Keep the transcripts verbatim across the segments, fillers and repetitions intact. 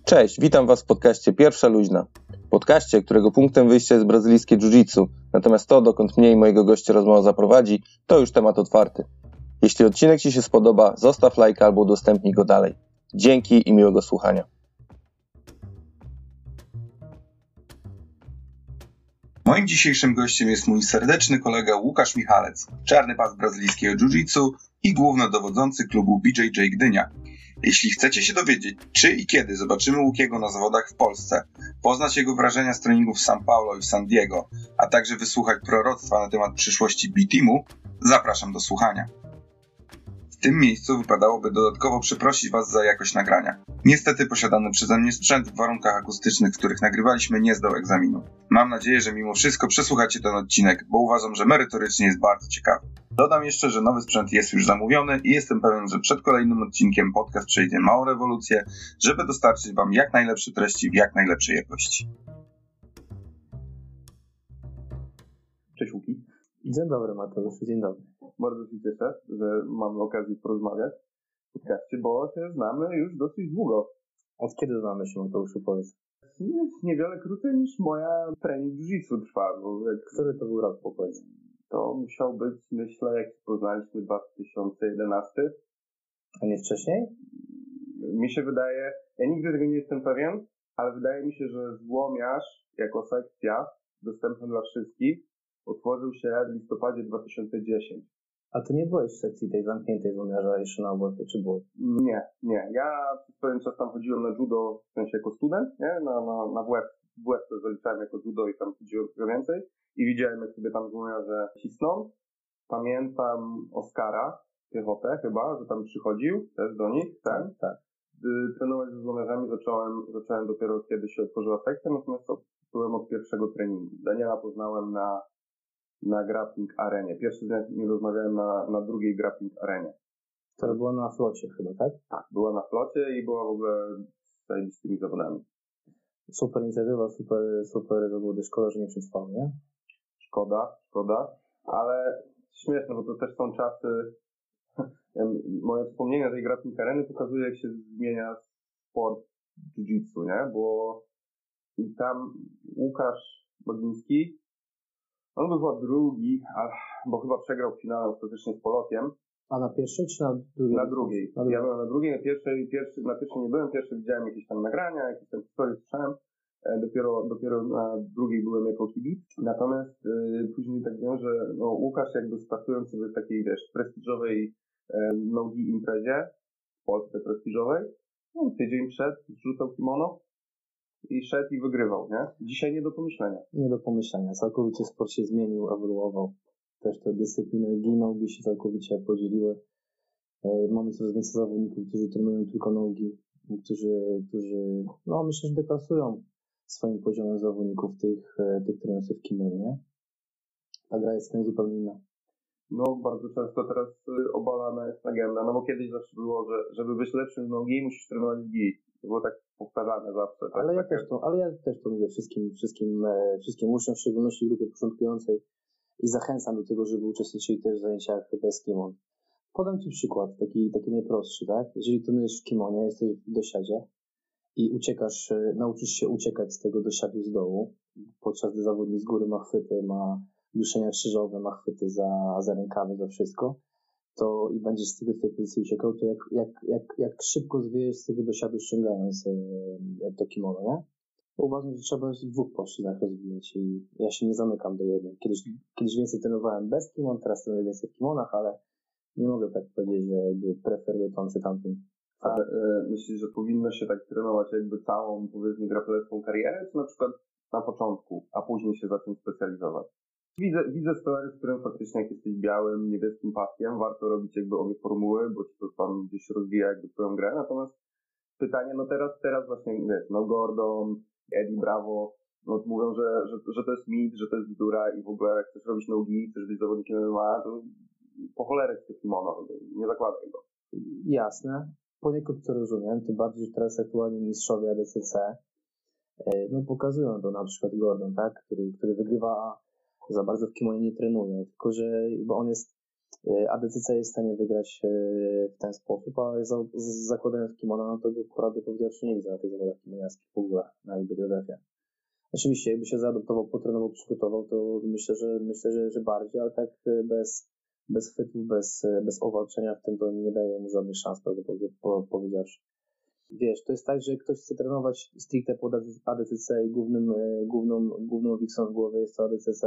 Cześć, witam Was w podcaście Pierwsza Luźna. Podcaście, którego punktem wyjścia jest brazylijskie jiu-jitsu, natomiast to, dokąd mnie i mojego gościa rozmowa zaprowadzi, to już temat otwarty. Jeśli odcinek Ci się spodoba, zostaw lajka albo udostępnij go dalej. Dzięki i miłego słuchania. Moim dzisiejszym gościem jest mój serdeczny kolega Łukasz Michalec, czarny pas brazylijskiego jiu-jitsu i głównodowodzący klubu B J J Gdynia. Jeśli chcecie się dowiedzieć, czy i kiedy zobaczymy Łukiego na zawodach w Polsce, poznać jego wrażenia z treningów w São Paulo i w San Diego, a także wysłuchać proroctwa na temat przyszłości B-Teamu, zapraszam do słuchania. W tym miejscu wypadałoby dodatkowo przeprosić Was za jakość nagrania. Niestety posiadany przeze mnie sprzęt w warunkach akustycznych, w których nagrywaliśmy, nie zdał egzaminu. Mam nadzieję, że mimo wszystko przesłuchacie ten odcinek, bo uważam, że merytorycznie jest bardzo ciekawy. Dodam jeszcze, że nowy sprzęt jest już zamówiony i jestem pewien, że przed kolejnym odcinkiem podcast przejdzie małą rewolucję, żeby dostarczyć Wam jak najlepsze treści w jak najlepszej jakości. Cześć Łuki. Dzień dobry Mateusz, dzień dobry. Bardzo się cieszę, że mamy okazję porozmawiać w podcaście, bo się znamy już dosyć długo. Od kiedy znamy się, Mateuszu, powiedz? Niewiele krócej niż moja trening jiu-jitsu trwa. Bo jak... Który to był rok, powiedz? To musiał być, myślę, jak się poznaliśmy, dwa tysiące jedenasty. A nie wcześniej? Mi się wydaje, ja nigdy tego nie jestem pewien, ale wydaje mi się, że Złomiarz jako sekcja dostępna dla wszystkich otworzył się w listopadzie dwa tysiące dziesiątym. A ty nie byłeś w sekcji tej zamkniętej Złomiarza jeszcze na Łopie, czy byłeś? Nie, nie. Ja przez pewien czas tam chodziłem na judo, w sensie jako student, nie? Na, na, na W F, W F to zaliczałem jako judo i tam chodziłem trochę więcej i widziałem, jak sobie tam Złomiarze cisną. Pamiętam Oskara Piechotę chyba, że tam przychodził też do nich, ten. Tak. Trenować ze Złomiarzami zacząłem, zacząłem dopiero kiedy się otworzyła sekcja, natomiast to byłem od pierwszego treningu. Daniela poznałem na na grappling arenie. Pierwszy z nim rozmawiałem na, na drugiej grappling arenie. Która była na flocie chyba, tak? Tak, była na flocie i była w ogóle z zajebistymi zawodami. Super inicjatywa, super, super zawody. Szkoda, że nie przetrwał, nie? Szkoda, szkoda, ale śmieszne, bo to też są czasy. Moje wspomnienia tej grappling areny pokazuje, jak się zmienia sport jiu-jitsu, nie? Bo tam Łukasz Bagiński, on był chyba drugi, bo chyba przegrał w finale ostatecznie z Polotiem. A na pierwszej czy na drugiej? Na drugiej. Na drugiej. Ja byłem na drugiej, na pierwszej, pierwszy, na pierwszej nie byłem, pierwszy widziałem jakieś tam nagrania, jakieś tam historie słyszałem. Dopiero, dopiero na drugiej byłem jako kibic. Natomiast yy, później tak wiem, że no, Łukasz jakby startując sobie w takiej, wiesz, prestiżowej e, nogi imprezie, w Polsce prestiżowej, no, tydzień przed zrzucał kimono i szedł i wygrywał, nie? Dzisiaj nie do pomyślenia. Nie do pomyślenia. Całkowicie sport się zmienił, ewoluował. Też te dyscypliny gi-nogi się całkowicie podzieliły. Mamy coraz więcej zawodników, którzy trenują tylko nogi, którzy, którzy no myślę, że deklasują swoim poziomem zawodników tych, tych trenujących w kimonie, nie? Ta gra jest zupełnie inna. No, bardzo często teraz obalana jest agenda, no bo kiedyś zawsze było, że żeby być lepszym w nogi, musisz trenować w gi. To było tak powtarzane zawsze. Tak? Ale ja też to, ale ja też to mówię wszystkim, wszystkim, wszystkim uczniom, w szczególności grupie początkującej i zachęcam do tego, żeby uczestniczyli też w zajęciach bez kimon. Podam Ci przykład, taki, taki najprostszy, tak? Jeżeli trenujesz w kimonie, jesteś w dosiadzie i uciekasz, nauczysz się uciekać z tego dosiadu z dołu, podczas gdy zawodnik z góry ma chwyty, ma duszenia krzyżowe, ma chwyty za, za rękawy, za wszystko, to i będziesz z tego z tej pozycji uciekał, to jak, jak, jak, jak szybko zwiejesz z tego dosiadu, ściągając e, to kimono, nie? Bo uważam, że trzeba w dwóch płaszczyznach rozwijać i ja się nie zamykam do jednej. Kiedyś, kiedyś więcej trenowałem bez kimon, teraz trenuję więcej w kimonach, ale nie mogę tak powiedzieć, że jakby preferuję tą czy tamtą. A e, myślisz, że powinno się tak trenować jakby całą, powiedzmy, grapplerską karierę, czy na przykład na początku, a później się zacząć specjalizować? Widzę, widzę scenariusz, w którym faktycznie jak jesteś białym, niebieskim paskiem, warto robić jakby obie formuły, bo ci to tam gdzieś rozwija jakby twoją grę. Natomiast pytanie, no teraz, teraz właśnie, wiesz, no Gordon, Eddie Bravo, no mówią, że, że, że to jest mit, że to jest bzdura i w ogóle jak chcesz robić nogi, chcesz być zawodnikiem M M A, to po cholerę ci to kimono, nie zakładaj go. Jasne, poniekąd to rozumiem, tym bardziej, że teraz aktualnie mistrzowie A D C C no pokazują to, na przykład Gordon, tak, który, który wygrywa, za bardzo w kimonie nie trenuje, tylko że bo on jest A D C C jest w stanie wygrać w ten sposób, a za, zakładając kimona, no to prawdę powiedziawszy nie widzę na tych zawodach kimoniarskich w ogóle na I B J F-ie. Oczywiście jakby się zaadoptował, potrenował, przygotował, to myślę, że myślę, że, że bardziej, ale tak bez, bez chwytów, bez, bez owalczenia w tym to nie daje mu żadnych szans, prawdę powiedziawszy. Wiesz, to jest tak, że ktoś chce trenować stricte pod A D C C i głównym, główną, główną wiksą w głowie jest to A D C C,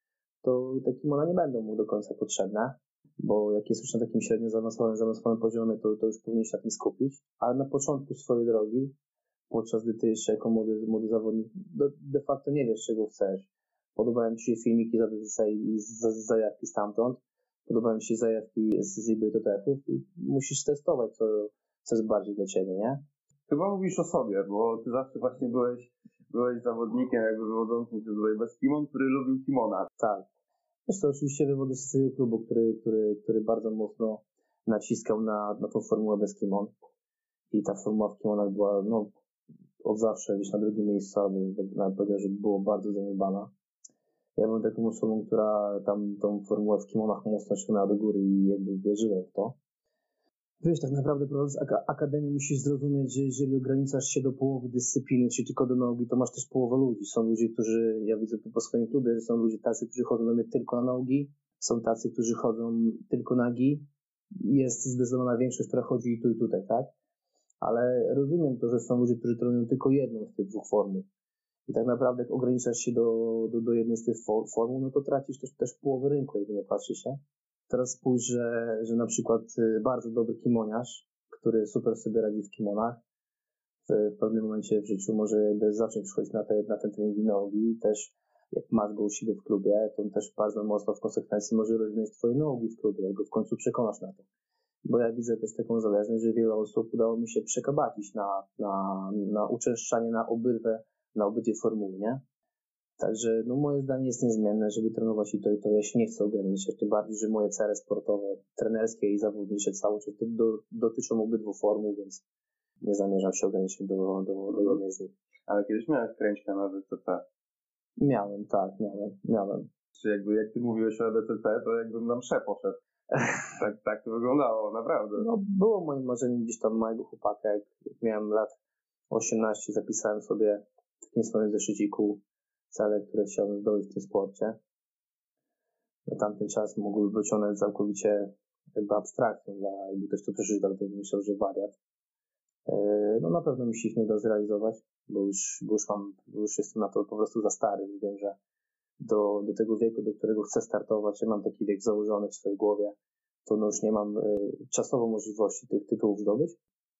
to te kimona nie będą mu do końca potrzebne, bo jak jest już na takim średnio zaawansowanym, zaawansowanym poziomie, to, to już powinien się na tym skupić, ale na początku swojej drogi, podczas gdy ty jeszcze jako młody, młody zawodnik de, de facto nie wiesz, czego chcesz. Podobają ci się filmiki z A D C C i z, z zajawki stamtąd, podobają ci się zajawki z, z I B J F-ów i musisz testować, co, co jest bardziej dla ciebie, nie? Chyba mówisz o sobie, bo ty zawsze właśnie byłeś, byłeś zawodnikiem jakby wywodzącym się tutaj bez kimon, który lubił kimona. Tak. Wiesz to oczywiście wywodzę się z tego klubu, który, który, który bardzo mocno naciskał na, na tą formułę bez kimon. I ta formuła w kimonach była no, od zawsze gdzieś na drugim miejscu, albo nawet powiedział, że było bardzo zaniedbana. Ja byłem taką osobą, która tam tą formułę w kimonach mocno ciągnęła do góry i jakby wierzyłem w to. Wiesz, tak naprawdę prowadząc ak- akademię musisz zrozumieć, że jeżeli ograniczasz się do połowy dyscypliny, czyli tylko do nogi, to masz też połowę ludzi. Są ludzie, którzy, ja widzę to po swoim klubie, że są ludzie tacy, którzy chodzą do mnie tylko na nogi, są tacy, którzy chodzą tylko nagi. Jest zdecydowana większość, która chodzi i tu i tutaj, tak? Ale rozumiem to, że są ludzie, którzy trenują tylko jedną z tych dwóch formuł. I tak naprawdę jak ograniczasz się do, do, do jednej z tych formuł, no to tracisz też, też połowę rynku, jakby nie patrzy się. Teraz spójrz, że, że na przykład bardzo dobry kimoniarz, który super sobie radzi w kimonach, w, w pewnym momencie w życiu może jakby zacząć przychodzić na, te, na ten trening nogi i też jak masz go u siebie w klubie, to on też bardzo mocno w konsekwencji może rozwinąć twoje nogi w klubie, jak go w końcu przekonasz na to. Bo ja widzę też taką zależność, że wiele osób udało mi się przekabacić na, na, na uczęszczanie na obydwie, na obydwie formuły, nie? Także no, moje zdanie jest niezmienne, żeby trenować i to i to. Ja się nie chcę ograniczać, tym bardziej, że moje cele sportowe, trenerskie i zawodnicze cały czas do, do, dotyczą obydwu formuł, więc nie zamierzam się ograniczyć do, do, do jednej z nich. Ale kiedyś miałeś kręćkę na A D C C? Miałem, tak, miałem, miałem. Czy jakby jak ty mówiłeś o A D C C, to jakbym na msze poszedł. tak, tak to wyglądało, naprawdę. No było moim marzeniem gdzieś tam małego chłopaka, jak, jak miałem lat osiemnaście, zapisałem sobie w takim swoim zeszyciku cele, które chciałbym zdobyć w tym sporcie. Na tamten czas mogły być one całkowicie jakby abstrakcją dla jakby ktoś, kto przeczytał, to myślał, że wariat. No na pewno mi się ich nie uda zrealizować, bo już, bo już mam, bo już jestem na to po prostu za stary, już wiem, że do, do tego wieku, do którego chcę startować, ja mam taki wiek założony w swojej głowie, to no już nie mam y, czasowo możliwości tych tytułów zdobyć.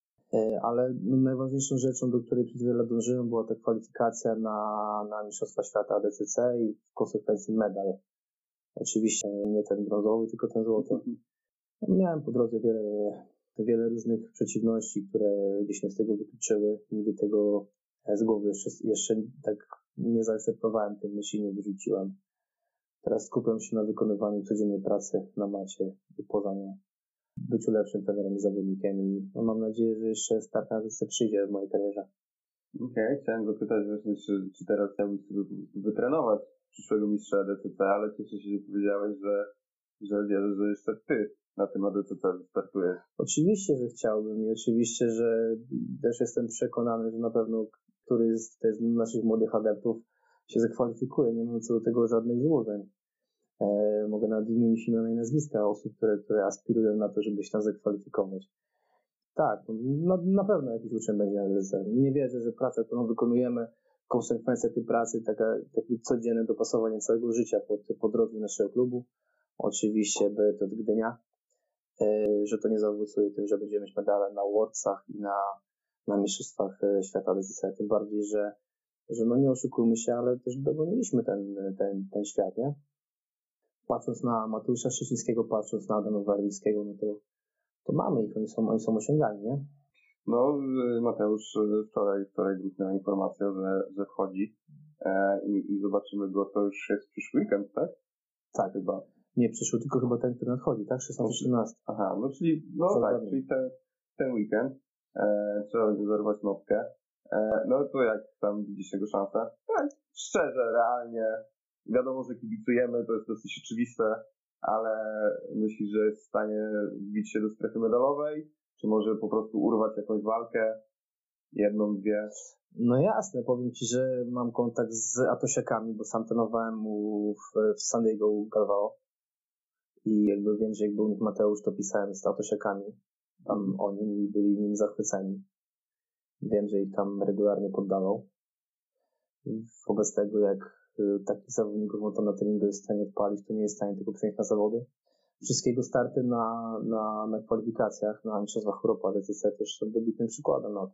Ale najważniejszą rzeczą, do której przez wiele lat dążyłem, była ta kwalifikacja na, na Mistrzostwa Świata A D C C i w konsekwencji medal. Oczywiście nie ten brązowy, tylko ten złoty. Miałem po drodze wiele, wiele różnych przeciwności, które gdzieś mnie z tego wykluczyły. Nigdy tego z głowy jeszcze, jeszcze tak nie zaakceptowałem tej myśli, nie wyrzuciłem. Teraz skupiam się na wykonywaniu codziennej pracy na macie i poza nią. Byciu lepszym trenerem i zawodnikiem i no, mam nadzieję, że jeszcze start na wyce przyjdzie w mojej karierze. Okej, okay, chciałem zapytać właśnie, czy, czy teraz chciałbyś sobie wytrenować przyszłego mistrza A D C C, ale cieszę się, że powiedziałeś, że, że wierzę, że jeszcze ty na tym A D C C wystartujesz. Oczywiście, że chciałbym i oczywiście, że też jestem przekonany, że na pewno któryś z, z naszych młodych adeptów się zakwalifikuje. Nie mam co do tego żadnych złudzeń. E, mogę nawet wymienić imiona i nazwiska osób, które, które aspirują na to, żeby się tam zakwalifikować. Tak, no, na pewno jakiś uczeń będzie na D C C. Nie wierzę, że praca, którą wykonujemy, konsekwencja tej pracy, taka, takie codzienne dopasowanie całego życia pod, pod rozwój naszego klubu. Oczywiście B T Gdynia, e, że to nie zaowocuje tym, że będziemy mieć medale na Worldsach i na, na Mistrzostwach Świata D C C. Tym bardziej, że, że no nie oszukujmy się, ale też dogoniliśmy ten, ten, ten świat, nie? Patrząc na Mateusza Szczecińskiego, patrząc na Adama Warlickiego, no to, to mamy ich, oni są, oni są osiągalni, nie? No, Mateusz wczoraj, wczoraj gruchnęła informacja, że, że wchodzi e, i, i zobaczymy go, to już jest przyszły weekend, tak? Tak, chyba. Nie przyszły, tylko chyba ten, który nadchodzi, tak? szesnasty trzynasty. Aha, no czyli, no Co tak, czyli ten, ten weekend e, trzeba będzie zarwać notkę. E, no to jak tam widzisz jego szansę? Tak, szczerze, realnie. Wiadomo, że kibicujemy, to jest dosyć oczywiste, ale myślisz, że jest w stanie wbić się do strefy medalowej, czy może po prostu urwać jakąś walkę, jedną, dwie? No jasne, powiem Ci, że mam kontakt z Atosiakami, bo sam trenowałem mu w, w San Diego u Galvao i jakby wiem, że jak był u nich Mateusz, to pisałem z Atosiakami tam o nim i byli nim zachwyceni. Wiem, że ich tam regularnie poddawał. Wobec tego, jak takich zawodników on to na treningu jest w stanie odpalić, to nie jest w stanie tego przenieść na zawody. Wszystkiego starty na, na, na kwalifikacjach, na Mistrzostwach Europy, D C C też są dobitnym przykładem. No.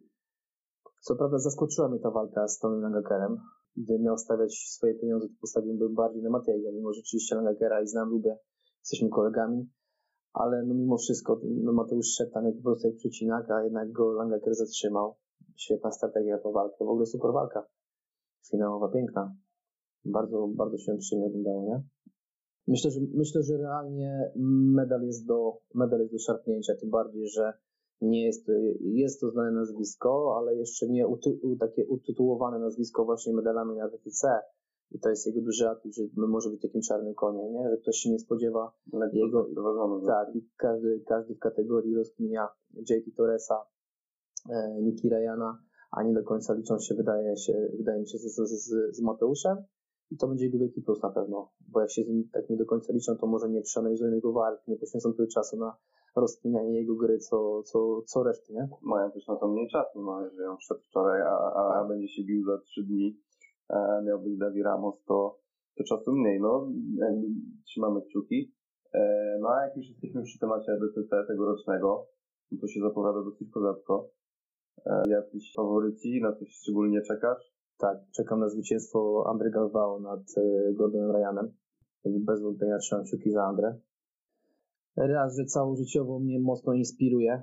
Co prawda zaskoczyła mnie ta walka z Tomem Langakerem. Gdy miał stawiać swoje pieniądze, to postawiłbym bardziej na Matiego, mimo że oczywiście Langakera i znam, lubię, jesteśmy kolegami, ale no mimo wszystko no Mateusz szedł tam jak po prostu jak przecinak, a jednak go Langaker zatrzymał. Świetna strategia po walkę, w ogóle super walka. Finałowa, piękna. Bardzo, bardzo się przyjemnie oglądało, nie? Myślę, że myślę, że realnie medal jest do medal jest do szarpnięcia, tym bardziej, że nie jest, jest to znane nazwisko, ale jeszcze nie uty, takie utytułowane nazwisko właśnie medalami na W T C. I to jest jego duży atut, że może być takim czarnym koniem, nie? Że ktoś się nie spodziewa Lekko jego. Zauważono, tak, i każdy, każdy w kategorii rozkminia J T Torresa, e, Niki Ryana, a nie do końca liczą się, wydaje, się, wydaje mi się, z, z, z, z Mateuszem. I to będzie jego wielki plus na pewno, bo jak się z nim tak nie do końca liczą, to może nie przeanalizują jego walk, nie poświęcą tyle czasu na rozkminianie jego gry, co, co, co reszty, nie? Mają też na to mniej czasu, no, jeżeli on wszedł wczoraj, a, a, a będzie się bił za trzy dni, a miał być Davi Ramos, to, to czasu mniej, no, jakby trzymamy kciuki. E, no a jak już jesteśmy przy temacie D C C tegorocznego, no to się zapowiada dosyć kozacko. E, jacyś faworyci, na coś szczególnie czekasz? Tak, czekam na zwycięstwo Andre Galvao nad y, Gordonem Ryanem. Bez wątpienia trzymam kciuki za Andre. Raz, że całożyciowo mnie mocno inspiruje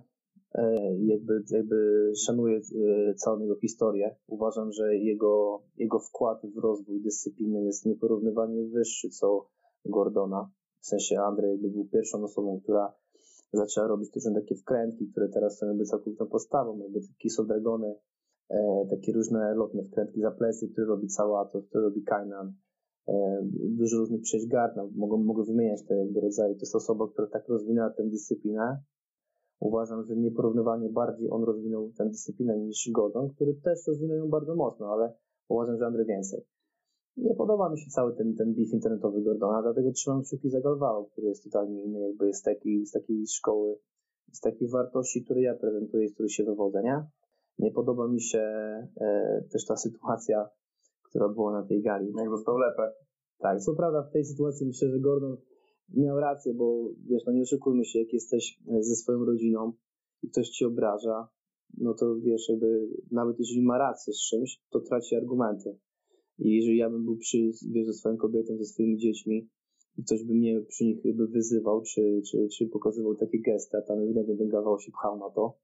i jakby, jakby szanuję całą jego historię. Uważam, że jego, jego wkład w rozwój dyscypliny jest nieporównywalnie wyższy co Gordona. W sensie Andre jakby był pierwszą osobą, która zaczęła robić też takie wkrętki, które teraz są jakby całkowitą postawą, jakby Kiss of Dragony, e, takie różne lotne wkrętki za plecy, które robi Sałato, które robi Kainan. E, dużo różnych przejść Gardner, mogą, mogę wymieniać te jakby rodzaje. To jest osoba, która tak rozwinęła tę dyscyplinę. Uważam, że nieporównywalnie bardziej on rozwinął tę dyscyplinę niż Gordon, który też rozwinął ją bardzo mocno, ale uważam, że Andre więcej. Nie podoba mi się cały ten, ten beef internetowy Gordona, dlatego trzymam kciuki za Galvao, który jest totalnie inny, jakby jest taki, z takiej szkoły, z takich wartości, które ja prezentuję, z których się wywodzę, nie? Nie podoba mi się e, też ta sytuacja, która była na tej gali. Jak został lepę. Tak, co prawda w tej sytuacji myślę, że Gordon miał rację, bo wiesz, no nie oszukujmy się, jak jesteś ze swoją rodziną i ktoś ci obraża, no to wiesz, jakby nawet jeżeli ma rację z czymś, to traci argumenty. I jeżeli ja bym był przy, wiesz, ze swoją kobietą, ze swoimi dziećmi i ktoś by mnie przy nich jakby wyzywał, czy, czy, czy pokazywał takie gesty, a tam ewidentnie ten Galvao się pchał na to,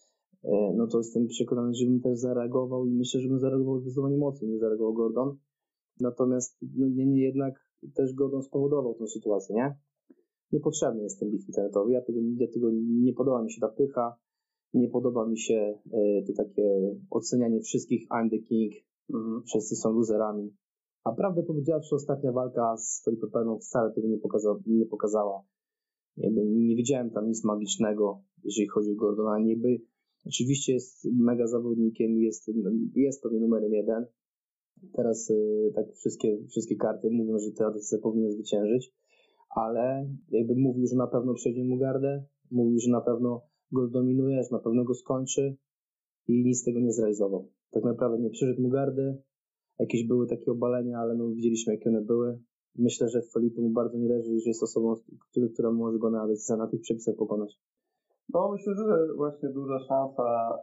no to jestem przekonany, że bym też zareagował i myślę, że bym zareagował zdecydowanie mocniej, nie zareagował Gordon. Natomiast no, niemniej jednak też Gordon spowodował tę sytuację, nie? Niepotrzebny jest ten beef internetowy. Ja tego, ja tego nie podoba mi się ta pycha, nie podoba mi się e, to takie ocenianie wszystkich I'm the king, mhm. Wszyscy są loserami. A prawdę powiedziawszy, ostatnia walka z Felipe Peną wcale tego nie, pokaza- nie pokazała. Jakby nie widziałem tam nic magicznego, jeżeli chodzi o Gordona. Niby oczywiście jest mega zawodnikiem, jest, jest pewnie numerem jeden. Teraz y, tak wszystkie, wszystkie karty mówią, że T A D C powinien zwyciężyć, ale jakby mówił, że na pewno przejdzie mu gardę, mówił, że na pewno go zdominuje, że na pewno go skończy i nic z tego nie zrealizował. Tak naprawdę nie przeszedł mu gardy, jakieś były takie obalenia, ale no widzieliśmy, jakie one były. Myślę, że Felipe mu bardzo nie leży, że jest osobą, która, która może go na D C C na tych przepisach pokonać. No myślę, że właśnie duża szansa.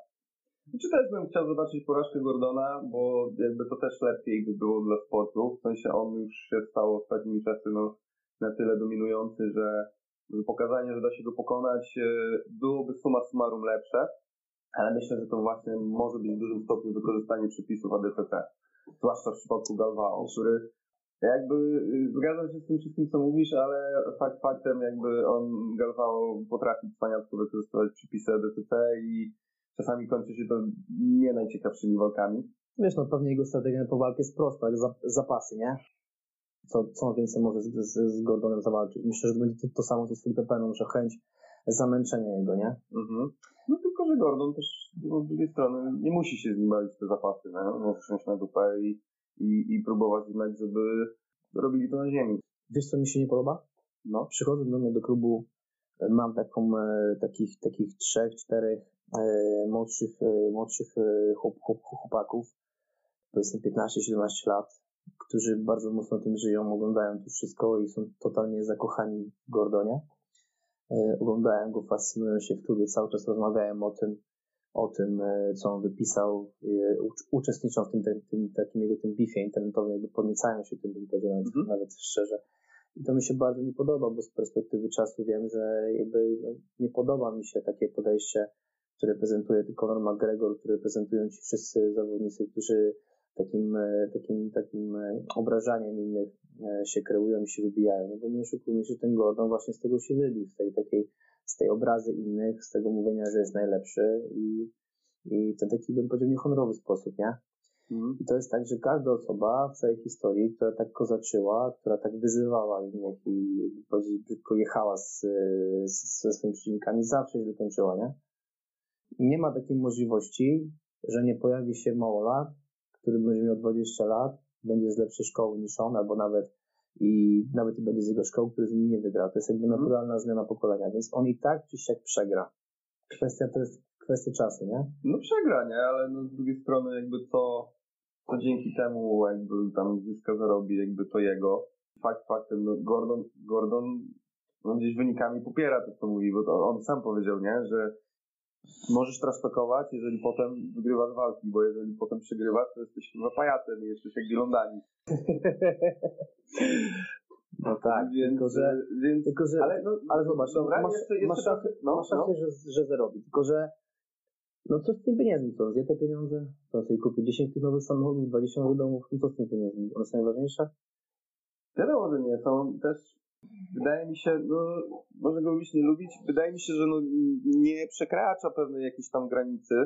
Czy też bym chciał zobaczyć porażkę Gordona, bo jakby to też lepiej by było dla sportu. W sensie on już się stał ostatnimi czasy no, na tyle dominujący, że, że pokazanie, że da się go pokonać byłoby summa summarum lepsze, ale myślę, że to właśnie może być w dużym stopniu wykorzystanie przepisów A D C C. Zwłaszcza w przypadku Galvao, który jakby zgadzam się z tym wszystkim, co mówisz, ale fakt faktem jakby on Galvao potrafi wspaniale wykorzystywać przepisy A D C C i czasami kończy się to nie najciekawszymi walkami. Wiesz, no pewnie jego strategia po walkę jest prosta, jak zapasy, nie? co, co więcej może z, z, z Gordonem zawalczyć. Myślę, że będzie to, to samo co z Felipe Peną, że chęć zamęczenia jego, nie? Mhm. No tylko, że Gordon też no, z drugiej strony nie musi się z nim bawić te zapasy, nie? Może siąść na dupę i, i, i próbować jednak, żeby robili to na ziemi. Wiesz, co mi się nie podoba? No. Przychodzę do mnie do klubu, mam taką, e, takich, takich trzech, czterech e, młodszych, e, młodszych e, chłop, chłop, chłopaków, powiedzmy piętnaście siedemnaście lat, którzy bardzo mocno tym żyją, oglądają to wszystko i są totalnie zakochani w Gordonie. E, oglądają go, fascynują się w klubie, cały czas rozmawiają o tym, o tym, e, co on wypisał, e, ucz, uczestniczą w tym, tym, tym takim jego tym bifie internetowym, jakby podniecają się tym, bym powiedział nawet, mm-hmm. nawet szczerze. I to mi się bardzo nie podoba, bo z perspektywy czasu wiem, że jakby no, nie podoba mi się takie podejście, które prezentuje tylko Conor McGregor, które prezentują ci wszyscy zawodnicy, którzy takim, takim, takim obrażaniem innych się kreują i się wybijają. No bo nie oszukujmy się, ten Gordon właśnie z tego się wybił, z tej takiej, z tej obrazy innych, z tego mówienia, że jest najlepszy i, i w ten taki, bym powiedział, niehonorowy sposób, nie? Mm. I to jest tak, że każda osoba w całej historii, która tak kozaczyła, która tak wyzywała innych i brzydko jechała z, z, ze swoimi przeciwnikami, zawsze źle kończyła, nie? I nie ma takiej możliwości, że nie pojawi się małolat, który będzie miał dwadzieścia lat, będzie z lepszej szkoły niż on, albo nawet i nawet i będzie z jego szkoły, który z nim nie wygra. To jest jakby mm. naturalna zmiana pokolenia, więc on i tak czy siak przegra. Kwestia to jest kwestia czasu, nie? No przegra, nie? Ale no z drugiej strony jakby co, co dzięki temu jakby tam zyska, zarobi, jakby to jego. Fakt faktem, no Gordon, Gordon no gdzieś wynikami popiera to, co mówi, bo to on sam powiedział, nie? Że możesz trasztokować, jeżeli potem wygrywasz walki, bo jeżeli potem przegrywasz, to jesteś chyba pajacem i jesteś jak Girondani. No tak, więc, tylko że, więc, tylko, że ale, no, ale zobacz, dobra, masz, jeszcze, jeszcze masz, trochę, no, masz rację, no. że, że zarobi, tylko że no co z tym pieniędzmi, co on zje te pieniądze, to on sobie kupi dziesięć tych nowych samochodów, dwadzieścia nowych domów, no co z tym pieniędzmi, one są najważniejsze? Wiadomo, że nie, są też, wydaje mi się, no może go lubić, nie lubić, wydaje mi się, że no nie przekracza pewnej jakiejś tam granicy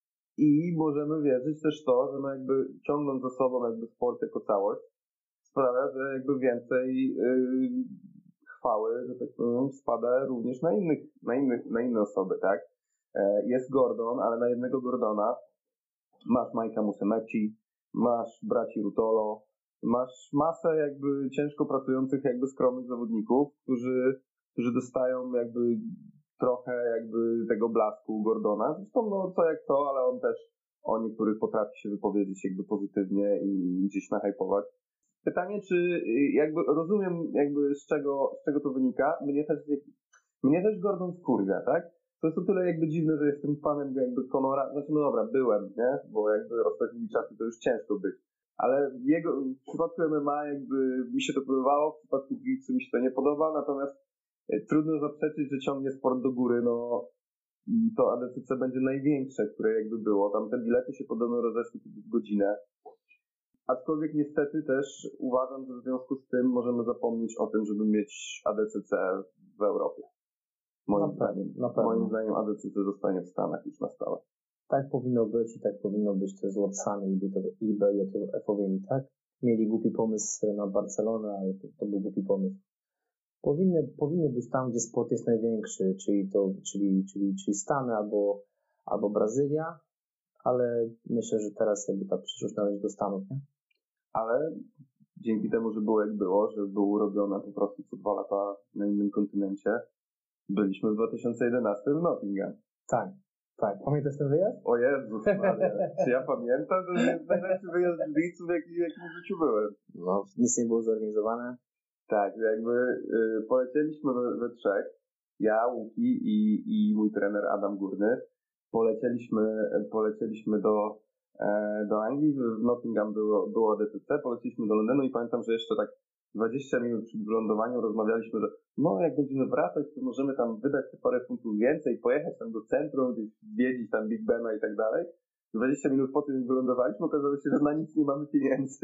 i możemy wierzyć też to, że no jakby ciągnąc za sobą jakby sport jako całość, sprawia, że jakby więcej yy, chwały, że tak powiem, spada również na innych, na innych, na inne osoby, tak? E, jest Gordon, ale na jednego Gordona masz Majka Musumeci, masz braci Rutolo, masz masę jakby ciężko pracujących, jakby skromnych zawodników, którzy, którzy dostają jakby trochę jakby tego blasku Gordona. Zresztą no co jak to, ale on też o niektórych potrafi się wypowiedzieć jakby pozytywnie i gdzieś nahypować. Pytanie, czy jakby rozumiem jakby z czego, z czego to wynika. Mnie też, mnie też Gordon wkurwia, tak? To jest o tyle jakby dziwne, że jestem fanem jakby Conora. Znaczy no dobra, byłem, nie? Bo jakby ostatnimi czasy to już ciężko być. Ale jego, w przypadku M M A jakby mi się to podobało, w przypadku Jiu-Jitsu mi się to nie podoba, natomiast trudno zaprzeczyć, że ciągnie sport do góry, no i to A D C C będzie największe, które jakby było. Tam te bilety się podobno rozeszły w godzinę. Aczkolwiek niestety też uważam, że w związku z tym możemy zapomnieć o tym, żeby mieć A D C C w Europie. Moim na zdaniem. Na moim zdaniem A D C C zostanie w Stanach już na stałe. Tak powinno być i tak powinno być też z Watsami i B J F-owymi, tak? Mieli głupi pomysł na Barcelonę, ale to, to był głupi pomysł. Powinny, powinny być tam, gdzie sport jest największy, czyli to, czyli, czyli, czyli Stany albo, albo Brazylia, ale myślę, że teraz jakby ta przyszłość należy do Stanów, nie? Ale dzięki temu, że było jak było, że było robione po prostu co dwa lata na innym kontynencie, byliśmy w dwa tysiące jedenastym w Nottingham. Tak, tak. Pamiętasz ten wyjazd? O Jezus Maria. Czy ja pamiętam? To jest najlepszy wyjazd Jiu-Jitsu, w jakim, jakim w życiu byłem. No, nic nie było zorganizowane. Tak, jakby y, polecieliśmy we, we trzech. Ja, Łuki i, i mój trener Adam Górny. Polecieliśmy, polecieliśmy do, e, do Anglii. W Nottingham było, było D C C. Poleciliśmy do Londynu i pamiętam, że jeszcze tak dwadzieścia minut przed wylądowaniem rozmawialiśmy, że no jak będziemy wracać, to możemy tam wydać te parę funtów więcej, pojechać tam do centrum, gdzieś zwiedzić tam Big Bena i tak dalej. dwadzieścia minut po tym, jak wylądowaliśmy, okazało się, że na nic nie mamy pieniędzy.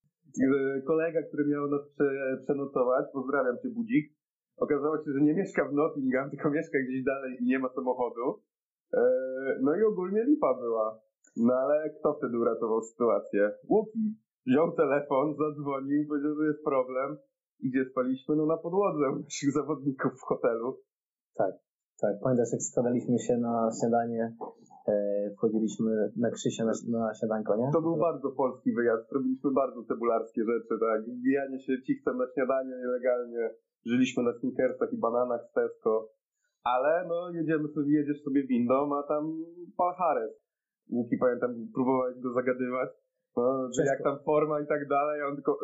Kolega, który miał nas prze, przenocować, pozdrawiam cię Budzik, okazało się, że nie mieszka w Nottingham, tylko mieszka gdzieś dalej i nie ma samochodu. No i ogólnie lipa była. No ale kto wtedy uratował sytuację? Łuki. wziął telefon, zadzwonił, powiedział, że jest problem. I gdzie spaliśmy? No na podłodze u naszych zawodników w hotelu. Tak, tak. Pamiętasz, jak składaliśmy się na śniadanie, e, wchodziliśmy na Krzysia na, na śniadanko, nie? To był bardzo polski wyjazd. Robiliśmy bardzo cebularskie rzeczy, tak. Wbijanie się cichcem na śniadanie nielegalnie. Żyliśmy na sneakersach i bananach z Tesco. Ale no jedziemy sobie, jedziesz sobie windą, a tam Palhares. Łuki, pamiętam, próbowałeś go zagadywać. No, że jak tam forma i tak dalej, a on tylko...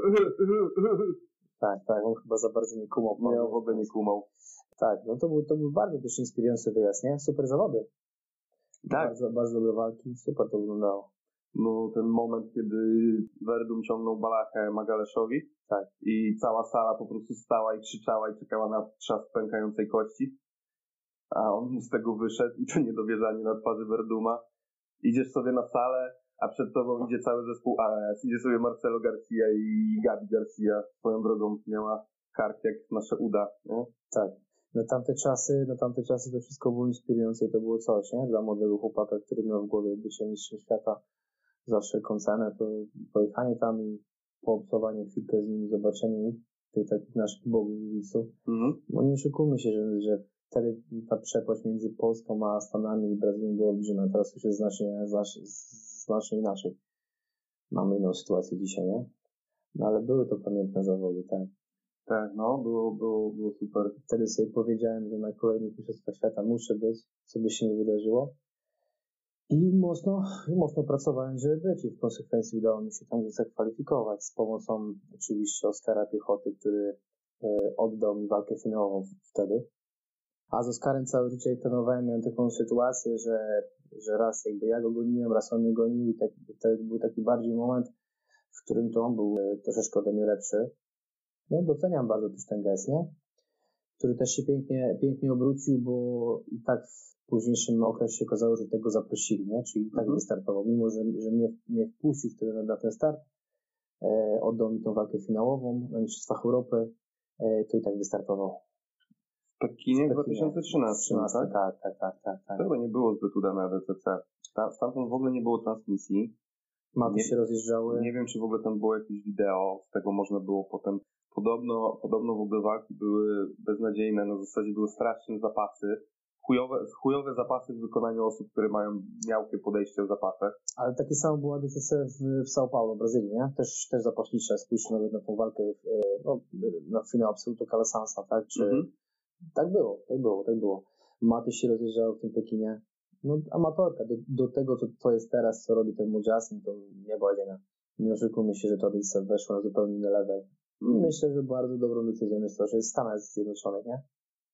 Tak, tak, on chyba za bardzo nie kumał. Nie, on w ogóle nie kumał. Tak, no to był, to był bardzo też inspirujący wyjazd, nie? Super zawody. Tak. Bardzo, bardzo dobre walki, super to wyglądało. No ten moment, kiedy Werdum ciągnął balachę Magaleszowi, tak, i cała sala po prostu stała i krzyczała i czekała na trzask pękającej kości, a on z tego wyszedł i to niedowierzanie na twarzy Werduma. Idziesz sobie na salę, a przed tobą idzie cały zespół A S, idzie sobie Marcelo Garcia i Gabi Garcia. Swoją drogą miała kark jak nasze uda, nie? Tak. Na tamte czasy, na tamte czasy to wszystko było inspirujące i to było coś, nie? Dla młodego chłopaka, który miał w głowie bycie mistrzem świata za wszelką cenę, to pojechanie tam i poobcowanie chwilkę z nimi, zobaczenie tych takich naszych bogów widzów. Mhm. No nie oszukujmy się, że, że wtedy ta przepaść między Polską a Stanami i Brazylią była olbrzymia. Teraz już jest znacznie, znacznie, znacznie inaczej. Mamy inną sytuację dzisiaj, nie? No ale były to pamiętne zawody, tak. Tak, no, było, było, było super. Wtedy sobie powiedziałem, że na kolejnych mistrzostwach świata muszę być, co by się nie wydarzyło. I mocno, i mocno pracowałem, żeby być. I w konsekwencji udało mi się tam zakwalifikować z pomocą oczywiście Oskara Piechoty, który e, oddał mi walkę finałową wtedy. A z Oskarem całe życie trenowałem, miałem taką sytuację, że, że raz jakby ja go goniłem, raz on mnie gonił i tak, to był taki bardziej moment, w którym to on był e, troszeczkę ode mnie lepszy. No doceniam bardzo też ten gest, nie? Który też się pięknie, pięknie obrócił, bo i tak w późniejszym okresie się okazało, że tego zaprosili, nie? Czyli i tak mhm. wystartował. Mimo, że, że mnie, mnie wpuścił wtedy na, na ten start, e, oddał mi tą walkę finałową na Mistrzostwach Europy, e, to i tak wystartował. W Pekinie w dwa tysiące trzynastym, tak? Tak, tak, tak, tak, tak. To nie było zbyt udane na D C C. Stamtąd w ogóle nie było transmisji. Mapy się rozjeżdżały. Nie wiem, czy w ogóle tam było jakieś wideo, z tego można było potem... Podobno, podobno w ogóle walki były beznadziejne, na zasadzie były straszne zapasy, chujowe, chujowe zapasy w wykonaniu osób, które mają miałkie podejście w zapasach. Ale takie samo było D C C w, w São Paulo, Brazylii, nie? Też, też zapaśnicze, spójrzcie nawet na tą walkę, no, na finał Absoluto Calasansa, tak? Czy... Mhm. Tak było, tak było, tak było. Maty się rozjeżdżały w tym Pekinie. No, amatorka, do, do tego, co, co jest teraz, co robi ten Mujahsin, to nie była dziena. Nie oszukujmy się, że to D C C weszło na zupełnie inny level. Myślę, że bardzo dobrą decyzją jest to, że jest Stanach Zjednoczonych, nie?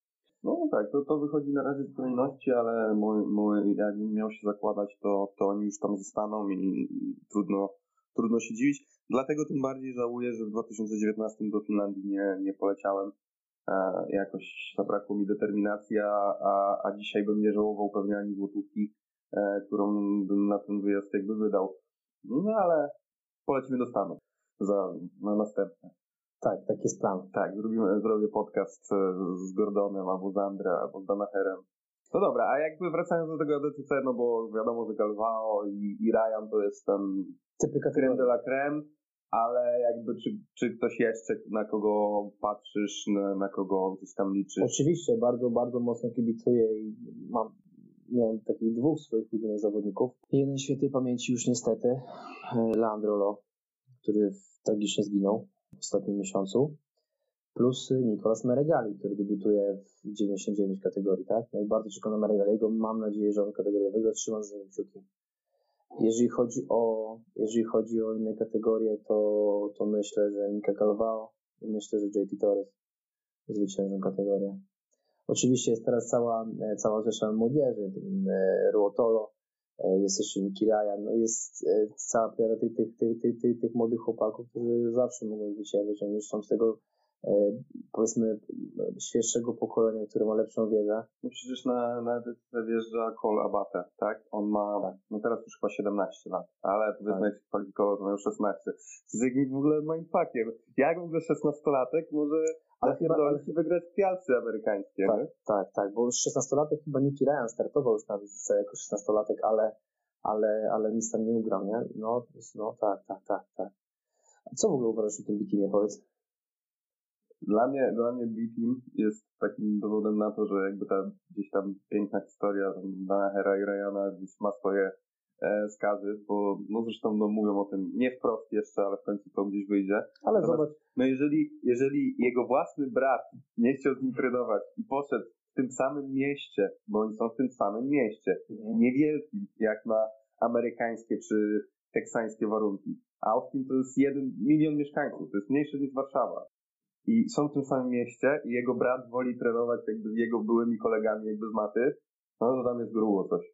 No tak, to, to wychodzi na razie z kolejności, ale mój, mój, jakbym miał się zakładać, to, to oni już tam zostaną i, i trudno, trudno się dziwić. Dlatego tym bardziej żałuję, że w dwa tysiące dziewiętnastym do Finlandii nie, nie poleciałem. E, jakoś zabrakło mi determinacji, a, a, a dzisiaj bym nie żałował pewnie ani złotówki, e, którą bym na ten wyjazd jakby wydał. No ale polecimy do Stanów za, na następne. Tak, taki jest plan. Tak, zrobimy, zrobię podcast z Gordonem, albo z Andrę, albo z Danaherem. No dobra, a jakby wracając do tego D C C, no bo wiadomo, że Galvao i, i Ryan to jest ten creme de la creme, ale jakby czy, czy ktoś jeszcze, na kogo patrzysz, na, na kogo gdzieś tam liczysz? Oczywiście, bardzo, bardzo mocno kibicuję i mam, miałem takich dwóch swoich ulubionych zawodników. Jeden świętej pamięci już niestety, Leandro Lo, który tragicznie zginął w ostatnim miesiącu, plus Nicolas Meregali, który debiutuje w dziewięćdziesiąt dziewięć kategorii, tak? No i bardzo czekam na Meregaliego, mam nadzieję, że on kategorię wygra, trzymam z nim kciuki. Jeżeli chodzi o, jeżeli chodzi o inne kategorie, to, to myślę, że Mika Galvao i myślę, że J T Torres zwyciężą kategorię. Oczywiście jest teraz cała, cała rzesza młodzieży, Ruotolo, jest jeszcze Niki Ryan, no jest cała plejada tych, tych, tych, tych, tych, tych młodych chłopaków, którzy zawsze mogą zwyciężyć, oni już są z tego powiedzmy świeższego pokolenia, które ma lepszą wiedzę. No przecież na, na D C C wjeżdża Cole Abate, tak? On ma, tak. no teraz już chyba siedemnaście lat, ale powiedzmy tak. Jak się kwalifikował, to miał szesnaście. To jest jakimś w ogóle mindfuckiem. Jak w ogóle szesnastolatek może ale chyba ale... wygrać pialcy amerykańskie, tak, nie? Tak, tak, bo szesnastolatek chyba Niki Ryan startował już na D C C jako szesnastolatek, ale, ale, ale nic tam nie ugrał, nie? No, no tak, tak, tak, tak. Co w ogóle uważasz o tym B-Teamie, powiedz? Dla mnie, dla mnie B-Team jest takim dowodem na to, że jakby ta gdzieś tam piękna historia Dana Hera i Ryana gdzieś ma swoje e, skazy, bo no zresztą no, mówią o tym nie wprost jeszcze, ale w końcu to gdzieś wyjdzie. Ale Natomiast, zobacz. no jeżeli, jeżeli jego własny brat nie chciał z nim trenować i poszedł w tym samym mieście, bo oni są w tym samym mieście, Mhm. niewielkim jak na amerykańskie czy teksańskie warunki. Austin to jest jeden milion mieszkańców, to jest mniejsze niż Warszawa. I są w tym samym mieście i jego brat woli trenować jakby z jego byłymi kolegami jakby z maty, no to tam jest grubo coś.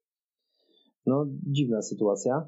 No, dziwna sytuacja,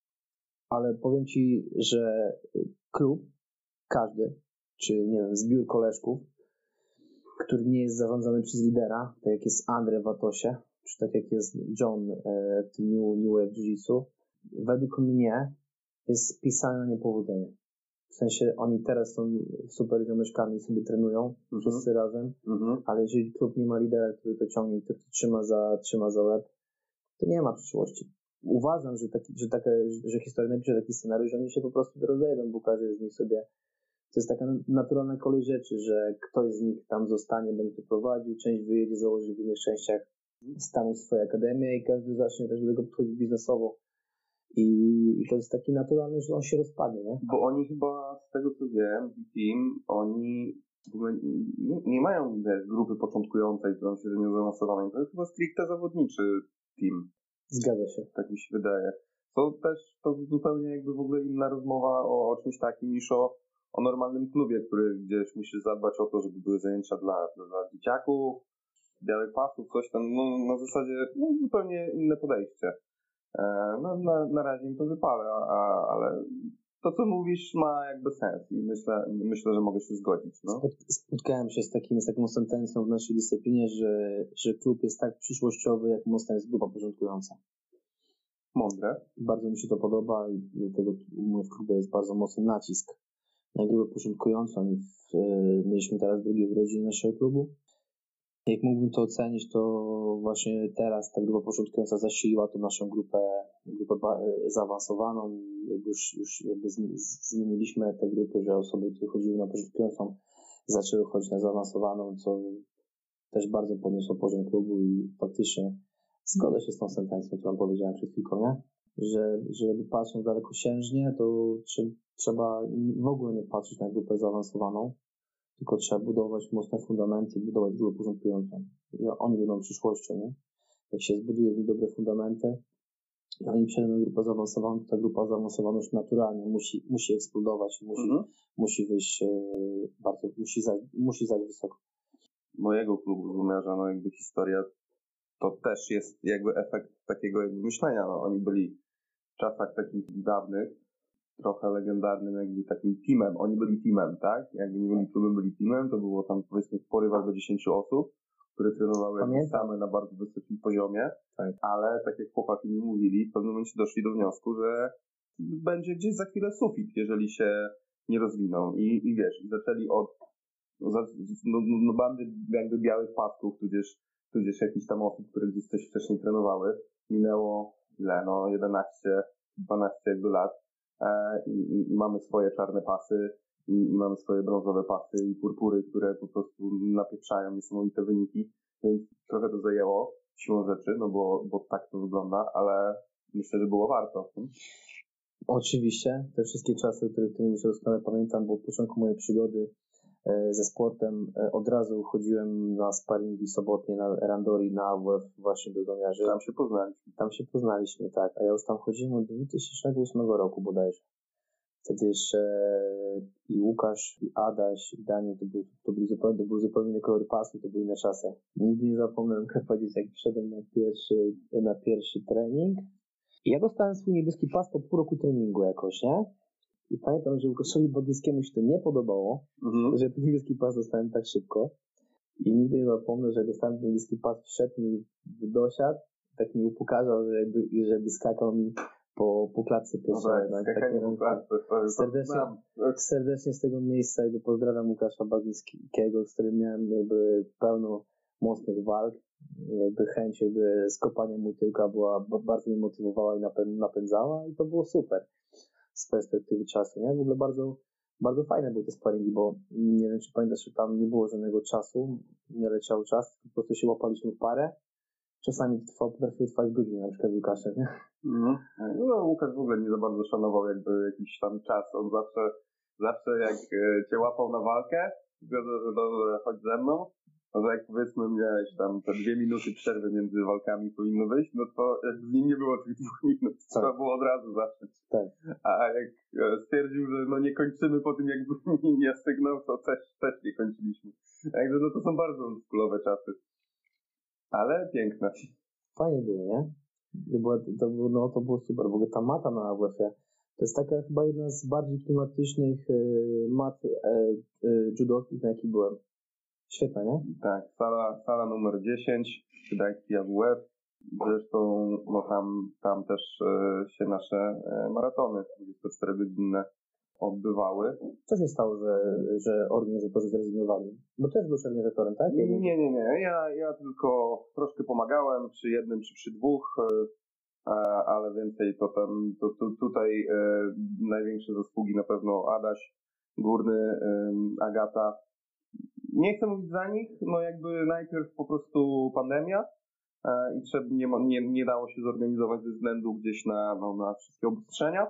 ale powiem Ci, że klub, każdy, czy nie wiem, zbiór koleżków, który nie jest zarządzany przez lidera, tak jak jest Andre w Atosie, czy tak jak jest John w tym New, New Wave Jiu-Jitsu, według mnie jest spisane na niepowodzenie. W sensie oni teraz są super ziomeczkami i sobie trenują mm-hmm. wszyscy razem, mm-hmm. ale jeżeli klub nie ma lidera, który to ciągnie, który to trzyma za, trzyma za łeb, to nie ma przyszłości. Uważam, że, taki, że, taka, że historia napisze taki scenariusz, że oni się po prostu rozejdą, bo każdy z nich sobie... To jest taka naturalna kolej rzeczy, że ktoś z nich tam zostanie, będzie to prowadził, część wyjedzie, założy w innych częściach stanu swoją akademię i każdy zacznie też do tego podchodzić biznesowo. I, I to jest taki naturalny, że on się rozpadnie, nie? Bo oni chyba, z tego co wiem, B-Team, oni w ogóle nie, nie mają wiesz, grupy początkującej, którą się nie zaawansowanej. To jest chyba stricte zawodniczy team. Zgadza się. Tak mi się wydaje. To też to zupełnie jakby w ogóle inna rozmowa o, o czymś takim niż o, o normalnym klubie, który gdzieś musi zadbać o to, żeby były zajęcia dla, dla, dla dzieciaków, białych pasów, coś tam, no na zasadzie no, zupełnie inne podejście. No, na, na razie im to wypala, a, ale to, co mówisz, ma jakby sens i myślę, myślę że mogę się zgodzić. No? Spotkałem się z, takim, z taką sentencją w naszej dyscyplinie, że, że klub jest tak przyszłościowy, jak mocna jest grupa porządkująca. Mądre. Bardzo mi się to podoba i dlatego u mnie w klubie jest bardzo mocny nacisk na grupę porządkującą. W, mieliśmy teraz drugie urodziny naszego klubu. Jak mógłbym to ocenić, to właśnie teraz ta grupa początkująca zasiliła tą naszą grupę, grupę zaawansowaną i jakby już, już jakby zmieniliśmy te grupy, że osoby, które chodziły na początkującą, zaczęły chodzić na zaawansowaną, co też bardzo podniosło poziom klubu i faktycznie zgodzę się z tą sentencją, którą powiedziałem przed chwilką, nie? Że, że jakby patrząc dalekosiężnie, to trzeba w ogóle nie patrzeć na grupę zaawansowaną, tylko trzeba budować mocne fundamenty i budować grupę porządkującą. I oni będą przyszłością, nie? Jak się zbuduje w nich dobre fundamenty i oni przejdą na grupę zaawansowaną, to ta grupa zaawansowana już naturalnie musi, musi eksplodować, musi, mhm. musi wyjść e, bardzo, musi zajść, musi zajść wysoko. Mojego klubu wymiarza, no jakby historia, to też jest jakby efekt takiego jakby myślenia, no oni byli w czasach takich dawnych, trochę legendarnym jakby takim teamem. Oni byli teamem, tak? Jakby nie byli klubem, byli teamem. To było tam powiedzmy w porywach do dziesięciu osób, które trenowały jakby same na bardzo wysokim poziomie, tak. Ale tak jak chłopaki mi mówili, w pewnym momencie doszli do wniosku, że będzie gdzieś za chwilę sufit, jeżeli się nie rozwiną. I, i wiesz, i zaczęli od no, no, bandy jakby białych pasków, tudzież, tudzież jakichś tam osób, które gdzieś coś wcześniej trenowały. Minęło ile? No jedenaście, dwanaście jakby lat. I, i, i mamy swoje czarne pasy i, i mamy swoje brązowe pasy i purpury, które po prostu napieprzają niesamowite wyniki, więc trochę to zajęło siłą rzeczy, no bo, bo tak to wygląda, ale myślę, że było warto. Oczywiście, te wszystkie czasy, o których ty mówisz, doskonale pamiętam, bo od początku mojej przygody ze sportem od razu chodziłem na sparingi sobotnie na Randori, na A W F właśnie do Domiarzy. Tam się poznaliśmy. Tam się poznaliśmy, tak. A ja już tam chodziłem od dwa tysiące ósmego roku bodajże. Wtedy jeszcze i Łukasz, i Adaś, i Daniel to, był, to, byli zupełnie, to były zupełnie inne kolory pasu, to były inne czasy. Nigdy nie zapomnę, jak powiedzieć, jak przyszedłem na pierwszy, na pierwszy trening. I ja dostałem swój niebieski pas po pół roku treningu jakoś, nie? I pamiętam, że Łukaszowi Bagnickiemu się to nie podobało, mhm. że ten niebieski pas dostałem tak szybko. I nigdy nie zapomnę, że dostałem ten niebieski pas, wszedł mi w dosiad, tak mi upokazał, że jakby, żeby skakał mi po, po klatce piersiowej. No tak, skakanie po klatce. Serdecznie, serdecznie z tego miejsca jakby pozdrawiam Łukasza Bagnickiego, z którym miałem jakby pełno mocnych walk. Jakby chęć jakby skopania mu tyłka była, bardzo mnie motywowała i napędzała i to było super. z perspektywy czasu, nie? W ogóle bardzo, bardzo fajne były te sparingi, bo nie wiem, czy pamiętasz, że tam nie było żadnego czasu, nie leciał czas, po prostu się łapaliśmy w parę. Czasami trwał, potrafił trwać godzinę, na przykład z Łukaszem, nie? Mhm. No, Łukasz w ogóle nie za bardzo szanował jakby jakiś tam czas. On zawsze, zawsze jak cię łapał na walkę, zgadza, że dobrze, chodź ze mną, no to jak powiedzmy miałeś tam te dwie minuty przerwy między walkami powinno wyjść, no to jak z nim nie było tych dwóch minut, tak. Trzeba było od razu zacząć. Tak. A jak stwierdził, że no nie kończymy po tym, jakby mi nie sygnał, to też, też nie kończyliśmy. Jakby no to są bardzo oldschoolowe czasy. Ale piękne. Fajnie było, nie? To było, to, było, no, to było super. W ogóle ta mata na A W F-ie to jest taka chyba jedna z bardziej klimatycznych y, mat y, y, judowskich, na jakich byłem. Świetna, nie? Tak, sala, sala numer dziesięć, wydajki A W F. Zresztą no tam, tam też y, się nasze y, maratony dwudziestoczterogodzinne odbywały. Co się stało, że, że organizatorzy zrezygnowali? Bo też byłeś organizatorem, tak? Nie, nie, nie. nie. Ja, ja tylko troszkę pomagałem przy jednym czy przy dwóch, y, ale więcej to tam, to, to tutaj y, największe zasługi na pewno Adaś Górny, y, Agata. Nie chcę mówić za nich, no jakby najpierw po prostu pandemia e, i trzeba, nie, nie, nie dało się zorganizować ze względu gdzieś na, no, na wszystkie obostrzenia,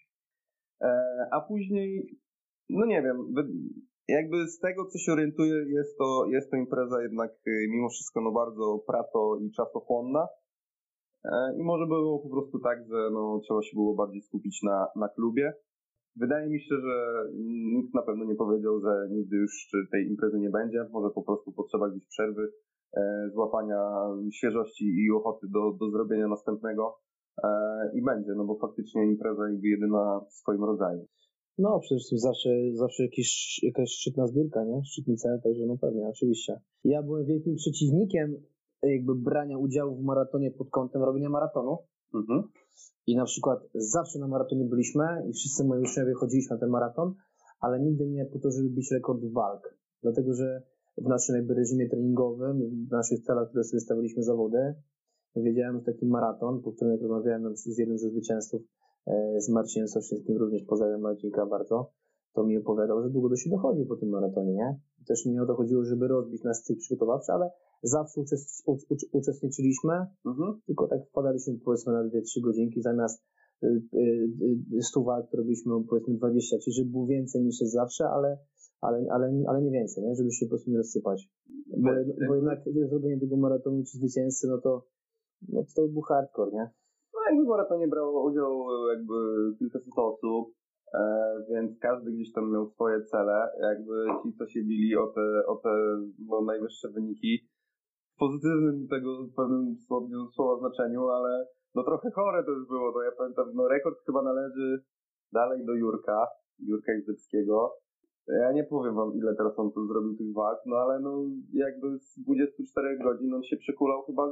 e, a później, no nie wiem, jakby z tego co się orientuję jest to, jest to impreza jednak mimo wszystko no bardzo prato i czasochłonna e, i może było po prostu tak, że no trzeba się było bardziej skupić na, na klubie. Wydaje mi się, że nikt na pewno nie powiedział, że nigdy już tej imprezy nie będzie. Może po prostu potrzeba gdzieś przerwy, e, złapania świeżości i ochoty do, do zrobienia następnego e, i będzie, no bo faktycznie impreza jakby jedyna w swoim rodzaju. No przede wszystkim zawsze, zawsze jakiś, jakaś szczytna zbiórka, nie? Szczytny cel, także no pewnie, oczywiście. Ja byłem wielkim przeciwnikiem jakby brania udziału w maratonie pod kątem robienia maratonu. Mhm. I na przykład zawsze na maratonie byliśmy i wszyscy moi uczniowie chodziliśmy na ten maraton, ale nigdy nie po to, żeby bić rekord walk. Dlatego, że w naszym jakby reżimie treningowym, w naszych celach, które sobie stawiliśmy zawody, wiedziałem, że taki maraton, po którym jak rozmawiałem z jednym ze zwycięzców, z Marcinem Soszczyńskim, również pozdrawiam Marcinka bardzo, to mi opowiadał, że długo do się dochodził po tym maratonie, nie? Też nie o to chodziło, żeby rozbić nas tych przygotowawczy, ale zawsze uczest, u, u, uczestniczyliśmy, mhm. tylko tak wpadaliśmy powiedzmy na dwie trzy godzinki zamiast y, y, stu walk, które byliśmy powiedzmy dwadzieścia, czyli żeby było więcej niż jest zawsze, ale, ale, ale, ale nie więcej, nie? Żeby się po prostu nie rozsypać. Bo, bo jednak zrobienie tego maratonu czy zwycięzcy, no to, no to, to był hardcore, nie? No jakby w maratonie brało udział jakby kilkaset osób, e, więc każdy gdzieś tam miał swoje cele, jakby ci, co się bili o te, o te no, najwyższe wyniki, w pozytywnym tego pewnym słowa znaczeniu, ale no trochę chore to już było, to ja pamiętam, no rekord chyba należy dalej do Jurka, Jurka Izdebskiego. Ja nie powiem wam, ile teraz on tu zrobił tych walk, no ale no jakby z dwudziestu czterech godzin on się przekulał chyba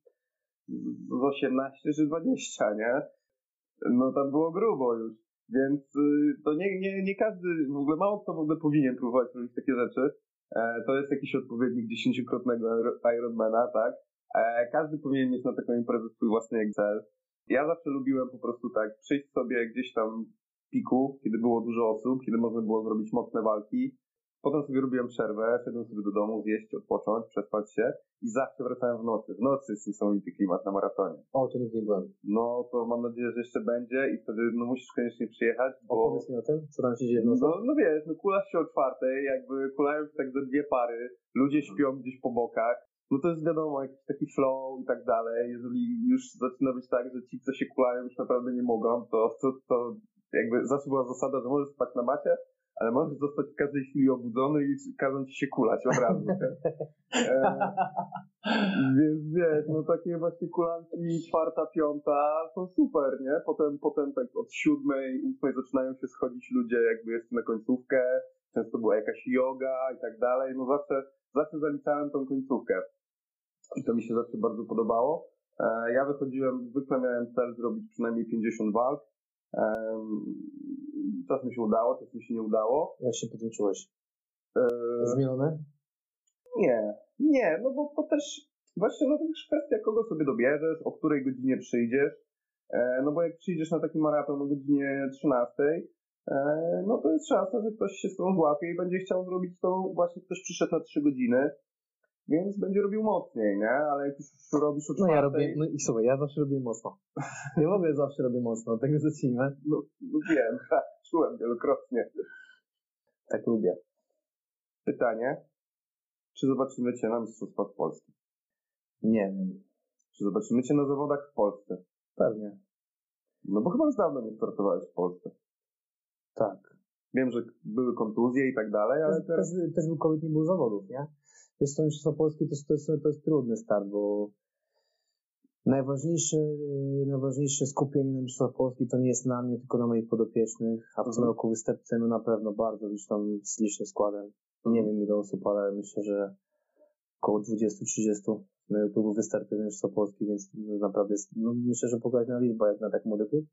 z osiemnaście czy dwadzieścia, nie? No tam było grubo już, więc to nie, nie, nie każdy, w ogóle mało kto w ogóle powinien próbować robić takie rzeczy. E, to jest jakiś odpowiednik dziesięciokrotnego Ironmana, tak? E, każdy powinien mieć na taką imprezę swój własny cel. Ja zawsze lubiłem po prostu tak przyjść sobie gdzieś tam w piku, kiedy było dużo osób, kiedy można było zrobić mocne walki. Potem sobie robiłem przerwę, szedłem sobie do domu, zjeść, odpocząć, przespać się i zawsze wracałem w nocy. W nocy jest niesamowity klimat na maratonie. O, to nigdy nie byłem. No, to mam nadzieję, że jeszcze będzie i wtedy no musisz koniecznie przyjechać, bo... Opowiedz mi o tym, co tam się dzieje w nocy? No, no wiesz, no kulasz się o czwartej, jakby kulają się tak ze dwie pary, ludzie śpią gdzieś po bokach, no to jest wiadomo, jakiś taki flow i tak dalej. Jeżeli już zaczyna być tak, że ci, co się kulają już naprawdę nie mogą, to, to, to jakby zawsze była zasada, że możesz spać na macie, ale możesz zostać w każdej chwili obudzony i każą ci się kulać od razu. e, więc wiesz, no takie właśnie kulanki czwarta, piąta są super, nie? Potem, potem tak od siódmej, ósmej zaczynają się schodzić ludzie jakby jeszcze na końcówkę, często była jakaś yoga i tak dalej, no zawsze, zawsze zaliczałem tą końcówkę i to mi się zawsze bardzo podobało. E, ja wychodziłem, zwykle miałem cel zrobić przynajmniej pięćdziesiąt walk. Um, czas mi się udało, czas mi się nie udało. Jak się potem czułeś? Eee, Zmienione? Nie, nie, no bo to też właśnie no to też kwestia, kogo sobie dobierzesz, o której godzinie przyjdziesz. E, no bo jak przyjdziesz na taki maraton o godzinie trzynastej, e, no to jest szansa, że ktoś się z tą złapie i będzie chciał zrobić to, właśnie ktoś przyszedł na trzy godziny, więc będzie robił mocniej, nie? Ale jak już robisz o czwartej... No ja robię, no i słuchaj, ja zawsze robię mocno. Ja w ogóle zawsze robię mocno, od tego zacznijmy. No, no wiem, tak, czułem wielokrotnie. Tak lubię. Pytanie, czy zobaczymy Cię na Mistrzostwach Polski? Nie wiem. Czy zobaczymy Cię na zawodach w Polsce? Pewnie. No bo chyba już dawno nie startowałeś w Polsce. Tak. Wiem, że były kontuzje i tak dalej, ale też, teraz... też, też był COVID, nie było zawodów, nie? Wiesz, to Mistrzostwa Polskie to, to, jest, to jest trudny start, bo najważniejsze, najważniejsze skupienie na Mistrzostwach Polskich to nie jest na mnie, tylko na moich podopiecznych, a w tym Mhm. roku wystarczymy na pewno bardzo liczną, z licznym składem. Nie wiem ile osób, ale myślę, że około dwadzieścia trzydzieści z mojego klubu wystartuje Mistrzostwa Polski, więc naprawdę jest, no, myślę, że pokaźna liczba jak na tak młody klub.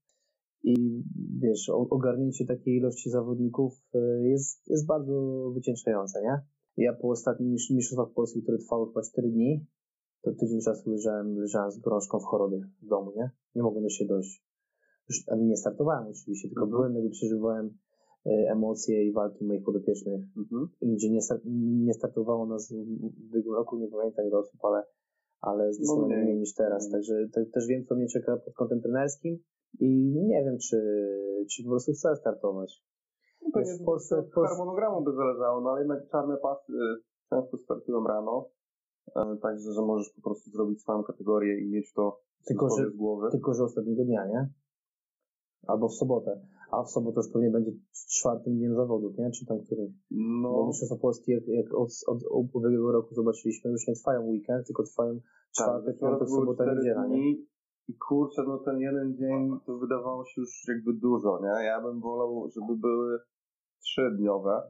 I wiesz, ogarnięcie takiej ilości zawodników jest, jest bardzo wycieńczające, nie? Ja po ostatnim Mistrzostwach Polskich, które trwały chyba cztery dni, to tydzień czasu leżałem, leżałem z gorączką w chorobie w domu, nie? Nie mogłem do siebie dojść. Już nie startowałem oczywiście, tylko byłem, jakby przeżywałem emocje i walki moich podopiecznych. Mhm. Gdzie nie, start, nie startowało nas w ubiegłym roku, nie pamiętam ile osób, ale, ale zdecydowanie no mniej niż teraz. Także te, też wiem, co mnie czeka pod kątem trenerskim i nie wiem, czy, czy po prostu chcę startować. No to jest w Polsce od harmonogramu by zależało, no ale jednak czarne pasy często startują rano, także, że możesz po prostu zrobić swoją kategorię i mieć to tylko, że, z głowy. Tylko, że ostatniego dnia, nie? Albo w sobotę. A w sobotę już pewnie będzie czwartym dniem zawodów, nie? Czy tam którymś. No. Bo Mistrzostwa Polskie, jak, jak od, od, od ubiegłego roku zobaczyliśmy, już nie trwają weekend, tylko trwają czwartek, tak, piątek, sobota, niedziela, nie? I kurczę, no ten jeden dzień to wydawało się już jakby dużo, nie? Ja bym wolał, żeby były trzydniowe.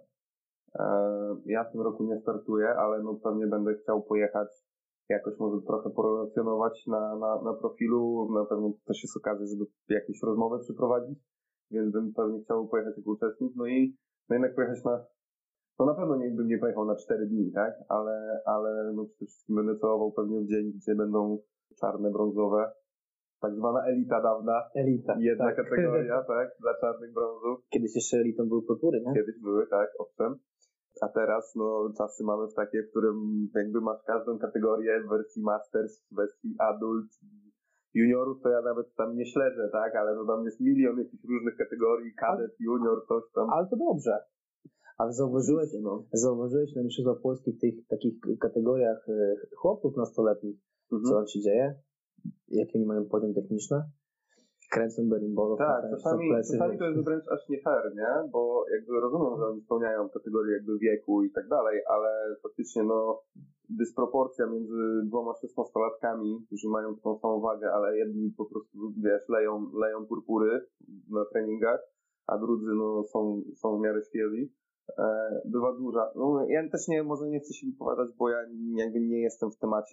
Ja w tym roku nie startuję, ale no pewnie będę chciał pojechać jakoś może trochę porelacjonować na, na, na profilu. Na pewno to też jest okazja, żeby jakieś rozmowy przeprowadzić, więc bym pewnie chciał pojechać jako uczestnik. No i no jednak pojechać na... No na pewno nie bym nie pojechał na cztery dni, tak? Ale, ale no przede wszystkim będę celował pewnie w dzień, gdzie będą czarne, brązowe. Tak zwana elita dawna. Elita. Jedna tak. kategoria, tak? Dla czarnych brązów. Kiedyś jeszcze elitą były purpury, nie? Kiedyś były, tak, owszem. A teraz, no, czasy mamy w takie, w którym jakby masz każdą kategorię w wersji Masters, w wersji Adult, juniorów, to ja nawet tam nie śledzę, tak? Ale no tam jest milion jakichś różnych kategorii, kadet, junior, coś tam. Ale to dobrze. Ale zauważyłeś, no. zauważyłeś na Mistrzostwach Polskich w tych takich kategoriach chłopów nastoletnich, mhm. co tam się dzieje? Jakie oni mają poziom techniczny? Kręcą berimbolów. Tak, czasami, czasami to jest wręcz aż nie fair, nie? Bo jakby rozumiem, że oni spełniają kategorię jakby wieku i tak dalej, ale faktycznie no dysproporcja między dwoma szesnastolatkami, którzy mają taką samą wagę, ale jedni po prostu, wiesz, leją, leją purpury na treningach, a drudzy no są, są w miarę świeżi, e, bywa duża. No, ja też nie, może nie chcę się wypowiadać, bo ja jakby nie jestem w temacie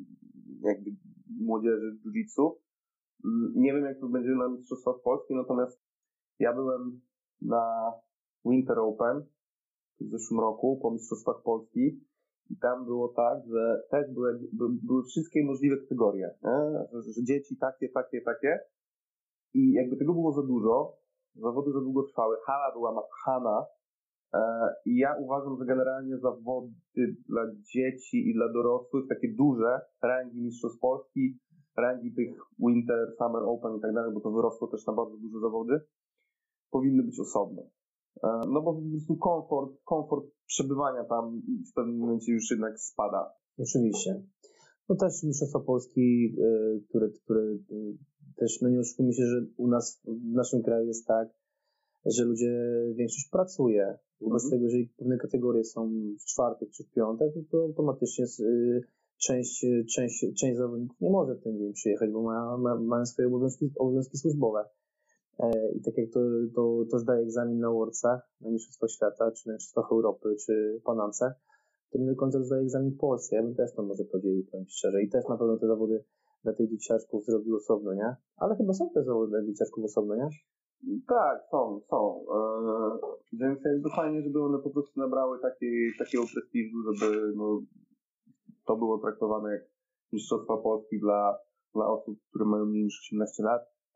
jakby młodzieży jiu-jitsu. Nie wiem, jak to będzie na Mistrzostwach Polski, natomiast ja byłem na Winter Open w zeszłym roku po Mistrzostwach Polski i tam było tak, że też były, by, były wszystkie możliwe kategorie, że, że dzieci takie, takie, takie i jakby tego było za dużo, zawody za długo trwały, hala była napchana e, i ja uważam, że generalnie zawody dla dzieci i dla dorosłych, takie duże rangi Mistrzostw Polski, rangi tych Winter, Summer Open i tak dalej, bo to wyrosło też na bardzo duże zawody, powinny być osobne. No bo po prostu komfort, komfort przebywania tam w pewnym momencie już jednak spada. Oczywiście. No też Mistrzostwa Polski, które, które też, no nie oszukujmy się, że u nas, w naszym kraju jest tak, że ludzie, większość pracuje. Wobec mhm. tego, jeżeli pewne kategorie są w czwartek czy w piątek, to automatycznie Część, część, część zawodników nie może w ten dzień przyjechać, bo ma, ma, mają swoje obowiązki, obowiązki służbowe. E, I tak jak to, to, to zdaje egzamin na Worldsach, na Mistrzostwach Świata, czy na Mistrzostwach Europy, czy Panamce, to nie do końca zdaje egzamin w Polsce. Ja bym też to może podzielił, powiem szczerze. I też na pewno te zawody dla tych dzieciaczków zrobił osobno, nie? Ale chyba są te zawody dla dzieciaczków osobno, nie? Tak, są, są. Eee, więc jakby fajnie, żeby one po prostu nabrały takiej, takiego prestiżu, żeby no, to było traktowane jak Mistrzostwa Polski dla, dla osób, które mają mniej niż osiemnaście lat,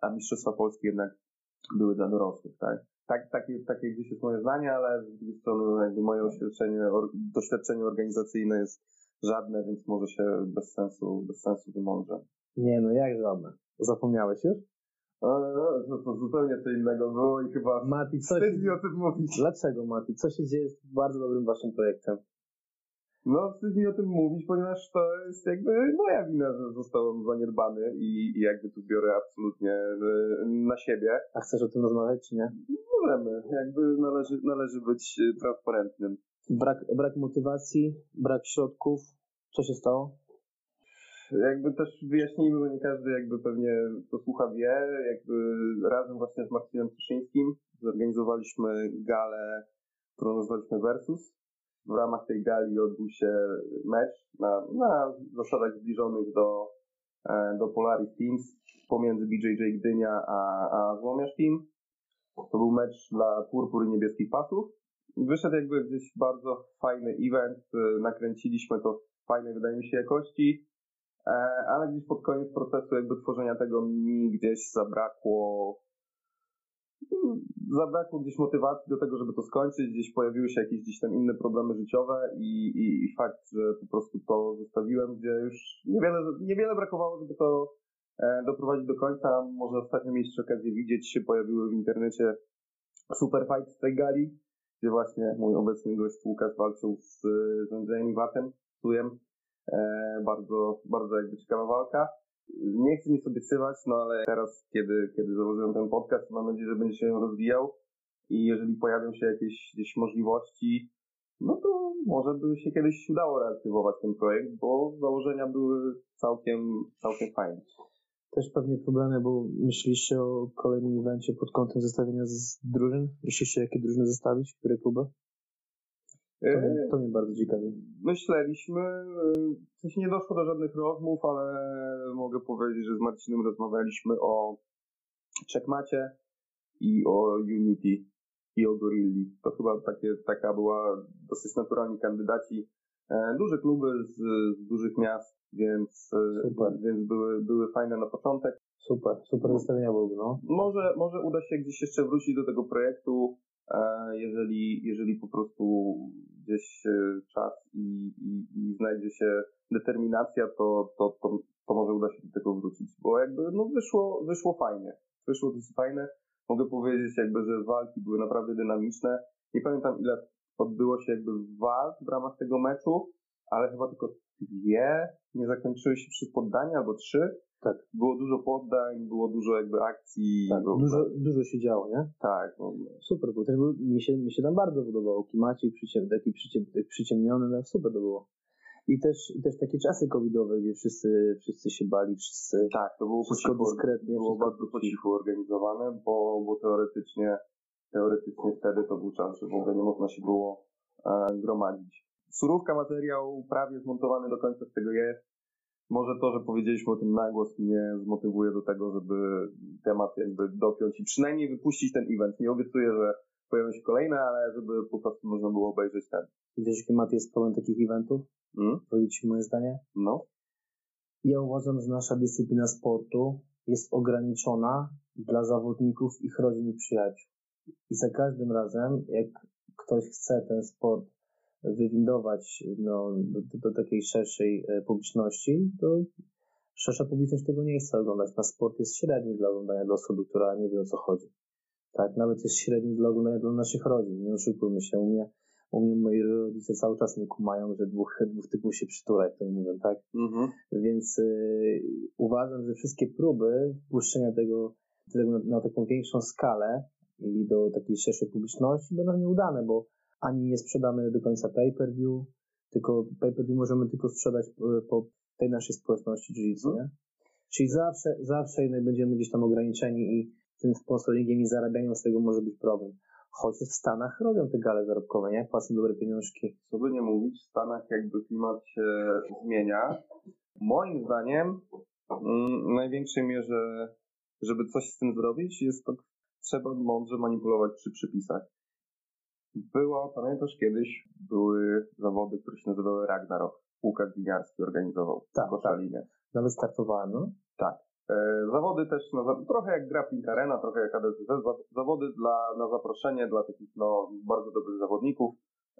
a Mistrzostwa Polskie jednak były dla dorosłych, tak? Tak, takie, takie gdzieś jest moje zdanie, ale z drugiej strony jakby moje doświadczenie, or, doświadczenie organizacyjne jest żadne, więc może się bez sensu, bez sensu wymądrzę. Nie, no jak żadne? Zapomniałeś już? A, no, to zupełnie co innego było i chyba Mati, co wstyd się... mi o tym mówić. Dlaczego, Mati? Co się dzieje z bardzo dobrym waszym projektem? No, wstyd mi o tym mówić, ponieważ to jest jakby moja wina, że zostałem zaniedbany i, i jakby tu biorę absolutnie y, na siebie. A chcesz o tym rozmawiać, czy nie? Możemy, jakby należy, należy być transparentnym. Brak, brak motywacji, brak środków. Co się stało? Jakby też wyjaśnijmy, bo nie każdy jakby pewnie to słucha wie, jakby razem właśnie z Marcinem Tuszyńskim zorganizowaliśmy galę, którą nazwaliśmy Versus. W ramach tej gali odbył się mecz na, na zasadach zbliżonych do, do Polaris Teams pomiędzy B J J Gdynia a, a Złomiarz Team. To był mecz dla Purpur i Niebieskich Pasów. Wyszedł jakby gdzieś bardzo fajny event, nakręciliśmy to w fajnej, wydaje mi się, jakości, ale gdzieś pod koniec procesu jakby tworzenia tego mi gdzieś zabrakło zabrakło gdzieś motywacji do tego, żeby to skończyć, gdzieś pojawiły się jakieś gdzieś tam inne problemy życiowe i, i, i fakt, że po prostu to zostawiłem, gdzie już niewiele, niewiele brakowało, żeby to e, doprowadzić do końca. Może ostatnio mieliście okazję widzieć, się pojawiły w internecie super fight z tej gali, gdzie właśnie mój obecny gość Łukasz walczył z, z Andrzejem Watem, Tujem. E, bardzo, bardzo jakby ciekawa walka. Nie chcę nic obiecywać, no ale teraz, kiedy, kiedy założyłem ten podcast, mam nadzieję, że będzie się rozwijał i jeżeli pojawią się jakieś gdzieś możliwości, no to może by się kiedyś udało reaktywować ten projekt, bo założenia były całkiem, całkiem fajne. Też pewnie problemy, bo myśliście o kolejnym evencie pod kątem zestawienia z drużyn? Myśliście, jakie drużyny zestawić? Które kluby? To mnie, to mnie bardzo ciekawi. Myśleliśmy, w sensie nie doszło do żadnych rozmów, ale mogę powiedzieć, że z Marcinem rozmawialiśmy o Checkmacie i o Unity i o Gorilli. To chyba takie, taka była dosyć naturalni kandydaci. Duże kluby z, z dużych miast, więc, więc były, były fajne na początek. Super, super zestawienia byłoby, no. Może, może uda się gdzieś jeszcze wrócić do tego projektu, jeżeli, jeżeli po prostu gdzieś czas i, i, i znajdzie się determinacja, to, to, to, to może uda się do tego wrócić, bo jakby no wyszło, wyszło fajnie, wyszło dosyć fajne. Mogę powiedzieć jakby, że walki były naprawdę dynamiczne. Nie pamiętam ile odbyło się jakby walk w ramach tego meczu, ale chyba tylko dwie nie zakończyły się przez poddanie, albo trzy. Tak. Było dużo poddań, było dużo jakby akcji. Tak, dużo, dużo się działo, nie? Tak. No. Super, bo też był, mi, się, mi się tam bardzo podobało. Klimacik przyciem, taki przyciem, przyciemniony, no super to było. I też, i też takie czasy covidowe, gdzie wszyscy, wszyscy się bali, wszyscy... Tak, to było wszystko po cichu, dyskretnie. Było wszystko bardzo po cichu organizowane, bo, bo teoretycznie, teoretycznie wtedy to był czas, że w ogóle nie można się było e, gromadzić. Surówka materiał prawie zmontowany do końca z tego jest. Może to, że powiedzieliśmy o tym na głos, mnie zmotywuje do tego, żeby temat jakby dopiąć i przynajmniej wypuścić ten event. Nie obiecuję, że pojawią się kolejne, ale żeby po prostu można było obejrzeć ten. Wiesz, jaki Mat jest problem takich eventów? Hmm? Powiedzieć ci moje zdanie? No. Ja uważam, że nasza dyscyplina sportu jest ograniczona dla zawodników, ich rodzin i przyjaciół. I za każdym razem, jak ktoś chce ten sport wywindować no, do, do takiej szerszej publiczności, to szersza publiczność tego nie chce oglądać. Nasz sport jest średni dla oglądania dla osoby, która nie wie, o co chodzi. Tak, nawet jest średni dla oglądania dla naszych rodzin. Nie oszukujmy się. U mnie, u mnie moi rodzice cały czas nie kumają, że dwóch, dwóch typów się przytula, jak to nie mówią, tak? Mhm. Więc y, uważam, że wszystkie próby wpuszczenia tego, tego na, na taką większą skalę i do takiej szerszej publiczności będą nieudane, bo ani nie sprzedamy do końca pay-per-view, tylko pay-per-view możemy tylko sprzedać po tej naszej społeczności jiu-jitsu, nie? Czyli zawsze, zawsze jednak będziemy gdzieś tam ograniczeni i tym sponsoringiem i zarabianiem z tego może być problem. Chociaż w Stanach robią te gale zarobkowe, nie? Płacą dobre pieniążki. Co by nie mówić, w Stanach jakby klimat się zmienia. Moim zdaniem w największej mierze, żeby coś z tym zrobić, jest to, trzeba mądrze manipulować przy przypisach. Było, pamiętasz kiedyś, były zawody, które się nazywały Ragnarok. Łukasz Winiarski organizował. Tak, w Koszalinie. Nawet startowałem, no? Tak. Zawody też, na, trochę jak Grappling Arena, trochę jak A D C C, zawody dla, na zaproszenie dla takich no, bardzo dobrych zawodników.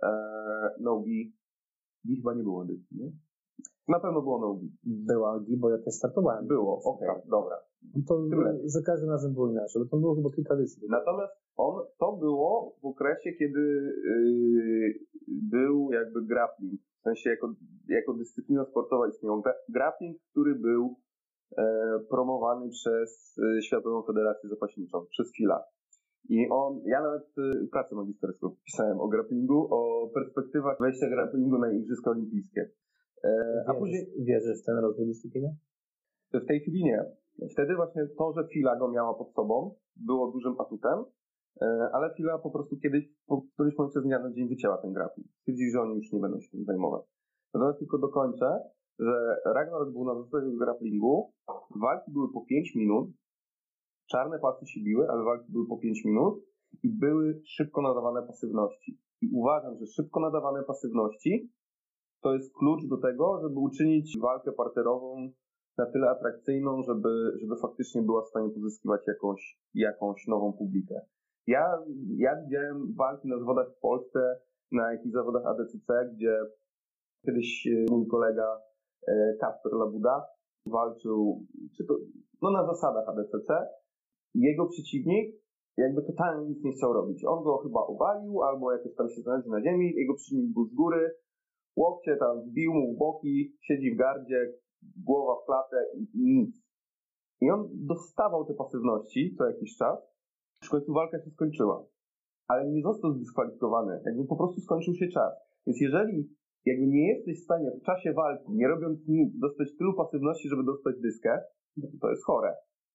Nogi, gi chyba nie było edycji, nie? Na pewno było nogi. Była gi, bo ja też startowałem. Było, okej, okay, dobra. To za każdym razem było inaczej, bo to było chyba kilka edycji. Natomiast on, to było w okresie, kiedy yy, był jakby grappling, w sensie jako, jako dyscyplina sportowa istniał grappling, który był e, promowany przez e, Światową Federację Zapaśniczą, przez Fila. I on, ja nawet y, pracę magisterską pisałem o grapplingu, o perspektywach wejścia grapplingu na Igrzyska Olimpijskie. E, a później wierzysz w ten rozwój dyscypliny? W tej chwili nie. Wtedy właśnie to, że Fila go miała pod sobą, było dużym atutem, e, ale Fila po prostu kiedyś, po którymś momencie z dnia na dzień wycięła ten grappling. Stwierdzili, że oni już nie będą się tym zajmować. Natomiast tylko dokończę, że Ragnarok był na zasadzie grapplingu, walki były po pięć minut, czarne pasy się biły, ale walki były po pięć minut i były szybko nadawane pasywności. I uważam, że szybko nadawane pasywności to jest klucz do tego, żeby uczynić walkę parterową na tyle atrakcyjną, żeby, żeby faktycznie była w stanie pozyskiwać jakąś, jakąś nową publikę. Ja, ja widziałem walki na zawodach w Polsce, na jakichś zawodach A D C C, gdzie kiedyś mój kolega Kasper Labuda walczył, czy to, no na zasadach A D C C. Jego przeciwnik jakby totalnie nic nie chciał robić. On go chyba obalił, albo jakoś tam się znalazł na ziemi, jego przeciwnik był z góry, łokcie tam wbił mu w boki, siedzi w gardzie, głowa w klatę i, i nic. I on dostawał te pasywności co jakiś czas, w końcu walka się skończyła. Ale nie został zdyskwalifikowany, jakby po prostu skończył się czas. Więc jeżeli jakby nie jesteś w stanie w czasie walki, nie robiąc nic, dostać tylu pasywności, żeby dostać dyskę, to, to jest chore.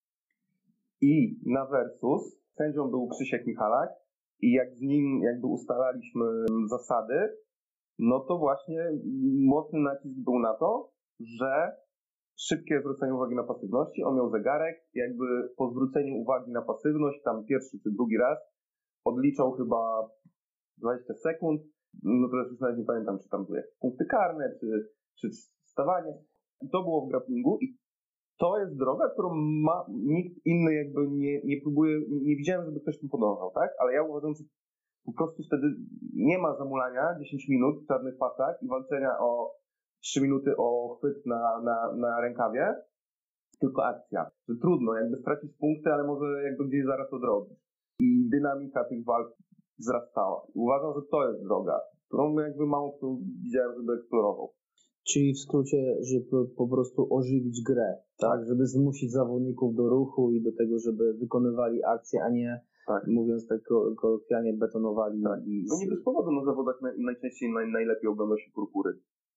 I na versus sędzią był Krzysiek Michalak i jak z nim jakby ustalaliśmy zasady, no to właśnie mocny nacisk był na to, że szybkie zwrócenie uwagi na pasywności, on miał zegarek, jakby po zwróceniu uwagi na pasywność, tam pierwszy czy drugi raz, odliczał chyba dwadzieścia sekund, no teraz już nawet nie pamiętam, czy tam były jakieś punkty karne, czy, czy stawanie. I to było w grapplingu i to jest droga, którą ma, nikt inny jakby nie, nie próbuje, nie, nie widziałem, żeby ktoś tym podążał, tak? Ale ja uważam, że po prostu wtedy nie ma zamulania dziesięć minut w czarnych pasach i walczenia o trzy minuty o chwyt na, na, na rękawie, tylko akcja. Że trudno, jakby stracić punkty, ale może jakby gdzieś zaraz odrobić. I dynamika tych walk wzrastała. I uważam, że to jest droga, którą jakby mało kto widziałem, żeby eksplorował. Czyli w skrócie, żeby po prostu ożywić grę, tak? tak? Żeby zmusić zawodników do ruchu i do tego, żeby wykonywali akcje, a nie, tak. mówiąc tak kolokwialnie, betonowali. Tak. I no nie bez powodu na zawodach naj, najczęściej naj, najlepiej ogląda się purpury.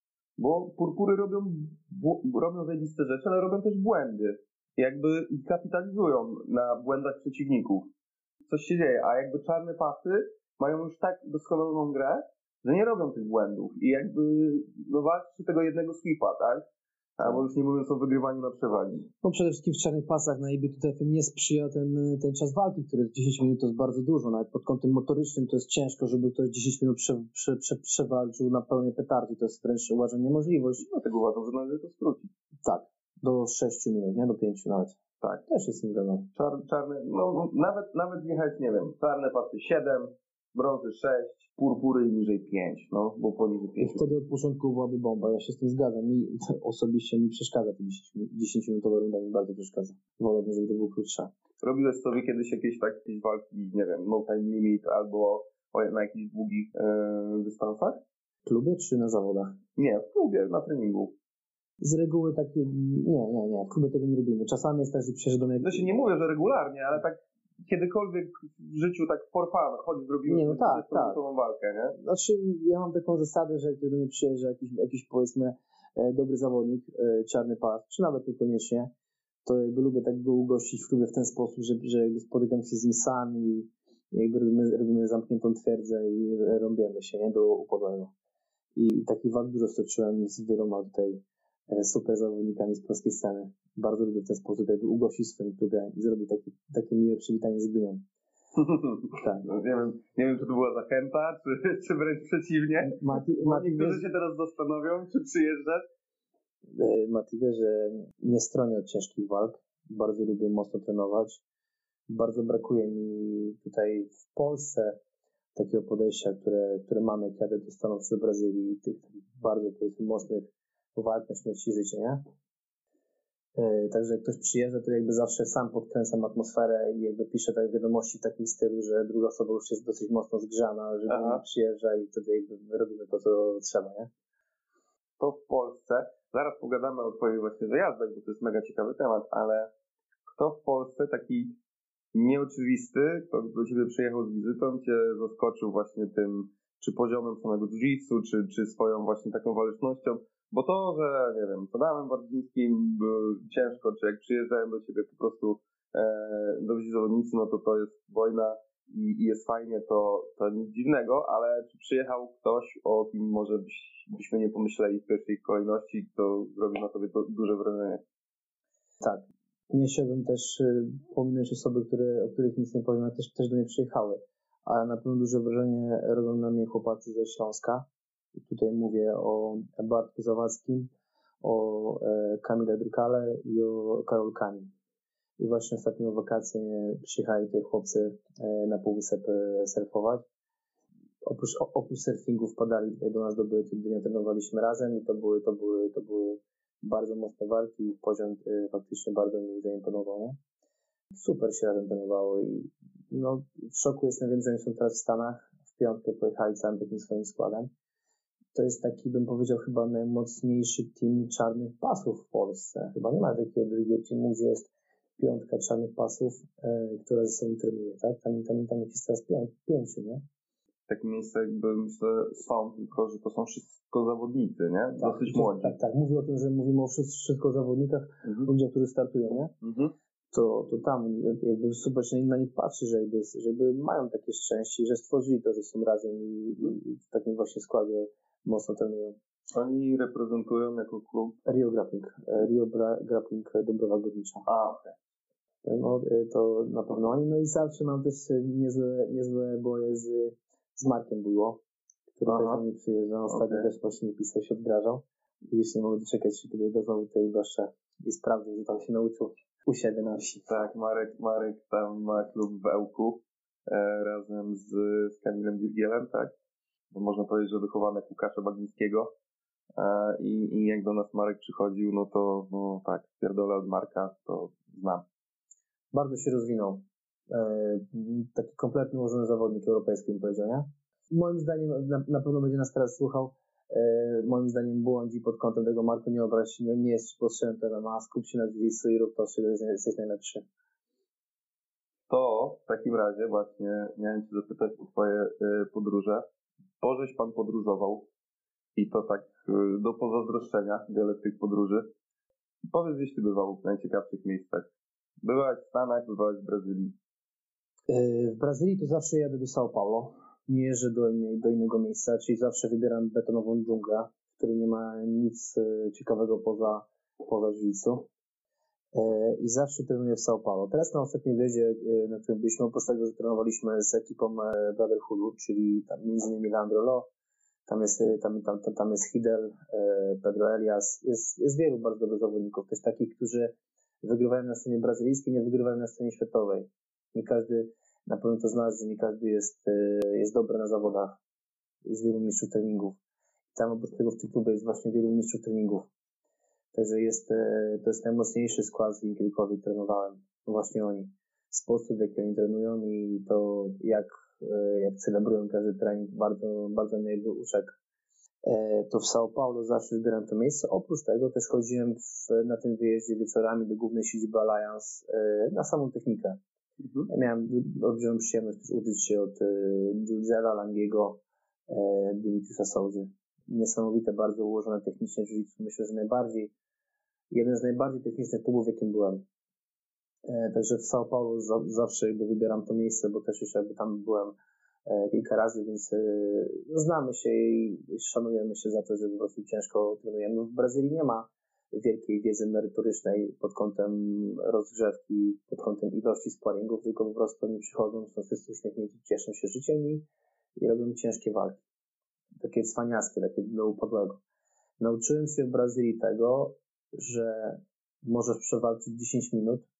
Bo purpury robią, bł- robią zajebiste rzeczy, ale robią też błędy. Jakby kapitalizują na błędach przeciwników. Coś się dzieje, a jakby czarne pasy mają już tak doskonałą grę, że nie robią tych błędów i jakby no walczy tego jednego sweepa, tak? Albo już nie mówiąc o wygrywaniu na przewagi. No przede wszystkim w czarnych pasach na I B T F nie sprzyja ten, ten czas walki, który jest dziesięć minut, to jest bardzo dużo. Nawet pod kątem motorycznym to jest ciężko, żeby ktoś dziesięć minut prze, prze, prze, przewalczył na pełnej petardzie. To jest wręcz uważam niemożliwość. Dlatego uważam, że należy to skrócić. Tak, do sześciu minut, nie do pięciu nawet. Tak. Też jest im wiadomo. Czar, czarne, no nawet, nawet zjechać, nie wiem, czarne pasy siedem, brązy sześć, purpury niżej pięć, no, bo poniżej pięć. I wtedy od początku byłaby bomba, ja się z tym zgadzam. Mi osobiście mi przeszkadza, te dziesięciominutowa runda mi bardzo przeszkadza. Wolałbym, żeby to było krótsza. Robiłeś sobie kiedyś jakieś tak, jakieś walki, nie wiem, no time limit albo na jakichś długich e, dystansach? W klubie czy na zawodach? Nie, w klubie, na treningu. Z reguły tak, nie, nie, nie, w klubie tego nie robimy. Czasami jest tak, że przyjeżdżam jak... To się nie mówię, że regularnie, ale tak kiedykolwiek w życiu tak for fun, chodź, zrobimy nie, no tak, tak. walkę, nie? Znaczy, ja mam taką zasadę, że jak do mnie przyjeżdża jakiś, jakiś powiedzmy e, dobry zawodnik, e, czarny pas, czy nawet niekoniecznie, to jakby lubię tak go ugościć w klubie w ten sposób, że, że jakby spotykam się z nim sam i jakby robimy, robimy zamkniętą twierdzę i rąbiemy się, nie, do upadłego. I takich walk dużo stoczyłem z wieloma tutaj e, super zawodnikami z polskiej sceny. Bardzo lubię w ten sposób jakby ugościć w swoim klubie i zrobić takie, takie miłe przywitanie z Gdynią. Tak. No, nie wiem, nie wiem, czy to była zachęta, czy, czy wręcz przeciwnie. Mati, Mati, niektórzy wiesz, się teraz zastanowią, czy przyjeżdżać. Mati wie, że nie stronię od ciężkich walk. bardzo lubię mocno trenować. Bardzo brakuje mi tutaj w Polsce takiego podejścia, które, które mam, jak jadę do Stanów czy do Brazylii, tych takich bardzo, powiedzmy, mocnych walk na śmierć i życie, nie? Yy, także jak ktoś przyjeżdża, to jakby zawsze sam podkręcam atmosferę i jakby piszę tak wiadomości w takim stylu, że druga osoba już jest dosyć mocno zgrzana, że przyjeżdża i wtedy jakby robimy to, co trzeba, nie? To w Polsce, zaraz pogadamy o twoich właśnie wyjazdach, bo to jest mega ciekawy temat, ale kto w Polsce taki nieoczywisty, kto do ciebie przyjechał z wizytą, cię zaskoczył właśnie tym, czy poziomem samego jiu-jitsu, czy, czy swoją właśnie taką walecznością, bo to, że nie wiem, z Adamem Bardzińskim ciężko, czy jak przyjeżdżałem do ciebie po prostu e, do zawodnicy, no to to jest wojna i, i jest fajnie, to, to nic dziwnego, ale czy przyjechał ktoś, o kim może byś, byśmy nie pomyśleli w pierwszej kolejności, kto zrobił na tobie to duże wrażenie? Tak. Nie chciałbym też y, pominąć osoby, które, o których nic nie powiem, ale też, też do mnie przyjechały. A na pewno duże wrażenie robią na mnie chłopacy ze Śląska. I tutaj mówię o Bartku Zawadzkim, o e, Kamile Drukale i o Karol Kani. I właśnie ostatnio w wakacje przyjechali tutaj chłopcy e, na Półwysep e, surfować. Oprócz, oprócz surfingu wpadali tutaj do nas do Bytu, gdy trenowaliśmy razem i to były, to były, to były bardzo mocne walki i poziom y, faktycznie bardzo mi zaimponował, nie? Super się razem trenowało i no, w szoku jestem, wiem, że oni są teraz w Stanach, w piątkę pojechali całym takim swoim składem. To jest taki, bym powiedział, chyba najmocniejszy team czarnych pasów w Polsce. Chyba nie ma takiego drugiego teamu, gdzie jest piątka czarnych pasów, y, która ze sobą trenuje, tak? Tam, tam, tam jest teraz pię- pięciu, nie? Takie miejsca jakby myślę są, tylko że to są wszystko zawodnicy, nie? Tak, Dosyć to, młodzi. Tak, tak. Mówię o tym, że mówimy o wszystko, wszystko o zawodnikach, Mhm. ludziach, którzy startują, nie? Mhm. To, to tam jakby super się na nich patrzy, że jakby, że jakby mają takie szczęście i że stworzyli to, że są razem i, i w takim właśnie składzie mocno trenują. Oni reprezentują jako klub? Rio Grappling. Rio Bra- Grappling Dąbrowa Górnicza. A, okej. Okay. No, to na pewno oni. No i zawsze mam też niezłe, niezłe boje z, z Markiem Bujło, który też do mnie przyjeżdża. Ostatnio okay. też właśnie pisał, się odgrażał. I już nie mogę doczekać się, kiedy go znowu tutaj ugoszczę i sprawdzę, że tam się nauczył u siebie na wsi. Tak, Marek, Marek tam ma klub w Ełku e, razem z, z Kamilem Dirgielem, tak? Bo można powiedzieć, że wychowanek Łukasza Bagińskiego. E, i, I jak do nas Marek przychodził, no to no tak, pierdolę od Marka, to znam. Bardzo się rozwinął. E, taki kompletny ułożony zawodnik europejski, bym powiedział, nie? Moim zdaniem, na, na pewno będzie nas teraz słuchał, e, moim zdaniem błądzi pod kątem tego, Marku, nie obraź, nie, nie jest potrzebny ten M M A, skup się na jiu-jitsu i rób to, z czego jesteś najlepszy. To w takim razie właśnie miałem cię zapytać o twoje y, podróże. Bo żeś pan podróżował i to tak y, do pozazdroszczenia wiele z tych podróży. Powiedz, gdzieś ty bywał w najciekawszych miejscach. Byłeś w Stanach, byłeś w Brazylii. W Brazylii to zawsze jadę do São Paulo. Nie jeżdżę do, innej, do innego miejsca, czyli zawsze wybieram betonową dżunglę, w której nie ma nic ciekawego poza, poza jiu-jitsu. I zawsze trenuję w São Paulo. Teraz na ostatnim wyjeździe, na którym byliśmy, oprócz tego, że trenowaliśmy z ekipą Brotherhoodu, czyli tam między innymi Leandro Lo, tam jest, tam, tam, tam, tam jest Hidel, Pedro Elias, jest, jest wielu bardzo dobrych zawodników, też takich, którzy wygrywają na scenie brazylijskiej, nie wygrywają na scenie światowej. Nie każdy, na pewno to znasz, że nie każdy jest, jest dobry na zawodach. Jest wielu mistrzów treningów. I tam oprócz tego w tym klubie jest właśnie wielu mistrzów treningów. Także jest, to jest najmocniejszy skład, z kim kiedykolwiek trenowałem. Właśnie oni. Sposób, w jaki oni trenują i to, jak, jak celebrują każdy trening, bardzo, bardzo mnie jakby uczek. To w São Paulo zawsze wybieram to miejsce. Oprócz tego też chodziłem w, na tym wyjeździe wieczorami do głównej siedziby Alliance na samą technikę. Mhm. Ja miałem olbrzymią przyjemność też uczyć się od Giugiela, Langiego, Dimitriusa Souzy. Niesamowite, bardzo ułożone technicznie jiu-jitsu. Myślę, że najbardziej, jeden z najbardziej technicznych klubów, w jakim byłem. Także w São Paulo za, zawsze jakby wybieram to miejsce, bo też już jakby tam byłem kilka razy, więc znamy się i szanujemy się za to, że po prostu ciężko trenujemy. W Brazylii nie ma wielkiej wiedzy merytorycznej pod kątem rozgrzewki, pod kątem ilości sparingów, tylko po prostu oni przychodzą, są wszyscy uśmiechnięci, cieszą się życiem i, i robią ciężkie walki. Takie cwaniackie, takie do upadłego. Nauczyłem się w Brazylii tego, że możesz przewalczyć dziesięć minut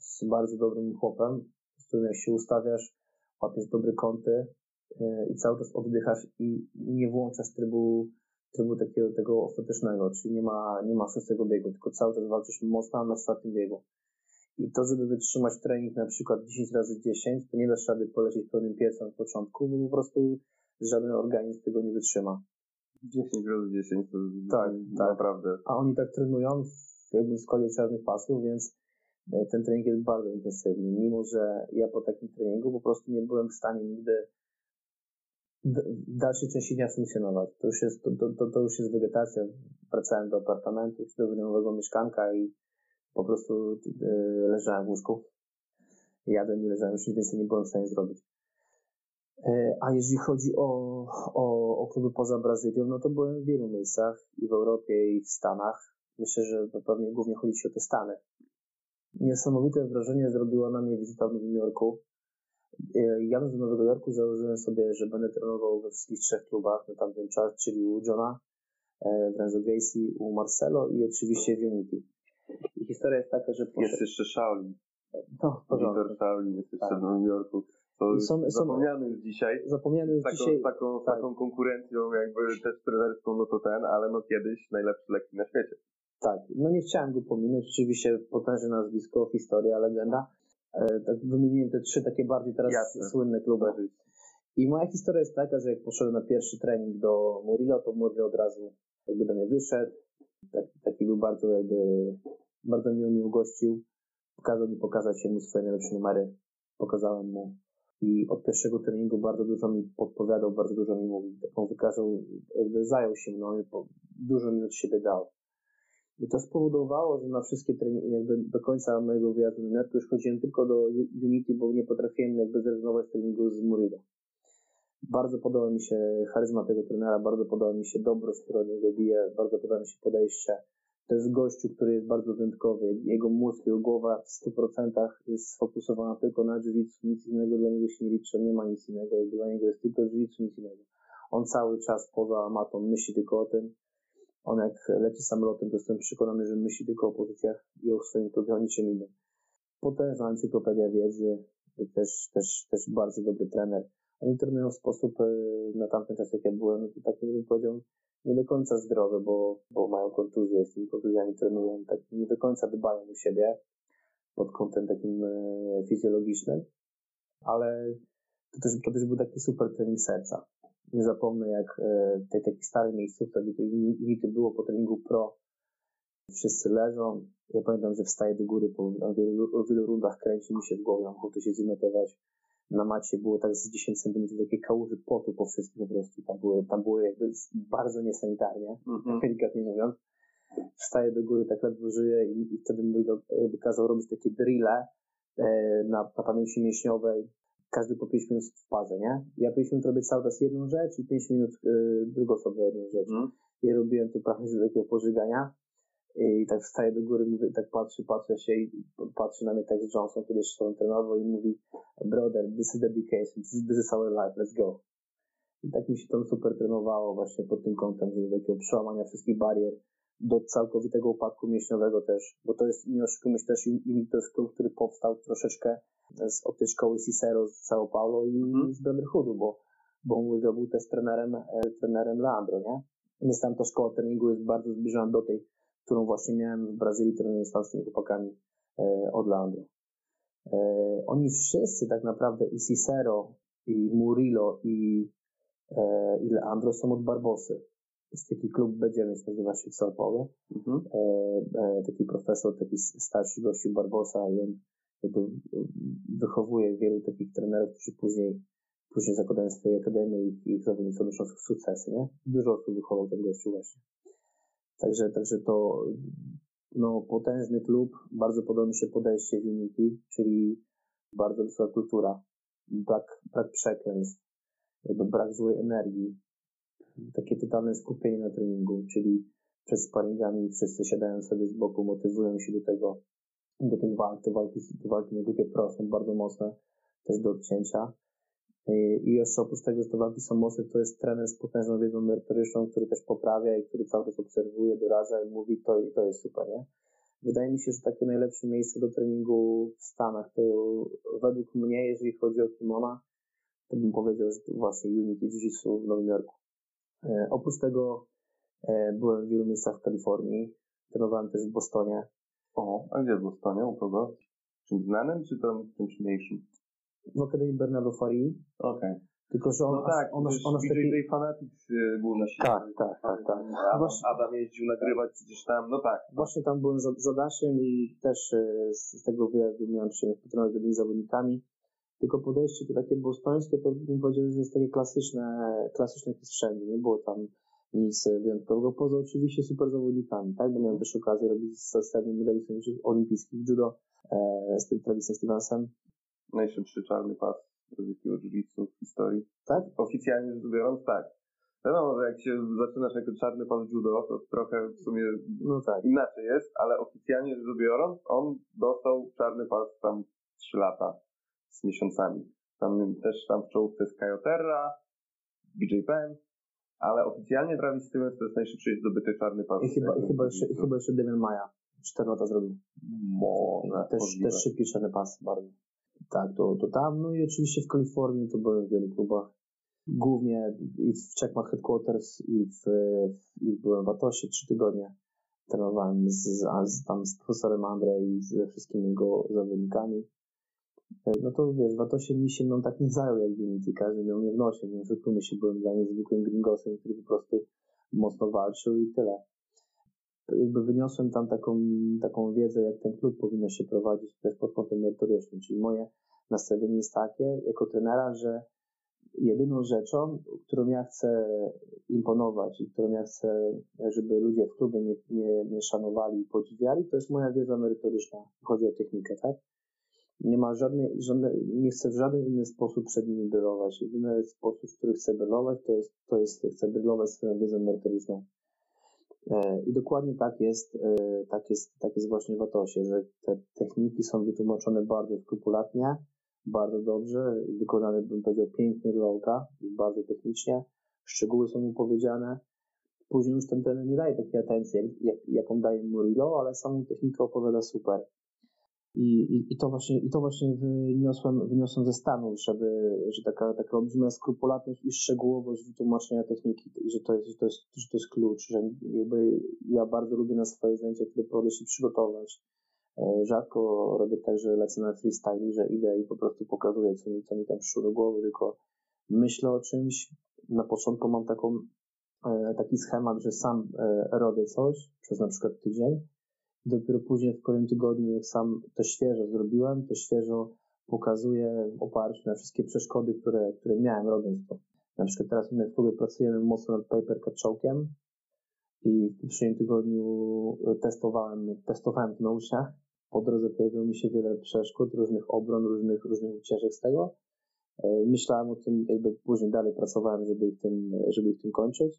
z bardzo dobrym chłopem, z którym jak się ustawiasz, łapiesz dobre kąty yy, i cały czas oddychasz i nie włączasz trybu, trybu takiego tego ostatecznego, czyli nie ma, nie ma szóstego biegu, tylko cały czas walczysz mocno na czwartym biegu. I to, żeby wytrzymać trening na przykład dziesięć razy dziesięć, to nie dasz rady polecieć pełnym piecem od początku, bo po prostu żaden organizm tego nie wytrzyma. dziesięć razy dziesięć to tak, tak. naprawdę. A oni tak trenują w jakby składzie czarnych pasów, więc ten trening jest bardzo intensywny. Mimo że ja po takim treningu po prostu nie byłem w stanie nigdy w dalszej części dnia funkcjonować. To już jest, to, to, to już jest wegetacja. Wracałem do apartamentu czy do wynajmowego mieszkanka i po prostu yy, leżałem w łóżku. Jadłem i leżałem, już nic więcej nie byłem w stanie zrobić. Yy, a jeżeli chodzi o, o, o kluby poza Brazylią, no to byłem w wielu miejscach i w Europie, i w Stanach. Myślę, że pewnie głównie chodzi ci o te Stany. Niesamowite wrażenie zrobiła na mnie wizyta w Nowym Jorku. Yy, jadąc do Nowego Jorku założyłem sobie, że będę trenował we wszystkich trzech klubach na tamten czas, czyli u Johna, yy, w Renzo Gracie, u Marcelo i oczywiście w Unity. I historia jest taka, że... Jest jeszcze Shaolin. No, Peter Shaolin jest jeszcze tak. w Nowym Jorku. To są, zapomniany już dzisiaj. Zapomniany już taką, dzisiaj. Taką, tak. taką konkurencją jakby też trenerską, no to ten, ale no kiedyś najlepszy lekki na świecie. Tak, no nie chciałem go pominąć. Rzeczywiście potężne nazwisko, historia, legenda. E, tak wymieniłem te trzy takie bardziej teraz Jasne. słynne kluby. I moja historia jest taka, że jak poszedłem na pierwszy trening do Murillo, to Murillo od razu jakby do mnie wyszedł. Tak, taki był bardzo jakby, bardzo miło mi ugościł. Pokazał mi pokazać mu swoje najlepsze numery. Pokazałem mu. I od pierwszego treningu bardzo dużo mi podpowiadał, bardzo dużo mi mówił. On wykazał, jakby zajął się mną, dużo mi od siebie dał. I to spowodowało, że na wszystkie treningi, jakby do końca mojego wyjazdu na netku już chodziłem tylko do Unity, bo nie potrafiłem jakby zrezygnować z treningu z Murillo. Bardzo podoba mi się charyzma tego trenera, bardzo podoba mi się dobroć, która od niego bije, bardzo podoba mi się podejście. To jest gościu, który jest bardzo wyjątkowy. Jego mózg, jego głowa w stu procentach jest sfokusowana tylko na jiu-jitsu, nic innego dla niego się nie liczy, on nie ma nic innego, jakby dla niego jest tylko jiu-jitsu, nic innego. On cały czas poza matą myśli tylko o tym. On jak leci samolotem, to jestem przekonany, że myśli tylko o pozycjach i o swoim klubie, o niczym innym. Potężna encyklopedia wiedzy, też, też, też bardzo dobry trener. Oni trenują w sposób, na tamten czas jak ja byłem, no to tak bym powiedział, nie do końca zdrowe, bo, bo mają kontuzje, z tymi kontuzjami trenują, tak nie do końca dbają o siebie pod kątem takim e, fizjologicznym, ale to też, to też był taki super trening serca. Nie zapomnę, jak e, tej takiej starej miejscówce, gdzie to Unity było po treningu pro, wszyscy leżą. Ja pamiętam, że wstaję do góry po wielu, wielu rundach, kręci mi się w głowie, mam ochotę się zimitować. Na macie było tak z dziesięć centymetrów takie kałuży potu po wszystkim po prostu. Tam było, tam było jakby bardzo niesanitarnie, mm-hmm. delikatnie mówiąc. Wstaję do góry, tak ledwo żyję i, i wtedy mój jakby kazał robić takie drille e, na, na pamięci mięśniowej. Każdy po pięć minut w parze, nie? Ja pięć minut robię cały czas jedną rzecz i pięć minut e, drugą sobie jedną rzecz. Mm. I robiłem to prawie do takiego pożygania. I tak wstaję do góry, mówię, tak patrzę, patrzę się i patrzy na mnie tak z Johnson, który jeszcze trenował i mówi: brother, this is dedication, this is, this is our life, let's go. I tak mi się tam super trenowało właśnie pod tym kątem, że do takiego przełamania wszystkich barier, do całkowitego upadku mięśniowego też, bo to jest, nie oszukujmy się, też to jest klub, który powstał troszeczkę z, od tej szkoły Cicero z São Paulo i mm. z Brotherhoodu, bo, bo Murillo był też trenerem, e, trenerem Leandro, nie? Więc tam ta szkoła treningu jest bardzo zbliżona do tej, którą właśnie miałem w Brazylii, trenując tam z tymi chłopakami e, od Leandro. E, oni wszyscy tak naprawdę, i Cicero, i Murillo, i, e, i Leandro są od Barbosy. Jest taki klub B dziewięć, nazywa się w São Paulo. Mhm. E, e, taki profesor, taki starszy gościu Barbosa i on jakby wychowuje wielu takich trenerów, którzy później później zakładają swoje akademie i ich zawodnicy odnoszą sukcesy, nie? Dużo osób wychował ten gościu właśnie. Także, także to no, potężny klub, bardzo podoba mi się podejście w Unity, czyli bardzo wysoka kultura, brak, brak przekleństw, jakby brak złej energii, takie totalne skupienie na treningu, czyli przed sparingami wszyscy siadają sobie z boku, motywują się do tego, do tych walk, te walki, te walki na grupie pro są bardzo mocne, też do odcięcia. I jeszcze oprócz tego, że te walki są mocne, to jest trener z potężną wiedzą merytoryczną, który też poprawia i który cały czas obserwuje, doradza i mówi, to, to jest super, nie? Wydaje mi się, że takie najlepsze miejsce do treningu w Stanach to według mnie, jeżeli chodzi o kimona, to bym powiedział, że to właśnie Unity Jiu-Jitsu w Nowym Jorku. E, oprócz tego e, byłem w wielu miejscach w Kalifornii, trenowałem też w Bostonie. O, a gdzie w Bostonie? U kogo? Czymś znanym, czy tam czymś mniejszym? W Akademii Bernardo Farii. Okej. Okay. Tylko, że on, no tak, on, on, on, on B J J taki... Fanatics był na siebie. Tak, tak, tak, tak. Adam, właśnie... Adam jeździł nagrywać przecież tam, no tak. Właśnie tam byłem za, za Dasiem i też z, z tego wyjazdu miałem przyjemność potrenować z tymi zawodnikami. Tylko podejście to takie bostońskie, to bym powiedział, że jest takie klasyczne, klasyczne jak jest wszędzie. Nie było tam nic wyjątkowego, poza oczywiście super zawodnikami, tak? Bo miałem też okazję robić z zastępnym medalistą olimpijskich judo, e, z tym Travisem Stevensem. Najszybszy czarny pas brazylskiego jiu-jitsu w historii. Tak? Oficjalnie rzecz biorąc, tak. Wiadomo, że jak się zaczynasz jako czarny pas judo, to trochę w sumie no tak. inaczej jest, ale oficjalnie rzecz biorąc, on dostał czarny pas tam trzy lata z miesiącami. Tam też tam w czołówce jest Caio Terra, B J Penn, ale oficjalnie Travis Stevens to jest najszybszy zdobyty czarny pas. I chyba, i chyba, jeszcze, i chyba jeszcze Damian Maia cztery lata zrobił. Może. Też, też szybki czarny pas bardzo. Tak, to, to tam. No i oczywiście w Kalifornii to byłem w wielu klubach. Głównie i w Checkmate Headquarters i, w, w, i byłem w Atosie trzy tygodnie. Trenowałem z, z, tam z profesorem Andre i ze wszystkimi jego zawodnikami. No to wiesz, w Atosie mi się mną tak nie zajął jak w Unity. Każdy miał mnie w nosie. Nie oszukujmy się, byłem dla niezwykłym gringosem, który po prostu mocno walczył i tyle. Jakby wyniosłem tam taką, taką wiedzę, jak ten klub powinno się prowadzić też pod kątem merytorycznym. Czyli moje nastawienie jest takie, jako trenera, że jedyną rzeczą, którą ja chcę imponować i którą ja chcę, żeby ludzie w klubie mnie, mnie, mnie szanowali i podziwiali, to jest moja wiedza merytoryczna. Chodzi o technikę, tak? Nie ma żadnej, żadnej, nie chcę w żaden inny sposób przed nimi brylować. Jedyny sposób, w który chcę brylować, to jest, to jest, chcę brylować swoją wiedzą merytoryczną. I dokładnie tak jest, tak jest, tak jest właśnie w Atosie, że te techniki są wytłumaczone bardzo skrupulatnie, bardzo dobrze, wykonane, bym powiedział, pięknie do oka, bardzo technicznie, szczegóły są mu powiedziane. Później już ten trener nie daje takiej atencji, jak, jak, jaką daje Murillo, ale samą technikę opowiada super. I, i, i to właśnie, i to właśnie wyniosłem, wyniosłem ze Stanów, żeby, że taka, taka olbrzymia skrupulatność i szczegółowość wytłumaczenia techniki, i że to jest, że to jest, że to jest klucz, że jakby ja bardzo lubię na swoje zajęcia, kiedy próbuję się przygotować. Rzadko robię tak, że lecę na freestyle, że idę i po prostu pokazuję, co mi, co mi tam przyszło do głowy, tylko myślę o czymś. Na początku mam taką, taki schemat, że sam robię coś przez na przykład tydzień. Dopiero później w kolejnym tygodniu, jak sam to świeżo zrobiłem, to świeżo pokazuję w oparciu na wszystkie przeszkody, które, które miałem robiąc to. Na przykład teraz my w klubie pracujemy mocno nad paper cut choke'iem i w poprzednim tygodniu testowałem, testowałem to na uczniach. Po drodze pojawiło mi się wiele przeszkód, różnych obron, różnych, różnych ucieczek z tego. Myślałem o tym, jakby później dalej pracowałem, żeby ich tym, żeby ich tym kończyć.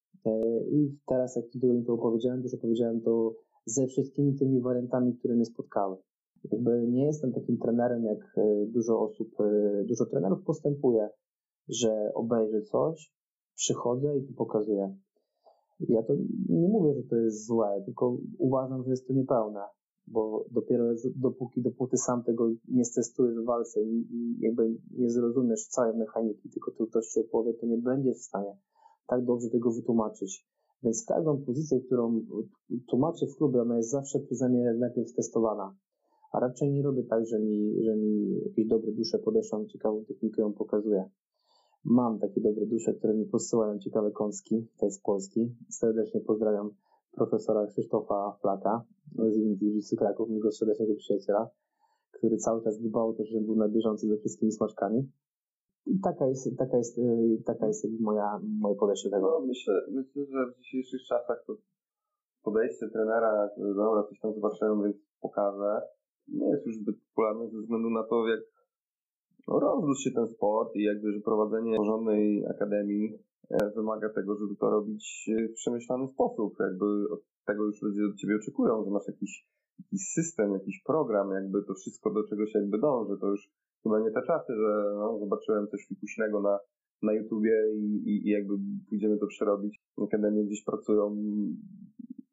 I teraz, jak tygodniu to opowiedziałem, też opowiedziałem to ze wszystkimi tymi wariantami, które mnie spotkały. Jakby nie jestem takim trenerem, jak dużo osób, dużo trenerów postępuje, że obejrzę coś, przychodzę i to pokazuję. Ja to nie mówię, że to jest złe, tylko uważam, że jest to niepełne, bo dopiero dopóki, dopóty sam tego nie stestujesz w walce i, i jakby nie zrozumiesz całej mechaniki, tylko to ktoś ci opowie, to nie będziesz w stanie tak dobrze tego wytłumaczyć. Więc każdą pozycję, którą tłumaczę w klubie, ona jest zawsze przeze mnie najpierw testowana. A raczej nie robię tak, że mi, że mi jakieś dobre dusze podeszłą, ciekawą technikę ją pokazuję. Mam takie dobre dusze, które mi posyłają ciekawe kąski, tutaj z Polski. Serdecznie pozdrawiam profesora Krzysztofa Flaka z Unity Jiu-Jitsu Kraków, mojego serdecznego przyjaciela, który cały czas dbał o to, żeby był na bieżąco ze wszystkimi smaczkami. I taka jest, taka jest, taka jest moja, moje podejście do tego. No, myślę, myślę, że w dzisiejszych czasach to podejście trenera, dobra, coś tam zobaczyłem, więc pokażę, nie jest już zbyt popularne ze względu na to, jak no, rozrósł się ten sport i jakby, że prowadzenie porządnej akademii wymaga tego, żeby to robić w przemyślany sposób. Jakby od tego już ludzie od ciebie oczekują, że masz jakiś, jakiś system, jakiś program, jakby to wszystko do czegoś jakby dąży. To już chyba nie te czasy, że no, zobaczyłem coś fikuśnego na, na YouTubie i, i, i jakby pójdziemy to przerobić. Akademie gdzieś pracują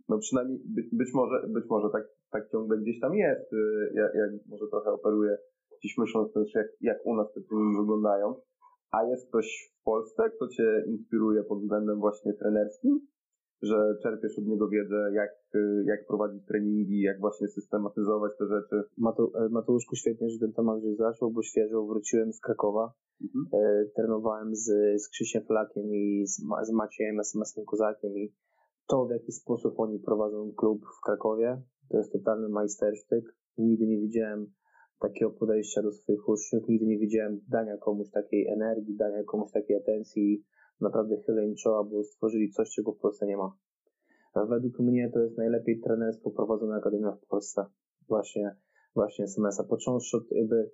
no przynajmniej być, być może, być może tak, tak ciągle gdzieś tam jest, jak, jak może trochę operuję, gdzieś myśląc też jak, jak u nas te treningi wyglądają. A jest ktoś w Polsce, kto cię inspiruje pod względem właśnie trenerskim? Że czerpiesz od niego wiedzę, jak, jak prowadzić treningi, jak właśnie systematyzować te rzeczy. Matu, Mateuszku, świetnie, że ten temat żeś zaczął, bo świeżo wróciłem z Krakowa. Mhm. E, trenowałem z, z Krzysiem Flakiem i z, z Maciejem es em esem Kozakiem i to, w jaki sposób oni prowadzą klub w Krakowie, to jest totalny majstersztyk. Nigdy nie widziałem takiego podejścia do swoich uczniów, nigdy nie widziałem dania komuś takiej energii, dania komuś takiej atencji. Naprawdę chylę im czoła, bo stworzyli coś, czego w Polsce nie ma. A według mnie to jest najlepiej trenersko prowadzona akademia w Polsce. Właśnie, właśnie es em es a. Począwszy od jakby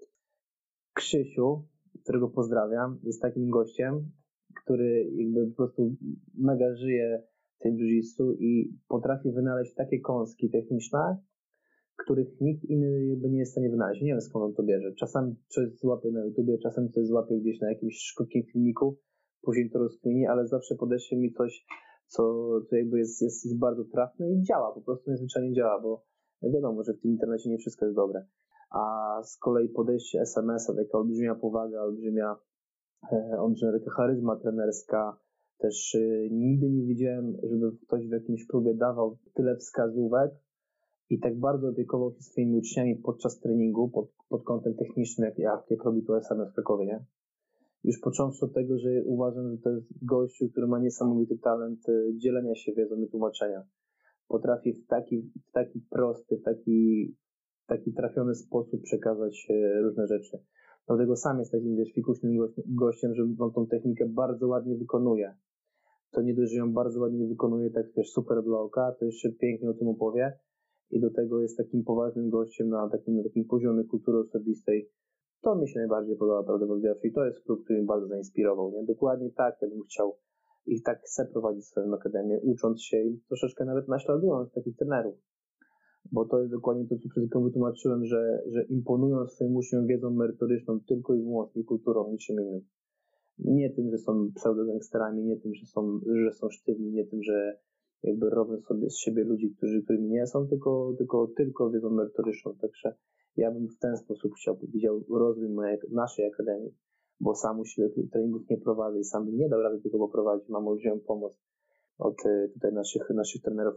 Krzysiu, którego pozdrawiam, jest takim gościem, który jakby po prostu mega żyje tym jiu-jitsu i potrafi wynaleźć takie kąski techniczne, których nikt inny jakby nie jest w stanie wynaleźć. Nie wiem, skąd on to bierze. Czasem coś złapie na YouTubie, czasem coś złapie gdzieś na jakimś krótkim filmiku, później to rozkmieni, ale zawsze podeszło mi coś, co, co jakby jest, jest, jest bardzo trafne i działa, po prostu niezwyczajnie działa, bo wiadomo, że w tym internecie nie wszystko jest dobre. A z kolei podejście es em es a, taka olbrzymia powaga, olbrzymia, e, olbrzymia taka charyzma trenerska, też e, nigdy nie widziałem, żeby ktoś w jakimś klubie dawał tyle wskazówek i tak bardzo opiekował się swoimi uczniami podczas treningu, pod, pod kątem technicznym, jak, jak, jak robi to es em es w Krakowie, nie? Już począwszy od tego, że uważam, że to jest gościu, który ma niesamowity talent dzielenia się wiedzą i tłumaczenia. Potrafi w taki, w taki prosty, w taki, w taki trafiony sposób przekazać różne rzeczy. Dlatego sam jest takim, wiesz, fikuśnym gościem, że on tą technikę bardzo ładnie wykonuje. To nie dość, że ją bardzo ładnie wykonuje, tak wiesz, super dla oka, to jeszcze pięknie o tym opowie i do tego jest takim poważnym gościem na takim, na takim poziomie kultury osobistej. To mi się najbardziej podoba, prawdę mówiąc, i to jest klub, który mnie bardzo zainspirował, nie? Dokładnie tak, ja bym chciał i tak chcę prowadzić swoją akademię, ucząc się i troszeczkę nawet naśladując takich trenerów. Bo to jest dokładnie to, co przed chwilą wytłumaczyłem, że, że imponują swoim uczniom wiedzą merytoryczną tylko i wyłącznie kulturą, niczym innym. Nie tym, że są pseudogangsterami, nie tym, że są, że są sztywni, nie tym, że jakby robią sobie z siebie ludzi, którzy, którymi nie są, tylko, tylko, tylko wiedzą merytoryczną. Także ja bym w ten sposób chciał, widział rozwój mojej, naszej akademii, bo sam u siebie treningów nie prowadzę i sam bym nie dał rady tego poprowadzić. Mam olbrzymią pomoc od tutaj naszych, naszych trenerów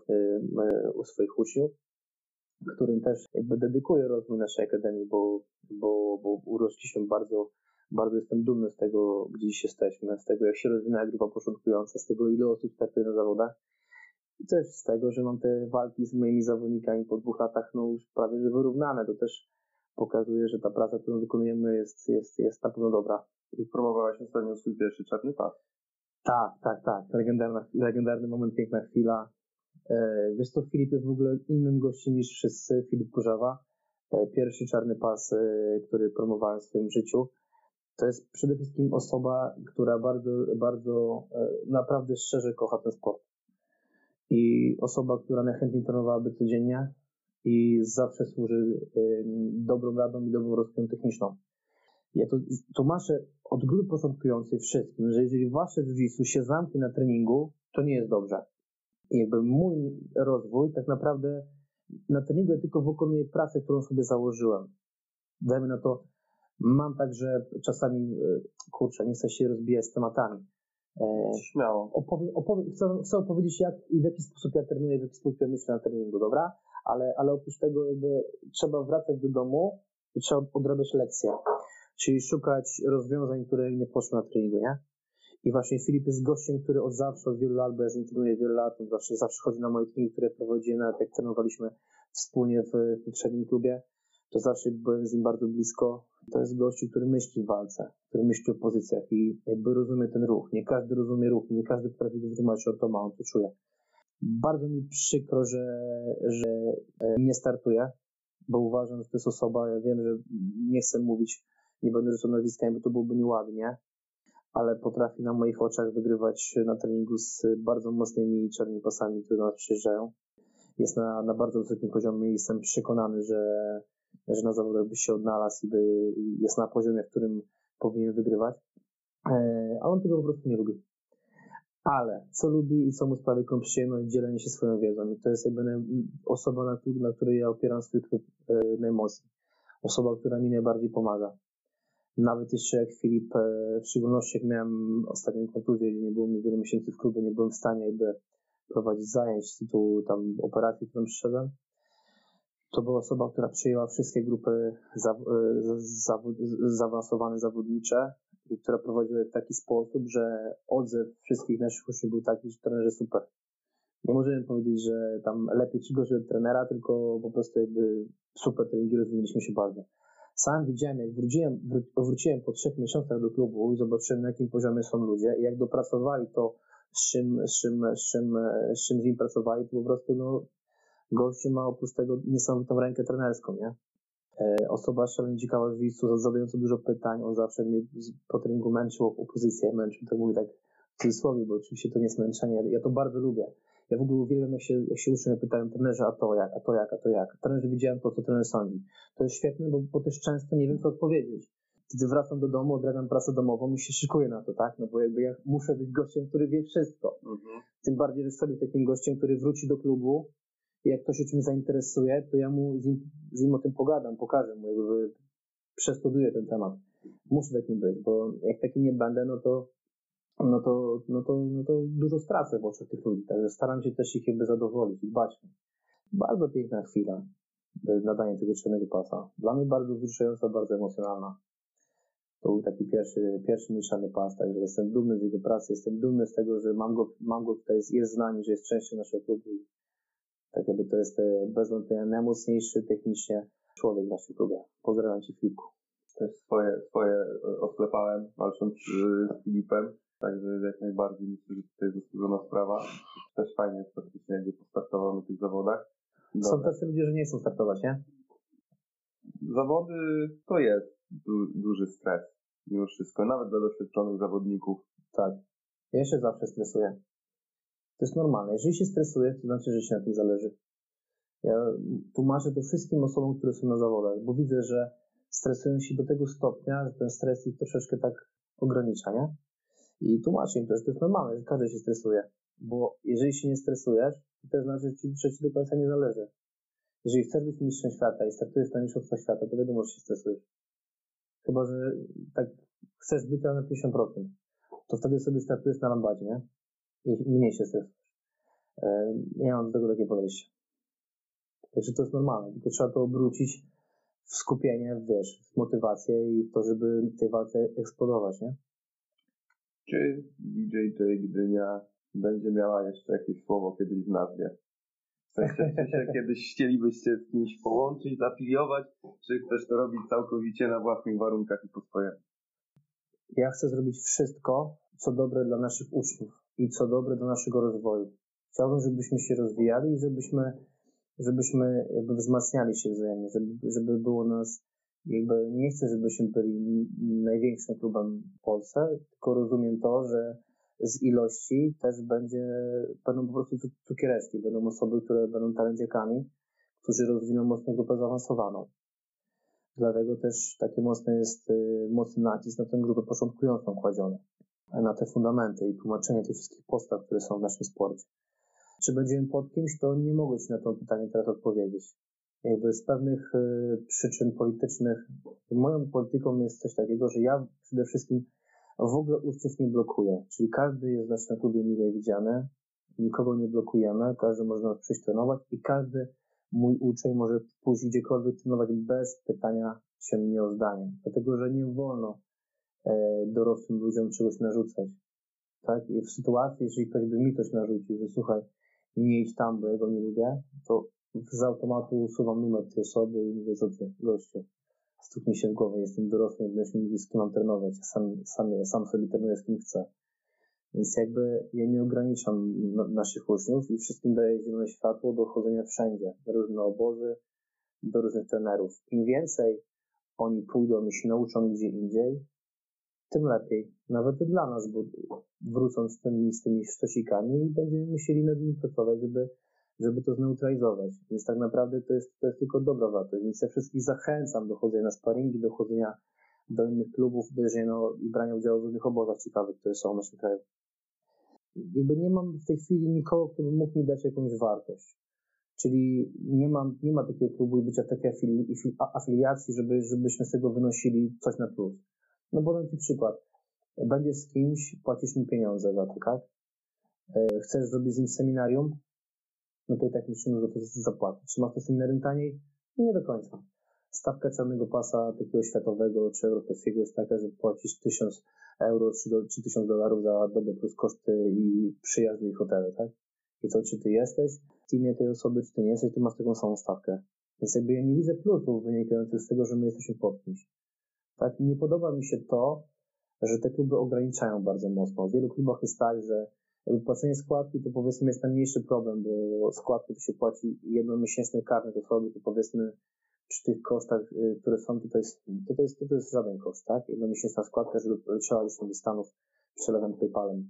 u swoich uczniów, którym też jakby dedykuję rozwój naszej akademii, bo, bo, bo urośliśmy bardzo, bardzo jestem dumny z tego, gdzie dziś jesteśmy, z tego, jak się rozwinęła grupa początkująca, z tego, ile osób startuje na zawodach. I też z tego, że mam te walki z moimi zawodnikami po dwóch latach no już prawie że wyrównane. To też pokazuje, że ta praca, którą wykonujemy jest, jest, jest na pewno dobra. I promowałeś ostatnio swój pierwszy czarny pas. Tak, tak, tak. Legendarna, legendarny moment, piękna chwila. E, wiesz co, Filip jest w ogóle innym gościem niż wszyscy. Filip Kurzawa. E, pierwszy czarny pas, e, który promowałem w swoim życiu. To jest przede wszystkim osoba, która bardzo, bardzo e, naprawdę szczerze kocha ten sport. I osoba, która najchętniej trenowałaby codziennie i zawsze służy y, dobrą radą i dobrą rozkminką techniczną. Ja to tłumaczę od grupy początkującej wszystkim, że jeżeli wasze jiu-jitsu się zamknie na treningu, to nie jest dobrze. I jakby mój rozwój tak naprawdę na treningu ja tylko wykonuję pracę, którą sobie założyłem. Dajmy na to, mam tak, że czasami, kurczę, nie chcę się rozbijać z tematami. Śmiało. Opowiem, opowiem, chcę, chcę opowiedzieć, jak i w jaki sposób ja trenuję, w jaki sposób ja myślę na treningu, dobra? Ale, ale oprócz tego jakby trzeba wracać do domu i trzeba odrabiać lekcje. Czyli szukać rozwiązań, które nie poszły na treningu, nie? I właśnie Filip jest gościem, który od zawsze, od wielu lat, bo ja z nim trenuję wiele lat, on zawsze, zawsze chodzi na moje treningi, które prowadziłem, nawet jak trenowaliśmy wspólnie w, w poprzednim klubie, to zawsze byłem z nim bardzo blisko. To jest gościu, który myśli w walce, który myśli o pozycjach i jakby rozumie ten ruch. Nie każdy rozumie ruch, nie każdy potrafi go wytłumaczyć, o to ma, on to czuje. Bardzo mi przykro, że, że nie startuje, bo uważam, że to jest osoba, ja wiem, że nie chcę mówić, nie będę rzucał nazwiskami, bo to byłoby nieładnie, ale potrafi na moich oczach wygrywać na treningu z bardzo mocnymi czarnymi pasami, które do nas przyjeżdżają. Jest na, na bardzo wysokim poziomie i jestem przekonany, że że na zawodach by się odnalazł i by jest na poziomie, w którym powinien wygrywać, a on tego po prostu nie lubi. Ale co lubi i co mu sprawia taką przyjemność, dzielenie się swoją wiedzą. I to jest jakby osoba, na, na której ja opieram swój klub e, najmocniej. Osoba, która mi najbardziej pomaga. Nawet jeszcze jak Filip, e, w szczególności jak miałem ostatnią kontuzję, gdzie nie było mi wiele miesięcy w klubie, nie byłem w stanie jakby prowadzić zajęć z tytułu tam operacji, którą przyszedłem. To była osoba, która przyjęła wszystkie grupy za, za, zaawansowane zawodnicze i która prowadziła je w taki sposób, że odzew wszystkich naszych uczniów był taki, że trenerzy super. Nie możemy powiedzieć, że tam lepiej czy gorzej od trenera, tylko po prostu jakby super treningi, rozwinęliśmy się bardzo. Sam widziałem, jak wróciłem, wróciłem po trzech miesiącach do klubu i zobaczyłem, na jakim poziomie są ludzie i jak dopracowali to, z czym, z czym, z czym, z czym z nim pracowali, to po prostu no, gościu ma oprócz tego niesamowitą rękę trenerską, nie? E, osoba szalenie ciekawa w miejscu, zadająca dużo pytań, on zawsze mnie po treningu męczył opozycję, męczył, to mówię tak w cudzysłowie, bo oczywiście to nie jest męczenie, ja to bardzo lubię. Ja w ogóle uwielbiam, jak się, jak się uczę, pytają trenerze, a to jak, a to jak, a to jak. Trenerzy widziałem to, co trener sądzi. To jest świetne, bo, bo też często nie wiem, co odpowiedzieć. Gdy wracam do domu, odrabiam pracę domową i się szykuję na to, tak? No bo jakby ja muszę być gościem, który wie wszystko. Mhm. Tym bardziej, że sobie takim gościem, który wróci do klubu i jak ktoś się czymś zainteresuje, to ja mu z nim, z nim o tym pogadam, pokażę mu, jakby przestudiuję ten temat. Muszę takim być, bo jak takim nie będę, no to no to, no to, no to dużo stracę w oczach tych ludzi. Także staram się też ich jakby zadowolić i dbać. Bardzo piękna chwila, nadanie tego czarnego pasa. Dla mnie bardzo wzruszająca, bardzo emocjonalna. To był taki pierwszy, pierwszy mój czarny pas, także jestem dumny z jego pracy, jestem dumny z tego, że mam go, mam go tutaj, jest z nami, że jest częścią naszego klubu. Tak jakby to jest bez wątpienia najmocniejszy technicznie człowiek w naszym klubie. Pozdrawiam Cię, Filipku. Też swoje, swoje odklepałem, walcząc z Filipem. Także jak najbardziej myślę, że tutaj jest zasłużona sprawa. Też fajnie jest faktycznie, jakby postartował na tych zawodach. Dobra. Są tacy ludzie, że nie chcą startować, nie? Zawody to jest du- duży stres. Mimo wszystko, nawet dla doświadczonych zawodników. Tak. Ja się zawsze stresuję. To jest normalne. Jeżeli się stresujesz, to znaczy, że ci na tym zależy. Ja tłumaczę to wszystkim osobom, które są na zawodach, bo widzę, że stresują się do tego stopnia, że ten stres ich troszeczkę tak ogranicza, nie? I tłumaczę im to, że to jest normalne, że każdy się stresuje. Bo jeżeli się nie stresujesz, to też znaczy, że ci, że ci do końca nie zależy. Jeżeli chcesz być mistrzem świata i startujesz na mistrzostwa świata, to wiadomo, że się stresujesz. Chyba, że tak chcesz być, ale na pięćdziesiąt procent. To wtedy sobie startujesz na lambadzie, nie? I mniej się stresujesz. Ja mam do tego takie podejście. Także to jest normalne. Tylko trzeba to obrócić w skupienie, wiesz, w motywację i w to, żeby w tej walce eksplodować, nie? Czy B J J Gdynia będzie miała jeszcze jakieś słowo kiedyś w nazwie? W sensie, czy się kiedyś chcielibyście z kimś połączyć, zafiliować, czy chcesz to robić całkowicie na własnych warunkach i po swojemu? Ja chcę zrobić wszystko, co dobre dla naszych uczniów i co dobre dla naszego rozwoju. Chciałbym, żebyśmy się rozwijali i żebyśmy, żebyśmy jakby wzmacniali się wzajemnie, żeby, żeby było nas, jakby nie chcę, żebyśmy byli największym klubem w Polsce, tylko rozumiem to, że z ilości też będzie, będą po prostu cukiereczki, będą osoby, które będą talendziakami, którzy rozwiną mocno grupę zaawansowaną. Dlatego też taki mocny jest mocny nacisk na tę grupę początkującą kładziony, na te fundamenty i tłumaczenie tych wszystkich postaw, które są w naszym sporcie. Czy będziemy pod kimś, to nie mogę Ci na to pytanie teraz odpowiedzieć. Jakby z pewnych y, przyczyn politycznych, moją polityką jest coś takiego, że ja przede wszystkim w ogóle uczniów nie blokuję. Czyli każdy jest w naszym klubie mile widziany, nikogo nie blokujemy, każdy może nas przyjść trenować i każdy mój uczeń może pójść gdziekolwiek trenować bez pytania się mnie o zdanie. Dlatego, że nie wolno e, dorosłym ludziom czegoś narzucać. Tak? I w sytuacji, jeżeli ktoś by mi coś narzucił, że słuchaj, nie idź tam, bo ja go nie lubię, to z automatu usuwam numer tej osoby i mówię, co ty, gościu, stuknij się w głowę, jestem dorosły, nie będziesz mi mówić, z kim mam trenować, ja sam, sam, ja sam sobie trenuję, z kim chcę. Więc jakby ja nie ograniczam na, naszych uczniów i wszystkim daję zielone światło do chodzenia wszędzie, na różne obozy, do różnych trenerów. Im więcej oni pójdą i się nauczą gdzie indziej, tym lepiej. Nawet dla nas, bo wrócą z tymi, z tymi sztosikami i będziemy musieli nad nimi pracować, żeby, żeby to zneutralizować. Więc tak naprawdę to jest, to jest tylko dobra wartość. Więc ja wszystkich zachęcam do chodzenia na sparingi, do chodzenia do innych klubów, do jeżdżenia i brania udziału w różnych obozach ciekawych, które są w naszym kraju. jakby nie mam w tej chwili nikogo, kto by mógł mi dać jakąś wartość. Czyli nie mam, nie ma takiego klubu i bycia w takiej afili, afiliacji, żeby, żebyśmy z tego wynosili coś na plus. No bo dam Ci przykład. Będziesz z kimś, płacisz mu pieniądze za to, tak? Chcesz zrobić z nim seminarium? No to i tak musimy za to zapłacić. Czy masz to seminarium taniej? Nie do końca. Stawka czarnego pasa takiego światowego czy europejskiego jest taka, że płacisz tysiąc euro czy, do, czy tysiąc dolarów za dobę plus koszty i przyjazdy i hotele, tak? I to, czy ty jesteś w teamie tej osoby, czy ty nie jesteś, to masz taką samą stawkę. Więc jakby ja nie widzę plusów wynikających z tego, że my jesteśmy pod kimś. Tak? Nie podoba mi się to, że te kluby ograniczają bardzo mocno. W wielu klubach jest tak, że jakby płacenie składki to powiedzmy jest najmniejszy problem, bo składkę to się płaci jednomiesięczny karnet osoby, to powiedzmy przy tych kosztach, które są, to to jest, to to jest, to to jest żaden koszt, tak? Jednomiesięczna składka, żeby leciała gdzieś tam do Stanów przelewem PayPalem.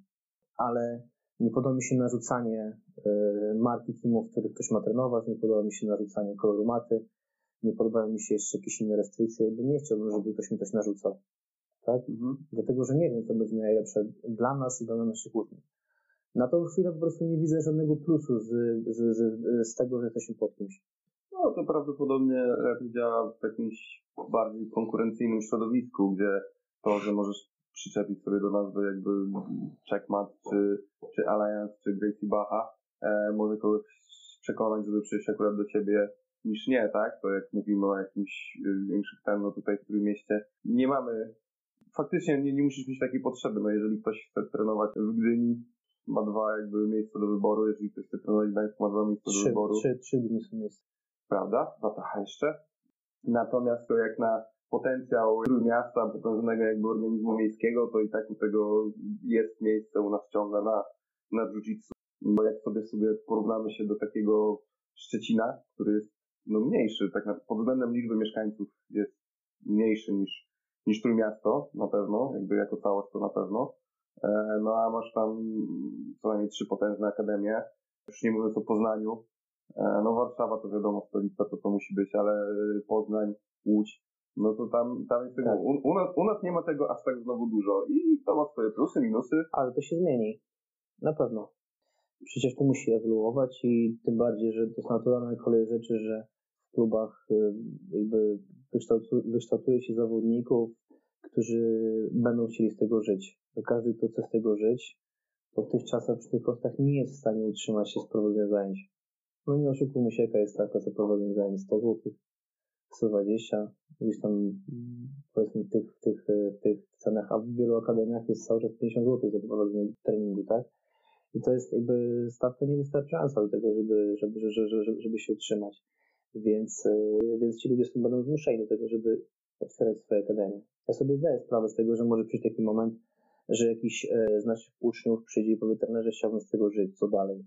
Ale nie podoba mi się narzucanie y, marki teamów, w których ktoś ma trenować, nie podoba mi się narzucanie koloru maty, nie podobają mi się jeszcze jakieś inne restrykcje, bo nie chciałbym, żeby ktoś mi coś narzucał. Tak? Mhm. Dlatego, że nie wiem, co będzie najlepsze dla nas i dla naszych uczniów. Na tą chwilę po prostu nie widzę żadnego plusu z, z, z, z tego, że jesteśmy pod kimś. No to prawdopodobnie lepiej działa w jakimś bardziej konkurencyjnym środowisku, gdzie to, że możesz przyczepić sobie do nazwy jakby Checkmat, czy, czy Alliance, czy Gracie Bacha, e, może kogoś przekonać, żeby przyjść akurat do ciebie niż nie, tak? To jak mówimy o jakimś większych ten, no tutaj w którym mieście nie mamy, faktycznie nie, nie musisz mieć takiej potrzeby, no jeżeli ktoś chce trenować w Gdyni, ma dwa jakby miejsca do wyboru, jeżeli ktoś chce trenować w Gdańsku, ma dwa miejsca trzy, do wyboru. Trzy, trzy dni są miejsca. Prawda? Wataha jeszcze. Natomiast to jak na potencjał miasta, potężnego jakby organizmu miejskiego, to i tak u tego jest miejsce u nas ciągle na, na jiu-jitsu. Bo jak sobie sobie porównamy się do takiego Szczecina, który jest no mniejszy, tak na, pod względem liczby mieszkańców jest mniejszy niż, niż Trójmiasto, na pewno, jakby jako całość to na pewno. E, no a masz tam co najmniej trzy potężne akademie, już nie mówiąc o Poznaniu. No Warszawa to wiadomo, stolica to to musi być, ale Poznań, Łódź, no to tam, tam jest tego, tak. u, u, nas, u nas nie ma tego aż tak znowu dużo i to ma swoje plusy, minusy. Ale to się zmieni, na pewno. Przecież to musi ewoluować i tym bardziej, że to jest naturalna kolej rzeczy, że w klubach jakby wykształtuje się zawodników, którzy będą chcieli z tego żyć. Każdy, kto chce z tego żyć, to w tych czasach przy tych kosztach nie jest w stanie utrzymać się z prowadzenia zajęć. No nie oszukujmy się, jaka jest stawka za prowadzenie zajęć, sto złotych, sto dwadzieścia, gdzieś tam powiedzmy w tych, w tych, w tych cenach, a w wielu akademiach jest cały czas pięćdziesiąt złotych za prowadzenie treningu, tak? I to jest jakby stawka niewystarczająca do tego, żeby, żeby, żeby, żeby, żeby się utrzymać. Więc, więc ci ludzie są będą zmuszeni do tego, żeby otwierać swoje akademie. Ja sobie zdaję sprawę z tego, że może przyjść taki moment, że jakiś z naszych uczniów przyjdzie i powie: trenerze, chciałbym z tego żyć, co dalej?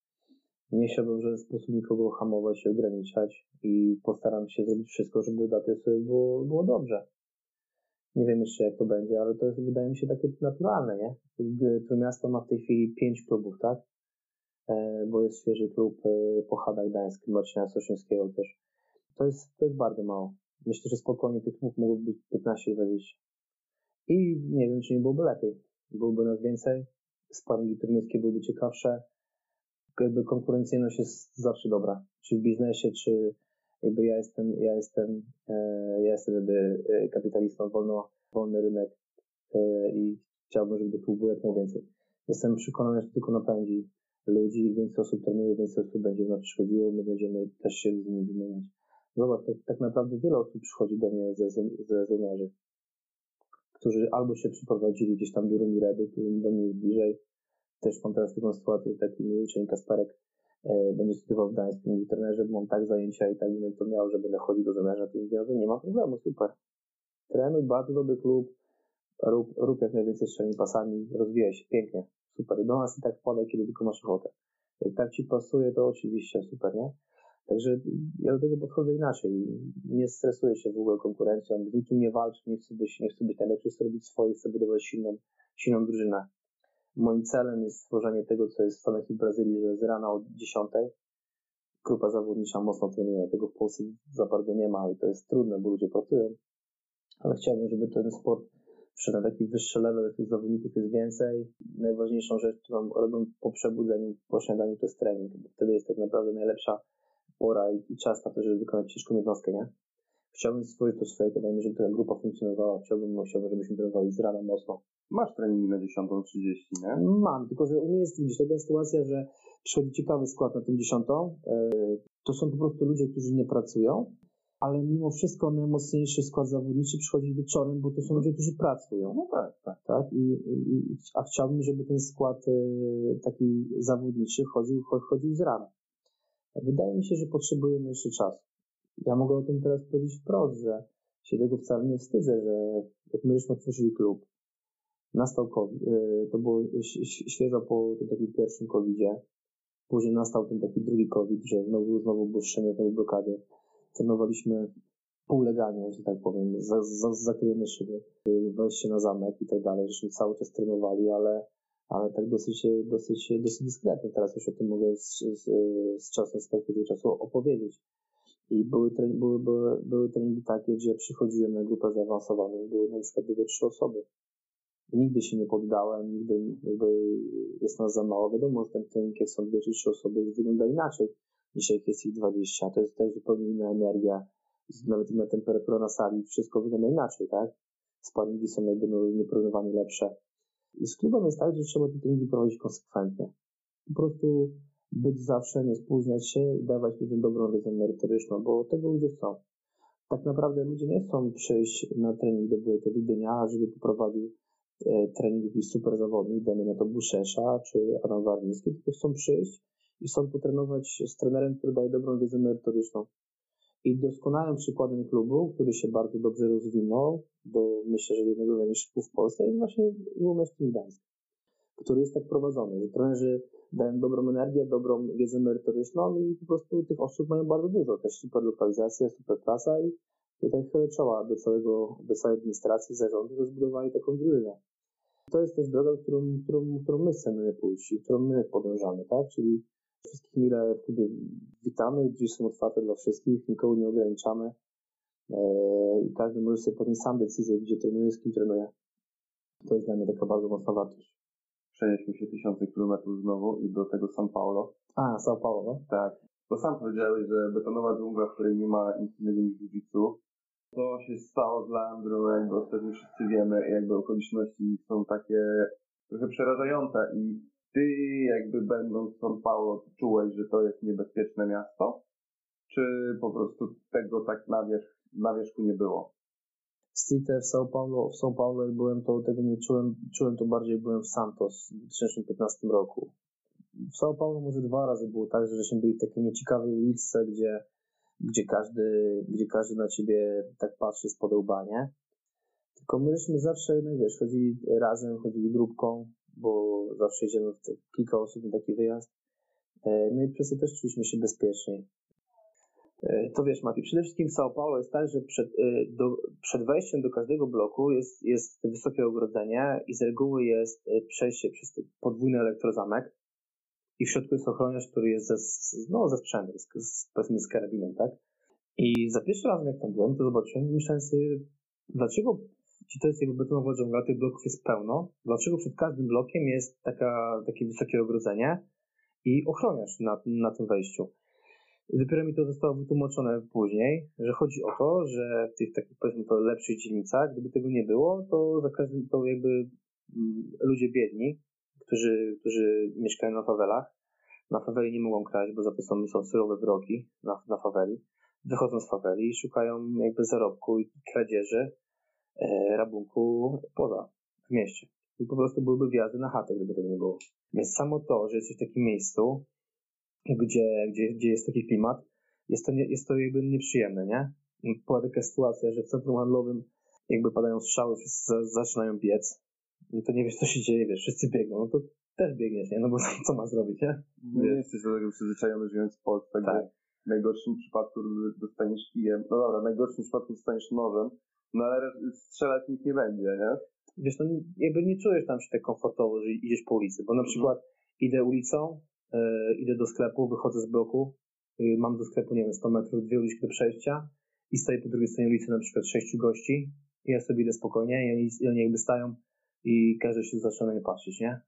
Nie chciałbym w żaden sposób nikogo hamować i ograniczać i postaram się zrobić wszystko, żeby dla tej osoby było, było dobrze. Nie wiem jeszcze, jak to będzie, ale to jest, wydaje mi się, takie naturalne, nie? Trójmiasto ma w tej chwili pięć klubów, tak? E, bo jest świeży klub e, Pochada Gdańsk, Marcina Soszyńskiego też. To jest, to jest bardzo mało. Myślę, że spokojnie tych klubów mogłoby być piętnaście dwadzieścia. I nie wiem, czy nie byłoby lepiej. Byłoby nas więcej, sparingi trójmiejskie byłyby ciekawsze. Jakby konkurencyjność jest zawsze dobra. Czy w biznesie, czy jakby ja jestem, ja jestem, e, ja jestem jakby kapitalistą, wolno, wolny rynek e, i chciałbym, żeby do klubu jak najwięcej. Jestem przekonany, że to tylko napędzi ludzi, więcej osób trenuje, więcej osób będzie do nas przychodziło, my będziemy też się z nimi wymieniać. Zobacz, tak, tak naprawdę wiele osób przychodzi do mnie ze, ze żołnierzy, którzy albo się przyprowadzili gdzieś tam do Rumiredy, którym do mnie jest bliżej. Też mam teraz taką sytuację, że taki mój uczeń Kasperek e, będzie studiował w Gdańsku. Mówi: trenerze, mam tak zajęcia i tak będę to miał, że będę chodził do żołnierza, to mówię: nie ma problemu, super. Trenuj, bardzo dobry klub, rób, rób jak najwięcej strzelni pasami, rozwijaj się, pięknie, super. Do nas i tak wpadaj, kiedy tylko masz ochotę. Jak tak ci pasuje, to oczywiście super, nie? Także ja do tego podchodzę inaczej. Nie stresuję się w ogóle konkurencją, z nikim nie walczę, nie chcę być, nie chcę być najlepszy, chcę robić swoje, chcę budować silną, silną drużynę. Moim celem jest stworzenie tego, co jest w Stanach i w Brazylii, że z rana od dziesiątej grupa zawodnicza mocno trenuje. Tego w Polsce za bardzo nie ma i to jest trudne, bo ludzie pracują. Ale chciałbym, żeby ten sport Przed na taki wyższy level tych zawodników jest więcej. Najważniejszą rzecz, którą robią po przebudzeniu, po śniadaniu, to jest trening, bo wtedy jest tak naprawdę najlepsza pora i, i czas na to, żeby wykonać ciężką jednostkę, nie? Chciałbym stworzyć to swoje akademię, żeby ta grupa funkcjonowała. Chciałbym, chciałbym, żebyśmy trenowali z rana mocno. Masz treningi na dziesiątą trzydzieści, nie? Mam, tylko że u mnie jest widzisz, taka sytuacja, że przychodzi ciekawy skład na tą dziesiątą. To są po prostu ludzie, którzy nie pracują, ale mimo wszystko najmocniejszy skład zawodniczy przychodzi wieczorem, bo to są ludzie, którzy pracują. No tak, tak. tak? I, i, a chciałbym, żeby ten skład taki zawodniczy chodził, chodził z rana. Wydaje mi się, że potrzebujemy jeszcze czasu. Ja mogę o tym teraz powiedzieć wprost, że się tego wcale nie wstydzę, że jak myśmy otworzyli klub, nastał COVID, to było świeżo po tym takim pierwszym covidzie, później nastał ten taki drugi COVID, że znowu, znowu obostrzenia, znowu blokady. Trenowaliśmy półlegalnie, że tak powiem, za, za, zakrojone szyby, wejście na zamek i tak dalej, żeśmy cały czas trenowali, ale, ale tak dosyć, dosyć, dosyć dyskretnie. Teraz już o tym mogę z, z, z czasem, z perspektywy czasu opowiedzieć. I były, trening, były, były, były treningi takie, gdzie przychodziłem na grupę zaawansowaną, były na przykład dwie, trzy osoby. Nigdy się nie poddałem, nigdy jakby jest nas za mało. Wiadomo, że ten trening, jak są dwie czy trzy osoby, wygląda inaczej niż jak jest ich dwadzieścia. To jest też zupełnie inna energia, nawet inna temperatura na sali, wszystko wygląda inaczej, tak? Sparingi są jakby no, nieporównywanie lepsze. I z klubem jest tak, że trzeba te treningi prowadzić konsekwentnie. Po prostu być zawsze, nie spóźniać się i dawać ludziom dobrą wiedzę merytoryczną, bo tego ludzie chcą. Tak naprawdę ludzie nie chcą przyjść na trening do do Gdynia, żeby poprowadził e, trening jakiś super zawodnik, dajmy na to Buszesza czy Adam Warliński, tylko chcą przyjść i chcą potrenować z trenerem, który daje dobrą wiedzę merytoryczną. I doskonałym przykładem klubu, który się bardzo dobrze rozwinął, do myślę, że jednego z najlepszych klubów w Polsce, jest właśnie Łomecki Gdańsk, który jest tak prowadzony, że trenerzy dają dobrą energię, dobrą wiedzę merytoryczną i po prostu tych osób mają bardzo dużo. Też super lokalizacja, super klasa i tutaj chylę czoła do całego, do całej administracji, zarządu, że zbudowali taką drużynę. To jest też droga, którą, którą, którą my chcemy pójść i którą my podążamy, tak? Czyli wszystkich mile w klubie witamy, drzwi są otwarte dla wszystkich, nikogo nie ograniczamy eee, i każdy może sobie podjąć sam decyzję, gdzie trenuje, z kim trenuje. To jest dla mnie taka bardzo mocna wartość. Przenieśmy się tysiące kilometrów znowu i do tego São Paulo. A, São Paulo. Tak. To sam powiedziałeś, że betonowa dżungla, w której nie ma nic innego niż jiu-jitsu. To się stało z Leandro, jakby ostatnio wszyscy wiemy, jakby okoliczności są takie trochę przerażające i ty jakby będąc w São Paulo czułeś, że to jest niebezpieczne miasto? Czy po prostu tego tak na, wierzch, na wierzchu nie było? Stricte w São Paulo, w São Paulo jak byłem, to tego nie czułem, czułem to bardziej byłem w Santos w dwa tysiące piętnastym roku. W São Paulo może dwa razy było tak, że żeśmy byli w takiej nieciekawej uliczce, gdzie, gdzie każdy, gdzie każdy na ciebie tak patrzy z łba, nie? Tylko my żeśmy zawsze, no wiesz, chodzili razem, chodzili grupką, bo zawsze idziemy w te, kilka osób na taki wyjazd. No i przez to też czuliśmy się bezpieczniej. To wiesz, Mati, przede wszystkim w São Paulo jest tak, że przed, do, przed wejściem do każdego bloku jest, jest wysokie ogrodzenie i z reguły jest przejście przez podwójny elektrozamek i w środku jest ochroniarz, który jest ze, no, ze sprzętem, z, z, powiedzmy z karabinem, tak? I za pierwszy raz jak tam byłem, to zobaczyłem i myślałem sobie, dlaczego, czy to jest jakby betonowa dżungla, tych bloków jest pełno, dlaczego przed każdym blokiem jest taka, takie wysokie ogrodzenie i ochroniarz na, na tym wejściu. I dopiero mi to zostało wytłumaczone później, że chodzi o to, że w tych takich, powiedzmy to, lepszych dzielnicach, gdyby tego nie było, to za każdym, to jakby mm, ludzie biedni, którzy, którzy mieszkają na fawelach, na faweli nie mogą kraść, bo za to są, są surowe wrogi na, na faweli, wychodzą z faweli i szukają jakby zarobku i kradzieży, e, rabunku poza, w mieście. I po prostu byłyby wjazdy na chatę, gdyby tego nie było. Więc samo to, że jesteś w takim miejscu, Gdzie, gdzie, gdzie jest taki klimat, jest to, nie, jest to jakby nieprzyjemne, nie? Była taka sytuacja, że w centrum handlowym jakby padają strzały, wszyscy zaczynają biec, no to nie wiesz, co się dzieje, wiesz, wszyscy biegną, no to też biegniesz, nie? No bo co ma zrobić, nie? No nie jesteś do tego przyzwyczajony, żyjąc w Polsce, tak. Gdzie w najgorszym przypadku dostaniesz kijem, no dobra, w najgorszym przypadku dostaniesz nożem, no ale strzelać nikt nie będzie, nie? Wiesz, no jakby nie czujesz tam się tak komfortowo, że idziesz po ulicy, bo na przykład mhm. idę ulicą, Yy, idę do sklepu, wychodzę z bloku, yy, mam do sklepu, nie wiem, sto metrów, dwie uliczki do przejścia i stoję po drugiej stronie ulicy na przykład sześciu gości I ja sobie idę spokojnie i oni, i oni jakby stają i każdy się zaczyna na mnie patrzeć, nie?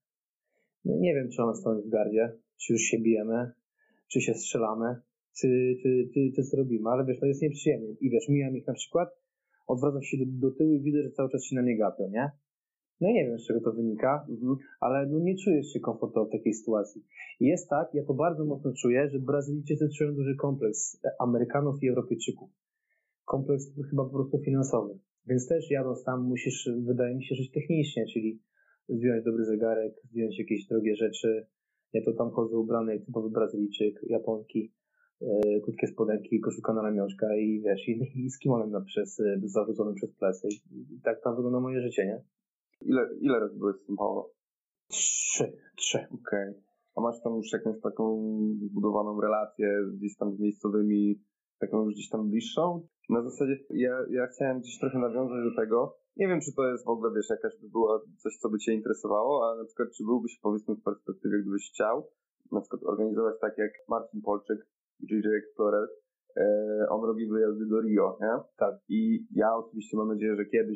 No nie wiem, czy one stoją w gardzie, czy już się bijemy, czy się strzelamy, czy, czy, czy, czy co robimy, ale wiesz, to jest nieprzyjemnie. I wiesz, mijam ich na przykład, odwracam się do, do tyłu i widzę, że cały czas się na mnie gapią, nie? No i nie wiem, z czego to wynika, mhm. ale no nie czujesz się komfortowo w takiej sytuacji. I jest tak, ja to bardzo mocno czuję, że Brazylijczycy czują duży kompleks Amerykanów i Europejczyków. Kompleks chyba po prostu finansowy. Więc też jadąc tam musisz, wydaje mi się, żyć technicznie, czyli zdjąć dobry zegarek, zdjąć jakieś drogie rzeczy. Ja to tam chodzę ubrany jak typowy Brazylijczyk, Japonki, yy, krótkie spodenki, koszulka na ramionczka i wiesz, i, i z kimonem na przez, yy, zarzuconym przez plecy. I, I tak tam wygląda moje życie, nie? Ile, ile razy byłeś w São Paulo? Trzy. Trzy. Okej. Okay. A masz tam już jakąś taką zbudowaną relację gdzieś tam z miejscowymi, taką już gdzieś tam bliższą? Na zasadzie ja, ja chciałem gdzieś trochę nawiązać do tego. Nie wiem, czy to jest w ogóle, wiesz, jakaś by była coś, co by cię interesowało, ale na przykład, czy byłbyś, powiedzmy, w perspektywie, gdybyś chciał, na przykład organizować tak jak Marcin Polczyk, J J Explorer, e, on robi wyjazdy do Rio, nie? Tak. I ja oczywiście mam nadzieję, że kiedyś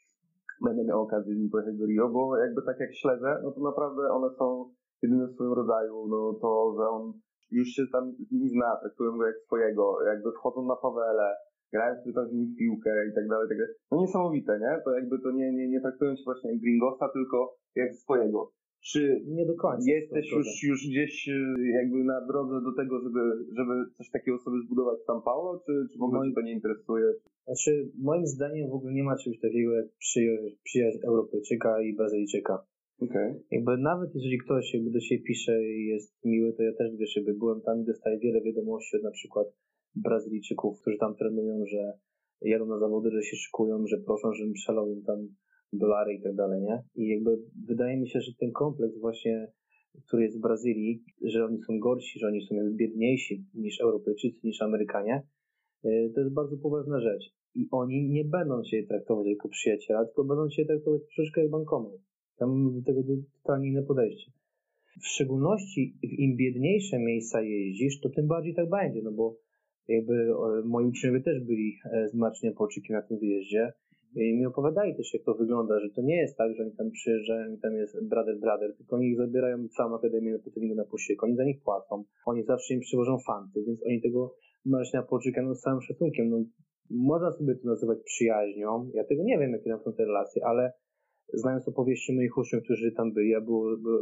będę miał okazję z nim pojechać do Rio, bo jakby tak jak śledzę, no to naprawdę one są jedyne w swoim rodzaju, no to, że on już się tam z nimi zna, traktują go jak swojego, jakby wchodzą na fawelę, grają sobie tam z nimi w piłkę i tak dalej, tak dalej. No niesamowite, nie? To jakby to nie, nie, nie traktują się właśnie jak gringosa, tylko jak swojego. Czy nie do końca jesteś już, już gdzieś jakby na drodze do tego, żeby, żeby coś takiego sobie zbudować w São Paulo, czy, czy w ogóle Cię to nie interesuje? Znaczy, moim zdaniem w ogóle nie ma czegoś takiego jak przyjaźń, przyjaźń Europejczyka i Brazylijczyka. Okay. Jakby nawet jeżeli ktoś jakby do siebie pisze i jest miły, to ja też, wiesz, jakby byłem tam i dostaję wiele wiadomości od na przykład Brazylijczyków, którzy tam trenują, że jadą na zawody, że się szykują, że proszą, żebym przelał im tam dolary i tak dalej, nie? I jakby wydaje mi się, że ten kompleks właśnie, który jest w Brazylii, że oni są gorsi, że oni są jakby biedniejsi niż Europejczycy, niż Amerykanie, to jest bardzo poważna rzecz. I oni nie będą Cię traktować jako przyjaciela, tylko będą Cię traktować troszeczkę jak bankomat. Tam do tego totalnie inne podejście. W szczególności im biedniejsze miejsca jeździsz, to tym bardziej tak będzie, no bo jakby moi uczniowie też byli z Marcinem Polczykiem na tym wyjeździe i mi opowiadali też, jak to wygląda, że to nie jest tak, że oni tam przyjeżdżają i tam jest brother, brother, tylko oni ich zabierają całą akademię po treningu na posiłek, oni za nich płacą, oni zawsze im przywożą fanty, więc oni tego Marcina Polczyka no, z całym szacunkiem, no można sobie to nazywać przyjaźnią, ja tego nie wiem, jakie tam są te relacje, ale znając opowieści moich uczniów, którzy tam byli, ja był, był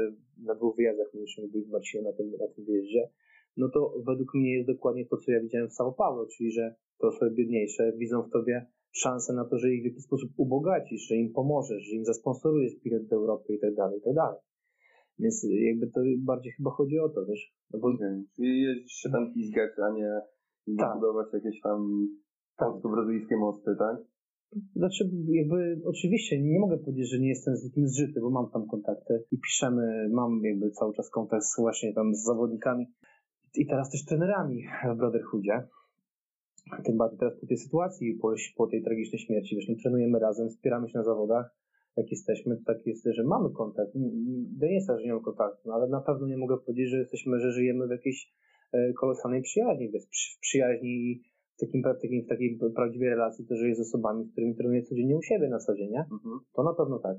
na dwóch wyjazdach moi uczniowie byli z Marcinem na tym, na tym wyjeździe, no to według mnie jest dokładnie to, co ja widziałem w São Paulo, czyli że te osoby biedniejsze widzą w tobie szansę na to, że ich w jakiś sposób ubogacisz, że im pomożesz, że im zasponsorujesz bilet do Europy i tak dalej, i tak dalej. Więc jakby to bardziej chyba chodzi o to, wiesz. No bo... okay. Czyli jeździsz się tam pizgać, a nie tak. budować jakieś tam polsko-brazylijskie mosty, tak? Znaczy, jakby oczywiście nie mogę powiedzieć, że nie jestem z tym zżyty, bo mam tam kontakty i piszemy, mam jakby cały czas kontakt właśnie tam z zawodnikami i teraz też trenerami w Brotherhoodzie. Tym bardziej teraz po tej sytuacji, po, po tej tragicznej śmierci, wiesz, no, trenujemy razem, wspieramy się na zawodach, jak jesteśmy, to tak jest, że mamy kontakt. To nie jest tak, że nie mam kontaktu, no, ale na pewno nie mogę powiedzieć, że jesteśmy, że żyjemy w jakiejś e, kolosalnej przyjaźni, bez przy, przyjaźni i w, takim, w, takim, w takiej prawdziwej relacji to żyję z osobami, z którymi trenuję codziennie u siebie na co dzień, nie? Mhm. To na pewno tak.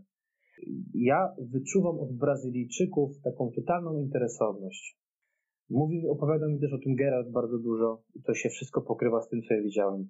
Ja wyczuwam od Brazylijczyków taką totalną interesowność. Mówi, opowiadał mi też o tym Geralt bardzo dużo i to się wszystko pokrywa z tym, co ja widziałem.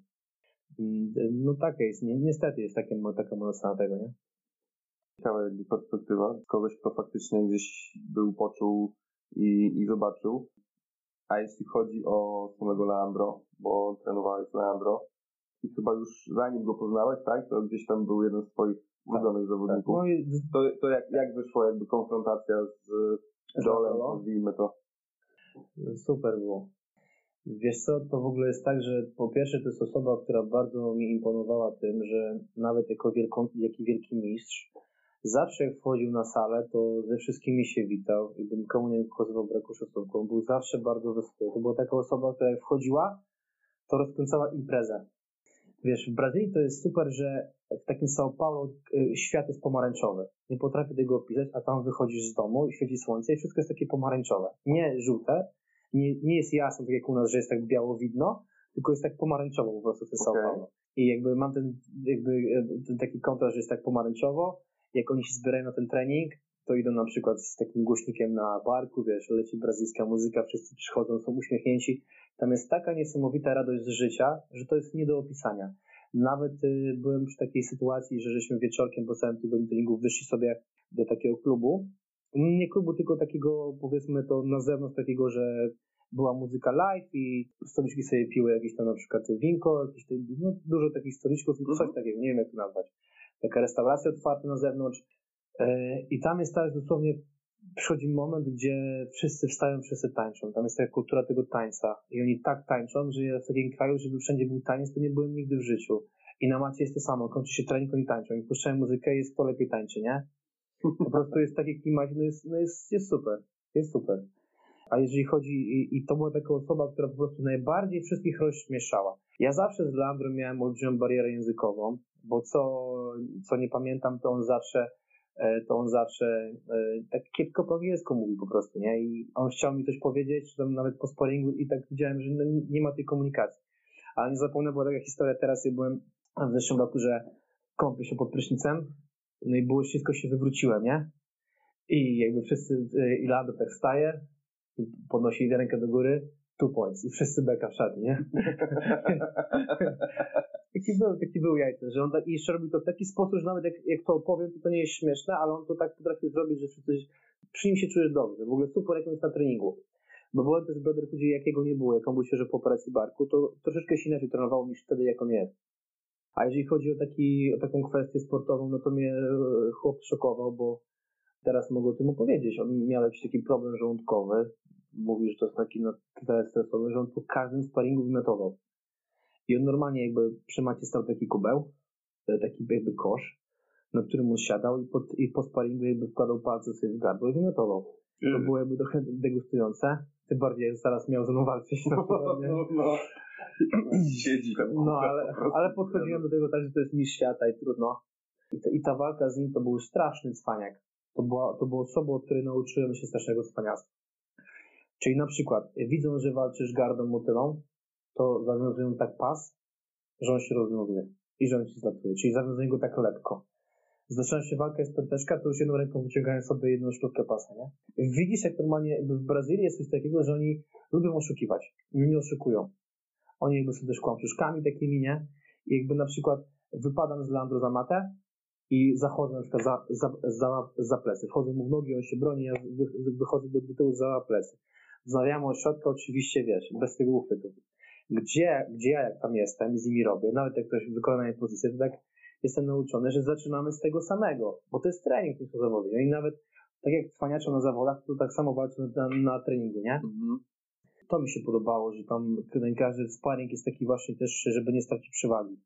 No taka jest, ni- niestety jest takie, taka moja ocena tego, nie? Ciekawa jakby perspektywa kogoś, kto faktycznie gdzieś był, poczuł i, i zobaczył. A jeśli chodzi o samego Leandro, bo trenowałeś Leandro i chyba już zanim go poznałeś, tak, to gdzieś tam był jeden z twoich ulubionych tak, zawodników. Tak. No i... To, to jak, jak wyszła jakby konfrontacja z Joelem, nazwijmy to? Super było. Wiesz co, to w ogóle jest tak, że po pierwsze to jest osoba, która bardzo mi imponowała tym, że nawet jako wielką, jaki wielki mistrz, zawsze jak wchodził na salę, to ze wszystkimi się witał i by nikomu nie okazywał braku szacunku. On był zawsze bardzo wesoły. To była taka osoba, która jak wchodziła, to rozkręcała imprezę. Wiesz, w Brazylii to jest super, że w takim São Paulo świat jest pomarańczowy. Nie potrafię tego opisać, a tam wychodzisz z domu i świeci słońce i wszystko jest takie pomarańczowe. Nie żółte, nie, nie jest jasno, tak jak u nas, że jest tak biało widno, tylko jest tak pomarańczowo po prostu ten São Okay. Paulo. I jakby mam ten, jakby, ten taki kontrast, że jest tak pomarańczowo, jak oni się zbierają na ten trening, to idą na przykład z takim głośnikiem na barku, wiesz, leci brazylijska muzyka, wszyscy przychodzą, są uśmiechnięci. Tam jest taka niesamowita radość z życia, że to jest nie do opisania. Nawet y, byłem przy takiej sytuacji, że żeśmy wieczorkiem po całym tygodniu treningów wyszli sobie do takiego klubu. Nie klubu, tylko takiego, powiedzmy to na zewnątrz takiego, że była muzyka live i stoliczki sobie piły jakieś tam na przykład winko, jakieś te, no, dużo takich stoliczków i coś takiego, nie wiem jak to nazwać. Taka restauracja otwarta na zewnątrz. I tam jest tak dosłownie, przychodzi moment, gdzie wszyscy wstają, wszyscy tańczą. Tam jest taka kultura tego tańca. I oni tak tańczą, że ja w takim kraju, żeby wszędzie był taniec, to nie byłem nigdy w życiu. I na macie jest to samo. Kończy się trening, oni tańczą. I puszczają muzykę i jest kto lepiej tańczy, nie? Po prostu jest taki klimat, no jest, no jest, jest super. Jest super. A jeżeli chodzi, i, i to była taka osoba, która po prostu najbardziej wszystkich rozśmieszała. Ja zawsze z Leandro miałem olbrzymią barierę językową, bo co, co nie pamiętam, to on zawsze to on zawsze tak kiepsko po angielsku mówi po prostu, nie? I on chciał mi coś powiedzieć, czy tam nawet po sparingu i tak widziałem, że no nie ma tej komunikacji. Ale nie zapomnę, była taka historia, teraz ja byłem w zeszłym roku, że kąpię się pod prysznicem, no i było ślisko, się wywróciłem, nie? I jakby wszyscy, i Lando tak wstaje, i podnosi rękę do góry, two points i wszyscy beka w szatni, nie? Taki był, taki był jajce, że on tak, i jeszcze robił to w taki sposób, że nawet jak, jak to opowiem, to to nie jest śmieszne, ale on to tak potrafi zrobić, że wszyscy, przy nim się czujesz dobrze. W ogóle super, jak on jest na treningu. Bo byłem też w Brotherhoodzie, jakiego nie było, jak on był świeżo po operacji barku, to troszeczkę się inaczej trenowało niż wtedy, jak on jest. A jeżeli chodzi o, taki, o taką kwestię sportową, no to mnie chłop szokował, bo teraz mogę o tym opowiedzieć. On miał jakiś taki problem żołądkowy, mówił, że to jest taki no, tyle stresowy, że on po każdym sparingu wymiotował. I on normalnie jakby przy macie stał taki kubeł, taki jakby kosz, na którym on siadał i, pod, i po sparingu jakby wkładał palce sobie w gardło i wymiotował. To było jakby trochę degustujące. Tym bardziej jak zaraz miał ze mną walczyć. No, no, no. Siedzi tam. No, ale, ale podchodziłem do tego tak, że to jest mistrz świata i trudno. I, to, i ta walka z nim to był straszny cwaniak. To była, to była osoba, od której nauczyłem się strasznego cwaniactwa. Czyli na przykład, widząc, że walczysz gardą motylą, to zawiązują tak pas, że on się rozwiązuje i że on ci zlatuje. Czyli zawiązują go tak lekko. Zaczyna się walka, jest pęteczka, to już jedną ręką wyciągają sobie jedną sztukę pasa, nie? Widzisz, jak normalnie jakby w Brazylii jest coś takiego, że oni lubią oszukiwać. Oni nie oszukują. Oni jakby są też kłamczuszkami takimi, nie? I jakby na przykład wypadam z Leandro za matę i zachodzę na przykład za, za, za, za plecy. Wchodzę mu w nogi, on się broni, ja wychodzę do, do tyłu za plecy. Wznawiamy od środka, oczywiście, wiesz, bez tego uchwytu. Gdzie, gdzie ja jak tam jestem i z nimi robię, nawet jak ktoś wykona moją pozycję, to tak jestem nauczony, że zaczynamy z tego samego, bo to jest trening, nie są zawody. I nawet tak jak cwaniaczą na zawodach, to tak samo walczą na, na treningu, nie? Mhm. To mi się podobało, że tam każdy sparring jest taki właśnie też, żeby nie stracić przewagi.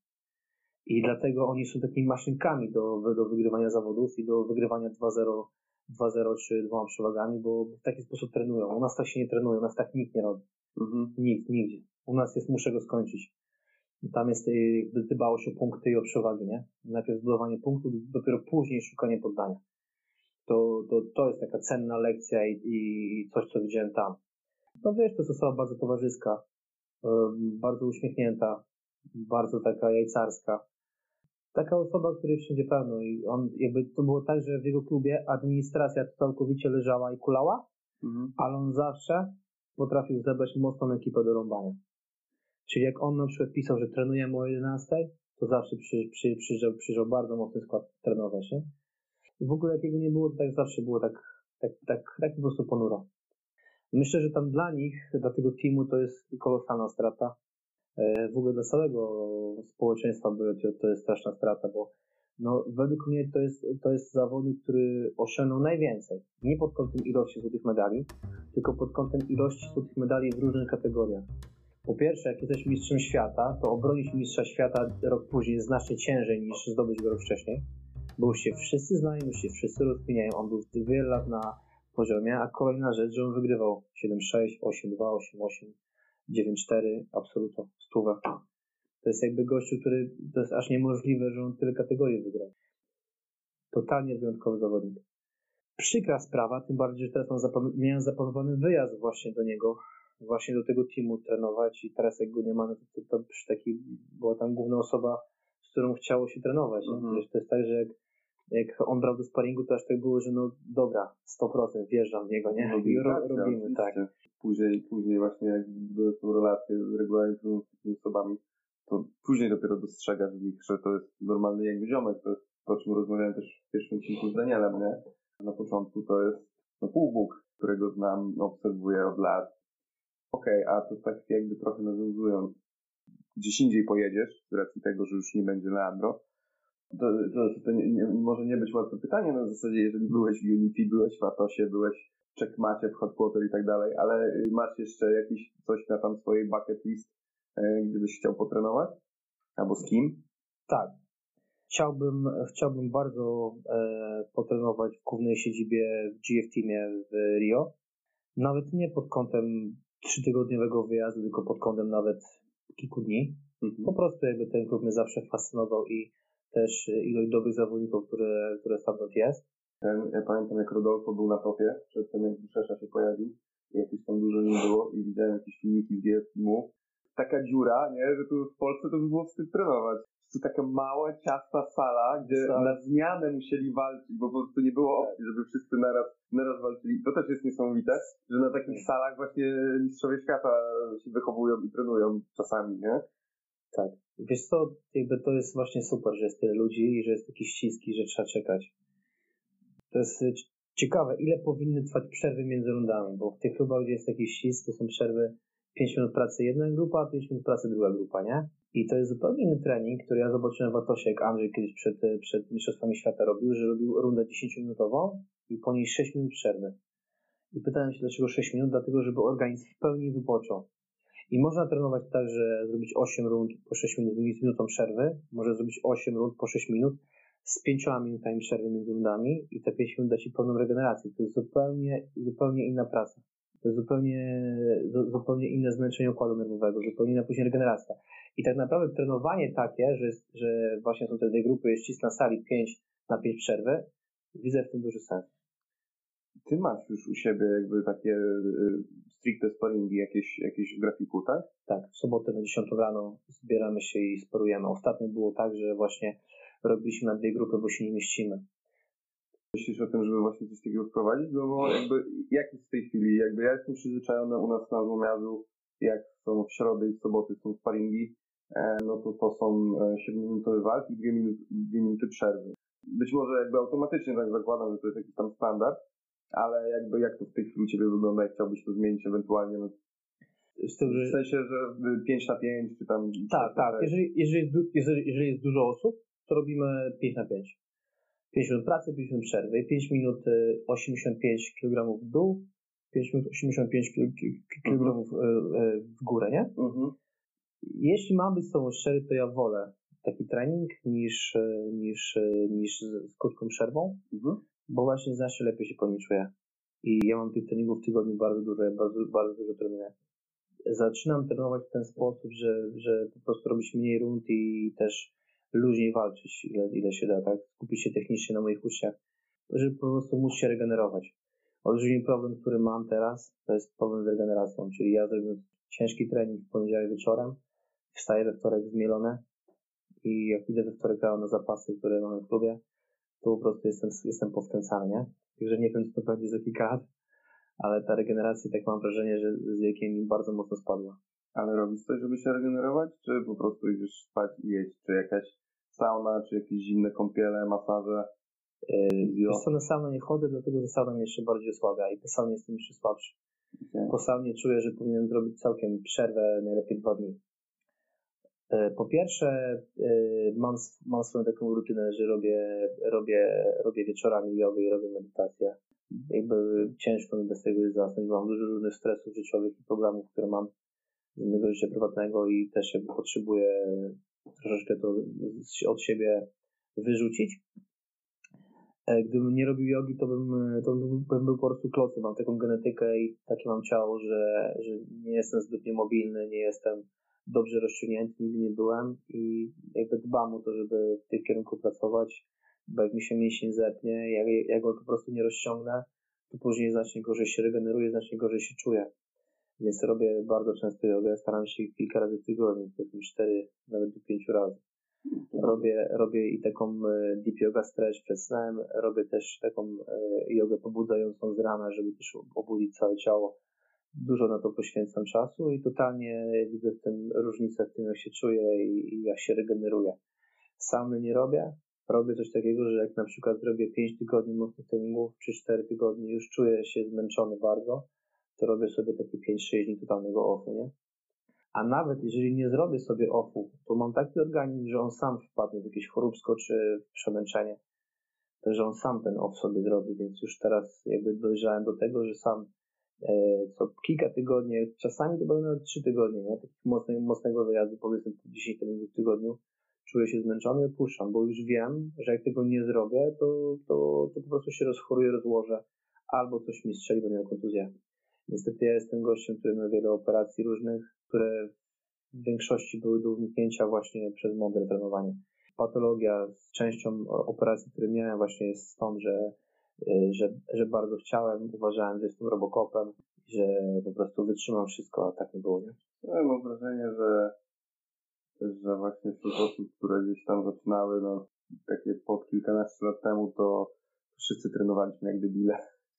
I dlatego oni są takimi maszynkami do, do wygrywania zawodów i do wygrywania dwa zero, dwa zero czy dwoma przewagami, bo w taki sposób trenują. U nas tak się nie trenuje, u nas tak nikt nie robi. Mhm. Nikt, nigdzie. U nas jest, muszę go skończyć. Tam jest dbałość o punkty i o przewagi, nie? Najpierw zbudowanie punktów, dopiero później szukanie poddania. To, to, to jest taka cenna lekcja i, i coś, co widziałem tam. No wiesz, to jest osoba bardzo towarzyska, bardzo uśmiechnięta, bardzo taka jajcarska. Taka osoba, której wszędzie pełno i on, jakby to było tak, że w jego klubie administracja całkowicie leżała i kulała, mhm. ale on zawsze potrafił zebrać mocną ekipę do rąbania. Czyli jak on na przykład pisał, że trenujemy o jedenastej, to zawsze przy, przy, przyjrzał, przyjrzał bardzo mocny skład trenować, nie? I w ogóle jakiego nie było, to tak zawsze było tak, tak, tak, tak po prostu ponuro. Myślę, że tam dla nich, dla tego teamu to jest kolosalna strata. W ogóle dla całego społeczeństwa to jest straszna strata, bo no, według mnie to jest, to jest zawodnik, który osiągnął najwięcej. Nie pod kątem ilości złotych medali, tylko pod kątem ilości złotych medali w różnych kategoriach. Po pierwsze, jak jesteś mistrzem świata, to obronić mistrza świata rok później jest znacznie ciężej niż zdobyć go rok wcześniej, bo już się wszyscy znają, już się wszyscy rozkminiają. On był wiele lat na poziomie, a kolejna rzecz, że on wygrywał siedem sześć, osiem dwa, osiem osiem, dziewięć cztery, absoluto, stówę. To jest jakby gościu, który, to jest aż niemożliwe, że on tyle kategorii wygrał. Totalnie wyjątkowy zawodnik. Przykra sprawa, tym bardziej, że teraz mam zapam- miałem zaplanowany wyjazd właśnie do niego właśnie do tego teamu trenować i teraz jak go nie ma, no to, to, to przy taki, była tam główna osoba, z którą chciało się trenować. Mhm. Nie? To jest tak, że jak, jak on brał do sparingu, to aż tak było, że no dobra, sto procent wjeżdżam w niego, nie? I ro, robimy, tak. Później, później właśnie jak były są relacje regularnie z takimi osobami, to później dopiero dostrzegasz w nich, że to jest normalny jakby ziomek, to jest to, o czym rozmawiałem też w pierwszym odcinku z Danielem, nie? Na początku to jest no, półbóg, którego znam, obserwuję od lat. Okej, okay, a to tak jakby trochę nawiązując, gdzieś indziej pojedziesz, z racji tego, że już nie będzie Leandro, to, to, to nie, nie, może nie być łatwe pytanie na zasadzie, jeżeli byłeś w Unity, byłeś w Atosie, byłeś w Checkmacie, w Hot Quarter i tak dalej, ale masz jeszcze jakiś coś na tam swojej bucket list, e, gdzie byś chciał potrenować? Albo z kim? Tak. Chciałbym, chciałbym bardzo e, potrenować w głównej siedzibie w G F Teamie w Rio. Nawet nie pod kątem trzytygodniowego wyjazdu, tylko pod kątem nawet kilku dni. Mhm. Po prostu jakby ten klub mnie zawsze fascynował i też ilość dobrych zawodników, które, które stamtąd jest. Ten, ja pamiętam jak Rodolfo był na topie, przedtem jak Buszesza się pojawił i jakieś tam dużo nie było i widziałem jakieś filmiki z G F Teamu. Taka dziura, nie, że tu w Polsce to by było wstyd trenować. To taka mała, ciasna sala, gdzie Sala. na zmianę musieli walczyć, bo po prostu nie było opcji, żeby wszyscy naraz, naraz walczyli. To też jest niesamowite, że na takich salach właśnie mistrzowie świata się wychowują i trenują czasami, nie? Tak. Wiesz co, jakby to jest właśnie super, że jest tyle ludzi i że jest taki ścisk i że trzeba czekać. To jest ciekawe, ile powinny trwać przerwy między rundami, bo w tych klubach, gdzie jest taki ścisk, to są przerwy pięć minut pracy jedna grupa, a pięć minut pracy druga grupa, nie? I to jest zupełnie inny trening, który ja zobaczyłem w Atosie, jak Andrzej kiedyś przed, przed Mistrzostwami Świata robił, że robił rundę dziesięciominutową i po niej sześć minut przerwy. I pytałem się, dlaczego sześć minut? Dlatego, żeby organizm w pełni wypoczął. I można trenować tak, że zrobić osiem rund po sześć minut z minutą przerwy, może zrobić osiem rund po sześć minut z pięcioma minutami przerwy między rundami i te pięć minut da Ci pełną regenerację. To jest zupełnie, zupełnie inna praca. To jest zupełnie, zupełnie inne zmęczenie układu nerwowego, zupełnie inna później regeneracja. I tak naprawdę trenowanie takie, że, jest, że właśnie są te dwie grupy, jest ścisk na sali pięć na pięć przerwy, widzę w tym duży sens. Ty masz już u siebie jakby takie y, stricte sparingi jakieś, jakieś w grafiku, tak? Tak, w sobotę na dziesiątą rano zbieramy się i sparujemy. Ostatnio było tak, że właśnie robiliśmy na dwie grupy, bo się nie mieścimy. Myślisz o tym, żeby właśnie coś takiego wprowadzić? No bo jakby, jak jest w tej chwili? Jakby ja jestem przyzwyczajony u nas na Złomiarzu, jak są w środę i w soboty są sparingi, e, no to to są siedmiominutowe walki i dwie minuty, dwie minuty przerwy. Być może jakby automatycznie tak zakładam, że to jest jakiś tam standard, ale jakby jak to w tej chwili u Ciebie wygląda, jak chciałbyś to zmienić ewentualnie? No, w, tym, że... w sensie, że pięć na pięć, czy tam... Tak, tak. Jeżeli, jeżeli, jest, jeżeli, jeżeli jest dużo osób, to robimy pięć na pięć. pięć minut pracy, pięć minut przerwy, pięć minut osiemdziesiąt pięć kilogramów w dół, pięć minut osiemdziesiąt pięć kilogramów uh-huh. w górę, nie? Uh-huh. Jeśli mam być z Tobą szczery, to ja wolę taki trening niż, niż, niż z krótką przerwą, uh-huh. bo właśnie zawsze lepiej się po nim czuję. I ja mam tych treningów w tygodniu bardzo dużo, ja bardzo, bardzo dużo trenuję. Zaczynam trenować w ten sposób, że, że po prostu robić mniej rund i też luźniej walczyć, ile, ile się da, tak? Skupić się technicznie na moich uściach, żeby po prostu móc się regenerować. Olbrzymi problem, który mam teraz, to jest problem z regeneracją, czyli ja zrobię ciężki trening w poniedziałek wieczorem, wstaję we wtorek zmielone i jak idę we wtorek rano na zapasy, które mamy w klubie, to po prostu jestem, jestem powkręcany, nie? Także nie wiem, co to będzie za kilka lat, ale ta regeneracja, tak mam wrażenie, że z wiekiem mi bardzo mocno spadła. Ale robisz coś, żeby się regenerować? Czy po prostu idziesz spać i jeść? Czy jakaś sauna, czy jakieś zimne kąpiele, masaże? Wiesz co, na saunę nie chodzę, dlatego że sauna mnie jeszcze bardziej osłabia i po saunie jestem jeszcze słabszy. Okay. Po saunie czuję, że powinienem zrobić całkiem przerwę, najlepiej dwa dni. Po pierwsze, mam, mam swoją taką rutynę, że robię, robię, robię wieczorami jogę i robię medytację. Jakby ciężko mi bez tego jest zasnąć, mam dużo różnych stresów życiowych i problemów, które mam z mojego życia prywatnego i też jakby potrzebuję troszeczkę to od siebie wyrzucić. Gdybym nie robił jogi, to bym, to bym, bym był po prostu klocem. Mam taką genetykę i takie mam ciało, że, że nie jestem zbytnio mobilny, nie jestem dobrze rozciągnięty, nigdy nie byłem i jakby dbam o to, żeby w tym kierunku pracować, bo jak mi się mięsień zepnie, jak, jak go po prostu nie rozciągnę, to później znacznie gorzej się regeneruje, znacznie gorzej się czuję. Więc robię bardzo często jogę, staram się kilka razy w tygodniu, powiedzmy cztery, nawet do pięciu razy. Robię, robię i taką deep yoga stretch przed snem, robię też taką jogę pobudzającą z rana, żeby też obudzić całe ciało. Dużo na to poświęcam czasu i totalnie widzę w tym różnicę w tym, jak się czuję i, i jak się regeneruję. Sam nie robię. Robię coś takiego, że jak na przykład zrobię pięć tygodni mocnych treningów, czy cztery tygodnie, już czuję się zmęczony bardzo, to robię sobie takie pięć sześć dni totalnego offu, nie? A nawet jeżeli nie zrobię sobie offu, to mam taki organizm, że on sam wpadnie w jakieś choróbsko czy w przemęczenie. Także on sam ten off sobie zrobi, więc już teraz jakby dojrzałem do tego, że sam e, co kilka tygodni, czasami to będą nawet trzy tygodnie, nie? Takiego mocnego, mocnego wyjazdu, powiedzmy dziesięć treningów w tygodniu, czuję się zmęczony i odpuszczam, bo już wiem, że jak tego nie zrobię, to, to, to po prostu się rozchoruję, rozłożę, albo coś mi strzeli, będę miał kontuzję. Niestety ja jestem gościem, który ma wiele operacji różnych, które w większości były do uniknięcia właśnie przez mądre trenowanie. Patologia z częścią operacji, które miałem, właśnie jest stąd, że, że, że bardzo chciałem, uważałem, że jestem robokopem, że po prostu wytrzymam wszystko, a tak nie było, nie? Ja mam wrażenie, że, że właśnie wśród osób, które gdzieś tam zaczynały, no takie pod kilkanaście lat temu, to wszyscy trenowaliśmy jak debile.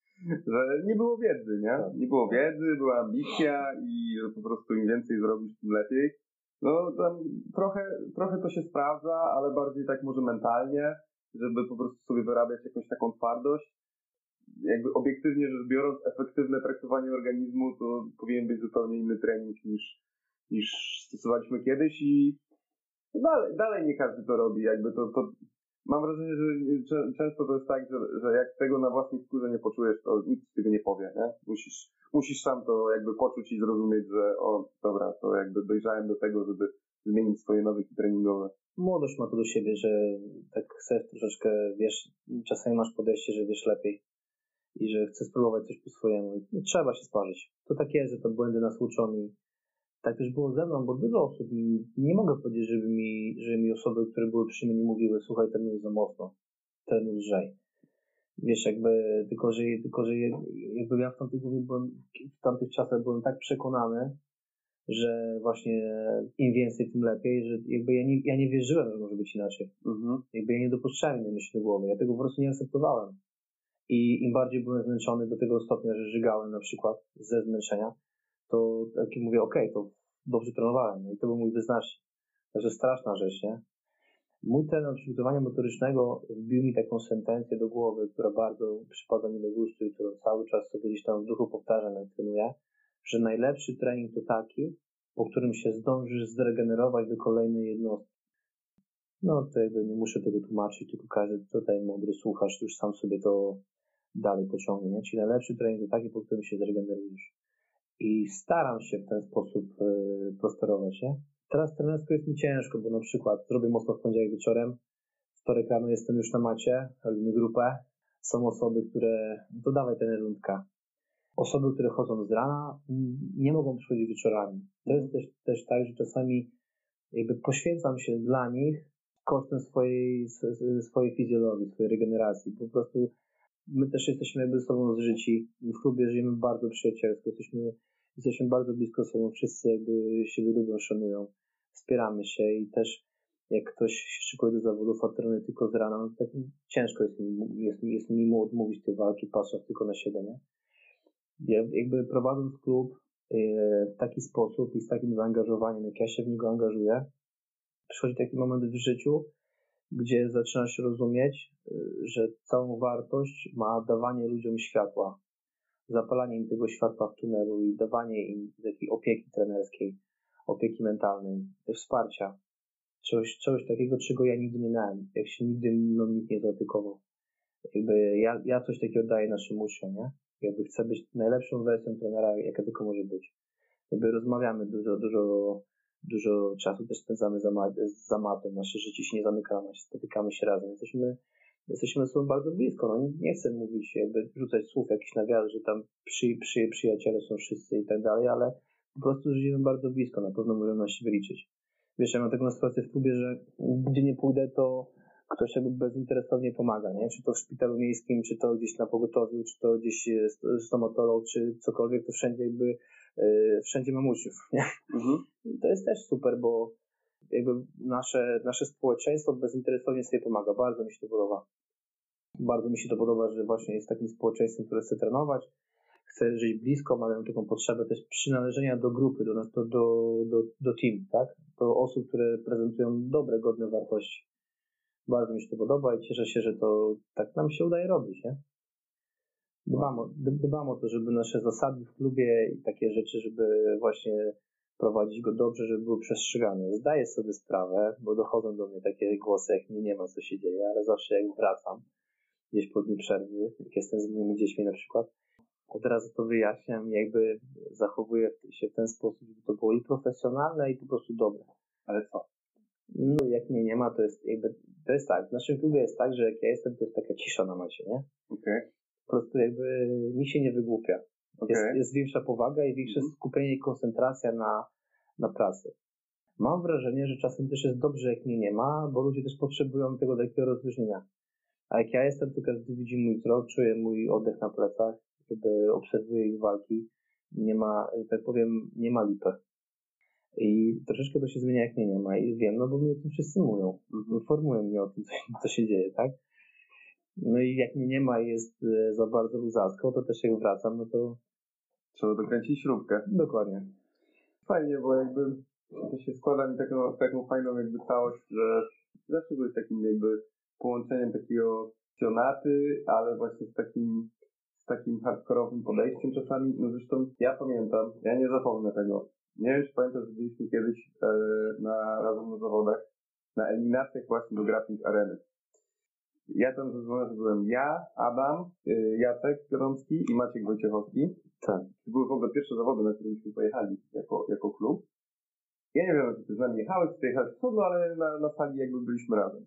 Że nie było wiedzy, nie? Nie było wiedzy, była ambicja i po prostu im więcej zrobisz, tym lepiej. No tam trochę, trochę to się sprawdza, ale bardziej tak może mentalnie, żeby po prostu sobie wyrabiać jakąś taką twardość. Jakby obiektywnie rzecz biorąc, efektywne traktowanie organizmu to powinien być zupełnie inny trening niż, niż stosowaliśmy kiedyś i dalej, dalej nie każdy to robi. Jakby to, to mam wrażenie, że często to jest tak, że, że jak tego na własnej skórze nie poczujesz, to nikt ci tego nie powie, nie? Musisz, musisz sam to jakby poczuć i zrozumieć, że o, dobra, to jakby dojrzałem do tego, żeby zmienić swoje nawyki treningowe. Młodość ma to do siebie, że tak chcesz troszeczkę, wiesz, czasami masz podejście, że wiesz lepiej i że chcesz spróbować coś po swojemu. I trzeba się sparzyć. To tak jest, że te błędy nas uczą i tak też było ze mną, bo dużo osób mi, nie mogę powiedzieć, żeby mi, żeby mi osoby, które były przy mnie, nie mówiły, słuchaj, trenuj za mocno, trenuj lżej. Wiesz, jakby, tylko że, tylko, że jakby ja w tamtych, byłem, w tamtych czasach byłem tak przekonany, że właśnie im więcej, tym lepiej, że jakby ja nie, ja nie wierzyłem, że może być inaczej. Mhm. Jakby ja nie dopuszczałem innej myśli do głowy, ja tego po prostu nie akceptowałem. I im bardziej byłem zmęczony do tego stopnia, że żygałem na przykład ze zmęczenia, to tak mówię, okej, okay, to dobrze trenowałem i to był mój wyznacznik. Także straszna rzecz, nie? Mój trener przygotowania motorycznego wbił mi taką sentencję do głowy, która bardzo przypada mi do gustu i którą cały czas sobie gdzieś tam w duchu powtarzam, jak trenuję, że najlepszy trening to taki, po którym się zdążysz zregenerować do kolejnej jednostki. No to jakby nie muszę tego tłumaczyć, tylko każdy tutaj mądry słuchacz już sam sobie to dalej pociągnie, nie? Czyli najlepszy trening to taki, po którym się zregenerujesz. I staram się w ten sposób yy, prosperować, nie? Teraz trenersko jest mi ciężko, bo na przykład zrobię mocno w poniedziałek wieczorem, wtorek rano jestem już na macie, robimy grupę. Są osoby, które, to dawaj trener rundka. Osoby, które chodzą z rana, nie mogą przychodzić wieczorami. To jest też, też tak, że czasami jakby poświęcam się dla nich kosztem swojej, swojej fizjologii, swojej regeneracji. Po prostu my też jesteśmy jakby ze sobą zżyci. W klubie żyjemy bardzo przyjacielsko, jesteśmy, jesteśmy bardzo blisko sobą, wszyscy jakby siebie lubią, szanują, wspieramy się i też jak ktoś się szykuje do zawodów, a trenuje tylko z rana, no to tak ciężko jest mi, jest, jest mi mu odmówić tej walki, patrząc tylko na siebie, nie? Ja jakby prowadząc klub w taki sposób i z takim zaangażowaniem, jak ja się w niego angażuję, przychodzi taki moment w życiu, gdzie zaczynasz rozumieć, że całą wartość ma dawanie ludziom światła, zapalanie im tego światła w tunelu i dawanie im takiej opieki trenerskiej, opieki mentalnej, wsparcia. Czegoś, czegoś takiego, czego ja nigdy nie miałem, jak się nigdy mną nikt nie zaopiekował. Jakby ja, ja coś takiego daję naszym uczniom, nie? Jakby chcę być najlepszą wersją trenera, jaka tylko może być. Jakby rozmawiamy dużo, dużo, dużo czasu też spędzamy za, ma- za matą, nasze życie się nie zamyka, spotykamy się razem, jesteśmy, jesteśmy ze sobą bardzo blisko, no nie, nie chcę mówić, jakby rzucać słów jakichś na wiatr, że tam przy, przy, przyjaciele są wszyscy i tak dalej, ale po prostu żyjemy bardzo blisko, na pewno możemy na siebie liczyć. Wiesz, ja mam taką sytuację w klubie, że gdzie nie pójdę, to ktoś jakby bezinteresownie pomaga, nie? Czy to w szpitalu miejskim, czy to gdzieś na pogotowiu, czy to gdzieś stomatolog, czy cokolwiek, to wszędzie jakby, yy, wszędzie mam uczniów, nie? Mhm. I to jest też super, bo jakby nasze, nasze społeczeństwo bezinteresownie sobie pomaga. Bardzo mi się to podoba. Bardzo mi się to podoba, że właśnie jest takim społeczeństwem, które chce trenować, chce żyć blisko, mają taką potrzebę też przynależenia do grupy, do, do, do, do, do team, tak? Do osób, które prezentują dobre, godne wartości. Bardzo mi się to podoba i cieszę się, że to tak nam się udaje robić, nie? Dbam o, dbam o to, żeby nasze zasady w klubie i takie rzeczy, żeby właśnie prowadzić go dobrze, żeby były przestrzegane. Zdaję sobie sprawę, bo dochodzą do mnie takie głosy, jak mnie nie ma, co się dzieje, ale zawsze jak wracam, gdzieś po dniu przerwy, jak jestem z moimi dziećmi na przykład, od razu to wyjaśniam i jakby zachowuję się w ten sposób, żeby to było i profesjonalne, i po prostu dobre. Ale co? No jak mnie nie ma, to jest jakby, to jest tak, w naszym klubie jest tak, że jak ja jestem, to jest taka cisza na macie, nie? Okej. Okay. Po prostu jakby nikt się nie wygłupia. Okay. Jest, jest większa powaga i większe mm. skupienie i koncentracja na, na pracy. Mam wrażenie, że czasem też jest dobrze, jak mnie nie ma, bo ludzie też potrzebują tego takiego rozluźnienia. A jak ja jestem, to każdy widzi mój wzrok, czuje mój oddech na plecach, jakby obserwuje ich walki. Nie ma, że tak powiem, nie ma lipy. I troszeczkę to się zmienia, jak mnie nie ma. I wiem, no bo mnie o tym wszyscy mówią. Informują mnie o tym, co, co się dzieje, tak? No i jak mnie nie ma i jest e, za bardzo luzacko, to też jak wracam, no to... Trzeba dokręcić śrubkę. Dokładnie. Fajnie, bo jakby to się składa mi taką, taką fajną jakby całość, że zawsze byłeś takim jakby połączeniem takiego pasjonaty, ale właśnie z takim z takim hardkorowym podejściem czasami. No zresztą ja pamiętam, ja nie zapomnę tego. Nie wiem, czy pamiętasz, że byliśmy kiedyś e, na, razem na zawodach, na eliminacjach właśnie do Grappling Areny. Ja tam zadzwoniłem, że byłem ja, Adam, y, Jacek Gorącki i Maciek Wojciechowski. Tak. To były w ogóle pierwsze zawody, na które myśmy pojechali jako, jako klub. Ja nie wiem, czy ty z nami jechałeś, czy ty jechałeś z no ale na, na sali jakby byliśmy razem.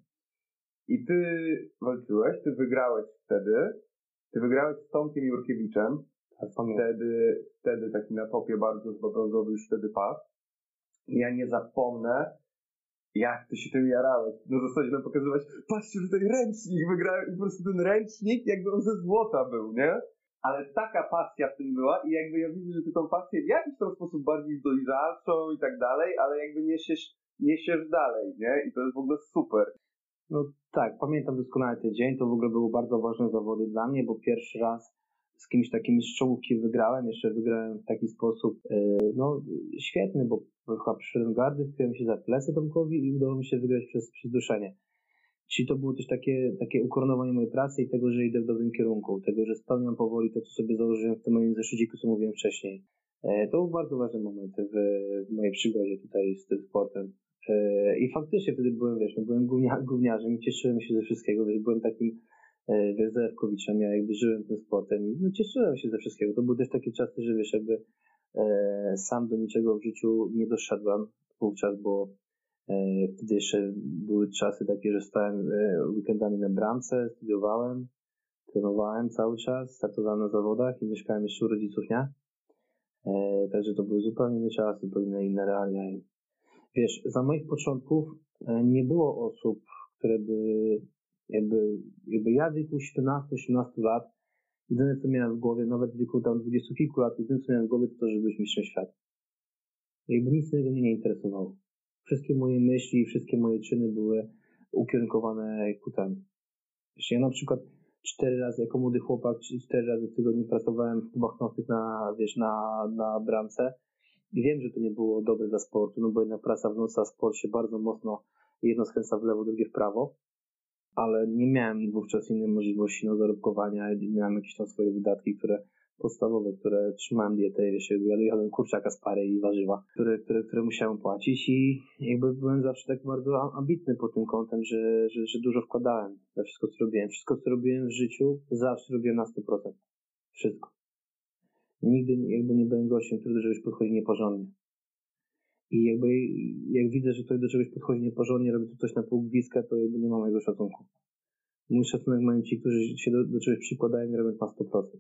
I ty walczyłeś, ty wygrałeś wtedy, ty wygrałeś z Tomkiem Jurkiewiczem. Tak, wtedy, wtedy taki na topie bardzo brązowy już wtedy pas. I ja nie zapomnę, jak ty się tym jarałeś. Na zasadzie nam pokazywać, patrzcie, tutaj ręcznik wygrałem i po prostu ten ręcznik jakby on ze złota był, nie? Ale taka pasja w tym była i jakby ja widzę, że ty tą pasję w jakiś tam sposób bardziej dojrzalczą i tak dalej, ale jakby niesiesz, niesiesz dalej, nie? I to jest w ogóle super. No tak, pamiętam doskonale ten dzień, to w ogóle były bardzo ważne zawody dla mnie, bo pierwszy raz z kimś takim z czołówki wygrałem, jeszcze wygrałem w taki sposób, yy, no świetny, bo chyba przyszedłem gardy, wpiłem się za plecy Tomkowi i udało mi się wygrać przez, przez duszenie. Czyli to było też takie, takie ukoronowanie mojej pracy i tego, że idę w dobrym kierunku, tego, że spełniam powoli to, co sobie założyłem w tym moim zeszyciku, co mówiłem wcześniej. Yy, to był bardzo ważny moment w, w mojej przygodzie tutaj z tym sportem. Yy, I faktycznie wtedy byłem, wiesz, no byłem gównia, gówniarzem i cieszyłem się ze wszystkiego, wiesz, byłem takim wiesz, Zerwkowiczem, ja jakby żyłem tym sportem i no, cieszyłem się ze wszystkiego. To były też takie czasy, że wiesz, jakby e, sam do niczego w życiu nie doszedłem wówczas, bo e, wtedy jeszcze były czasy takie, że stałem e, weekendami na bramce, studiowałem, trenowałem cały czas, startowałem na zawodach i mieszkałem jeszcze u rodziców, nie? E, także to były zupełnie inne czasy, zupełnie inne realia. I, wiesz, za moich początków e, nie było osób, które by Jakby, jakby ja w wieku siedemnastu osiemnastu lat, jedyne co miałem w głowie, nawet w wieku tam dwudziestu kilku lat, jedyne co miałem w głowie to to, żeby być mistrzem świata. Jakby nic innego mnie nie interesowało. Wszystkie moje myśli i wszystkie moje czyny były ukierunkowane ku temu. Wiesz, ja na przykład cztery razy jako młody chłopak, czy cztery razy w tygodniu pracowałem w klubach nocnych na, wiesz, na, na bramce i wiem, że to nie było dobre dla sportu, no bo jednak praca w nocy, a sport się bardzo mocno jedno skręca w lewo, drugie w prawo. Ale nie miałem wówczas innej możliwości no, zarobkowania, miałem jakieś tam swoje wydatki, które podstawowe, które trzymałem dietę, wiesz, ja dojadłem kurczaka z pary i warzywa, które, które, które musiałem płacić i jakby byłem zawsze tak bardzo ambitny pod tym kątem, że, że, że dużo wkładałem we wszystko, co robiłem. Wszystko, co robiłem w życiu, zawsze robiłem na sto procent. Wszystko. Nigdy jakby nie byłem gościem, który do czegoś podchodzi nieporządnie. I jakby, jak widzę, że ktoś do czegoś podchodzi nieporządnie, robi to coś na pół gwizdka, to jakby nie ma mojego szacunku. Mój szacunek mają ci, którzy się do, do czegoś przykładają i robią na sto procent.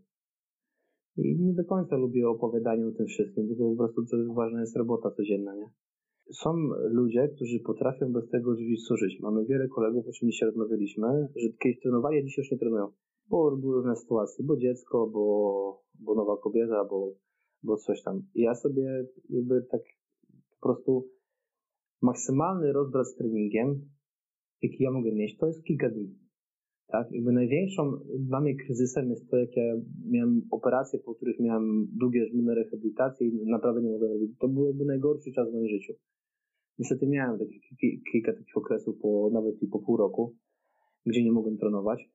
I nie do końca lubię opowiadanie o tym wszystkim, tylko po prostu to ważna jest robota codzienna, nie? Są ludzie, którzy potrafią bez tego jiu-jitsu żyć. Mamy wiele kolegów, o czym dzisiaj rozmawialiśmy, że kiedyś trenowali, a dzisiaj już nie trenują. Bo były różne sytuacje, bo dziecko, bo, bo nowa kobieta, bo, bo coś tam. I ja sobie jakby tak po prostu maksymalny rozbrat z treningiem, jaki ja mogę mieć, to jest kilka dni. Tak? Jakby największą dla mnie kryzysem jest to, jak ja miałem operacje, po których miałem długie żmudne rehabilitacje i naprawdę nie mogłem robić. To był jakby najgorszy czas w moim życiu. Niestety miałem taki, kilka takich okresów, po, nawet i po pół roku, gdzie nie mogłem trenować,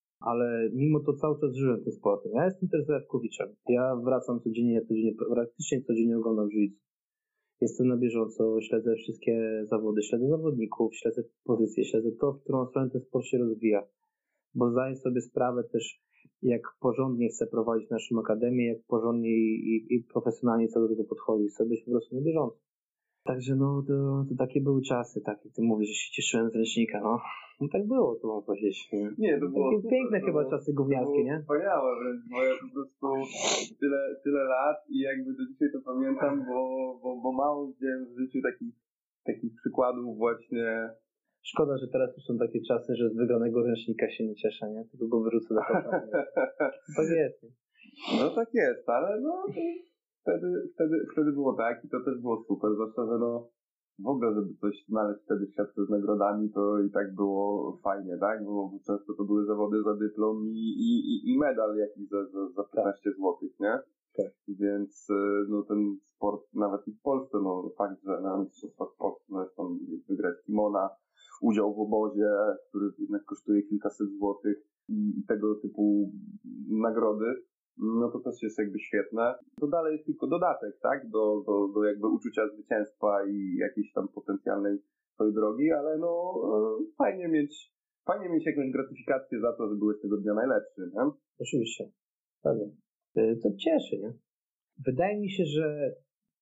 ale mimo to cały czas żyłem tym sportem. Ja jestem też zajawkowiczem. Ja wracam codziennie, codziennie, praktycznie codziennie oglądam jiu-jitsu. Jestem na bieżąco, śledzę wszystkie zawody, śledzę zawodników, śledzę pozycje, śledzę to, w którą stronę ten sport się rozwija. Bo zdaję sobie sprawę też, jak porządnie chcę prowadzić naszą akademię, jak porządnie i, i, i profesjonalnie co do tego podchodzi. Chcę być po prostu na bieżąco. Także no, to, to takie były czasy, tak jak ty mówisz, że się cieszyłem z ręcznika, no. No tak było, to mam powiedzieć. Nie, nie to było takie super, piękne to chyba było, czasy gówniarskie, nie? Wspaniałe wręcz, bo ja po prostu tyle, tyle lat i jakby do dzisiaj to pamiętam, bo, bo, bo mało widziałem w życiu takich, takich przykładów właśnie. Szkoda, że teraz już są takie czasy, że z wygranego ręcznika się nie cieszę, nie? Tylko go wyrzucę do kosza. Tak jest. Nie? No tak jest, ale no wtedy, wtedy, wtedy było tak i to też było super, zwłaszcza, że no w ogóle, żeby coś znaleźć wtedy w siatce z nagrodami, to i tak było fajnie, tak? Bo często to były zawody za dyplom i, i, i medal jakiś za, za, za piętnaście złotych, nie? Tak. Więc no ten sport nawet i w Polsce, no fakt, że na mistrzostwach Polski możesz tam wygrać kimona, udział w obozie, który jednak kosztuje kilkaset złotych i, i tego typu nagrody, no to też jest jakby świetne. To dalej jest tylko dodatek, tak, do, do, do jakby uczucia zwycięstwa i jakiejś tam potencjalnej swojej drogi, ale no fajnie mieć, fajnie mieć jakąś gratyfikację za to, że byłeś tego dnia najlepszy, nie? Oczywiście, pewnie. To cieszy, nie? Wydaje mi się, że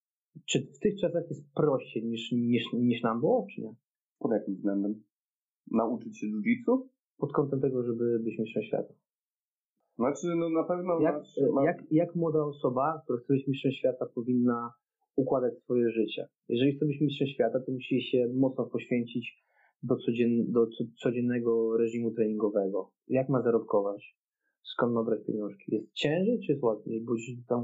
czy w tych czasach jest prościej niż, niż, niż nam było, czy nie? Pod jakim względem? Nauczyć się jiu-jitsu? Pod kątem tego, żeby być mistrzem świata. Znaczy, no na pewno jak, masz, masz... Jak, jak młoda osoba, która chce być mistrzem świata, powinna układać swoje życie? Jeżeli chce być mistrzem świata, to musi się mocno poświęcić do, codzien, do codziennego reżimu treningowego. Jak ma zarobkować? Skąd ma brać pieniążki? Jest ciężej, czy jest łatwiej? Bo tam...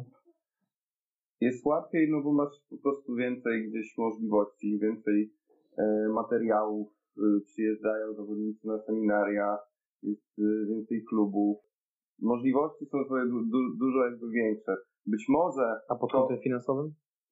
Jest łatwiej, no bo masz po prostu więcej gdzieś możliwości, więcej e, materiałów, e, przyjeżdżają zawodnicy na seminaria, jest e, więcej klubów. Możliwości są swoje du, du, dużo jakby większe. Być może... A pod kątem finansowym?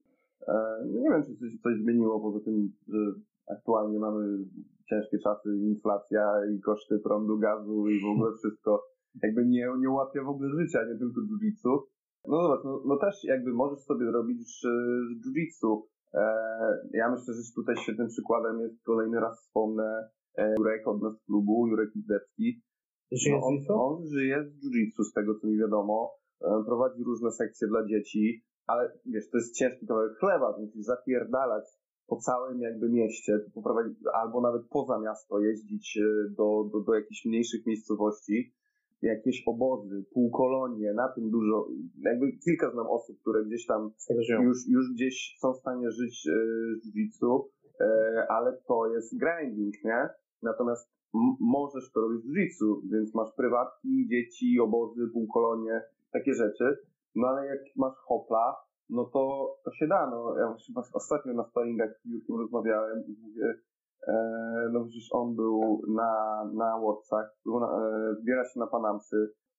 E, no nie wiem, czy coś, coś zmieniło, poza tym, że aktualnie mamy ciężkie czasy, inflacja i koszty prądu, gazu i w ogóle wszystko jakby nie, nie ułatwia w ogóle życia, nie tylko jiu-jitsu. No zobacz, no, no też jakby możesz sobie robić z jiu-jitsu. E, ja myślę, że tutaj świetnym przykładem jest, kolejny raz wspomnę, e, Jurek od nas z klubu, Jurek Izdebski. Żyje no, z on, on żyje z jiu-jitsu, z tego co mi wiadomo. E, prowadzi różne sekcje dla dzieci, ale wiesz, to jest ciężki kawałek chleba, musisz zapierdalać po całym jakby mieście, poprowadzić, albo nawet poza miasto jeździć do, do, do jakichś mniejszych miejscowości, jakieś obozy, półkolonie, na tym dużo, jakby kilka znam osób, które gdzieś tam już, już gdzieś są w stanie żyć e, jiu-jitsu, e, ale to jest grinding, nie? Natomiast m- możesz to robić w jiu-jitsu, więc masz prywatki, dzieci, obozy, półkolonie, takie rzeczy, no ale jak masz hopla, no to, to się da, no ja właśnie ostatnio na sparingach z Jurkiem rozmawiałem i mówię, e, no przecież on był na, na Worldsach, e, zbiera się na Panamsy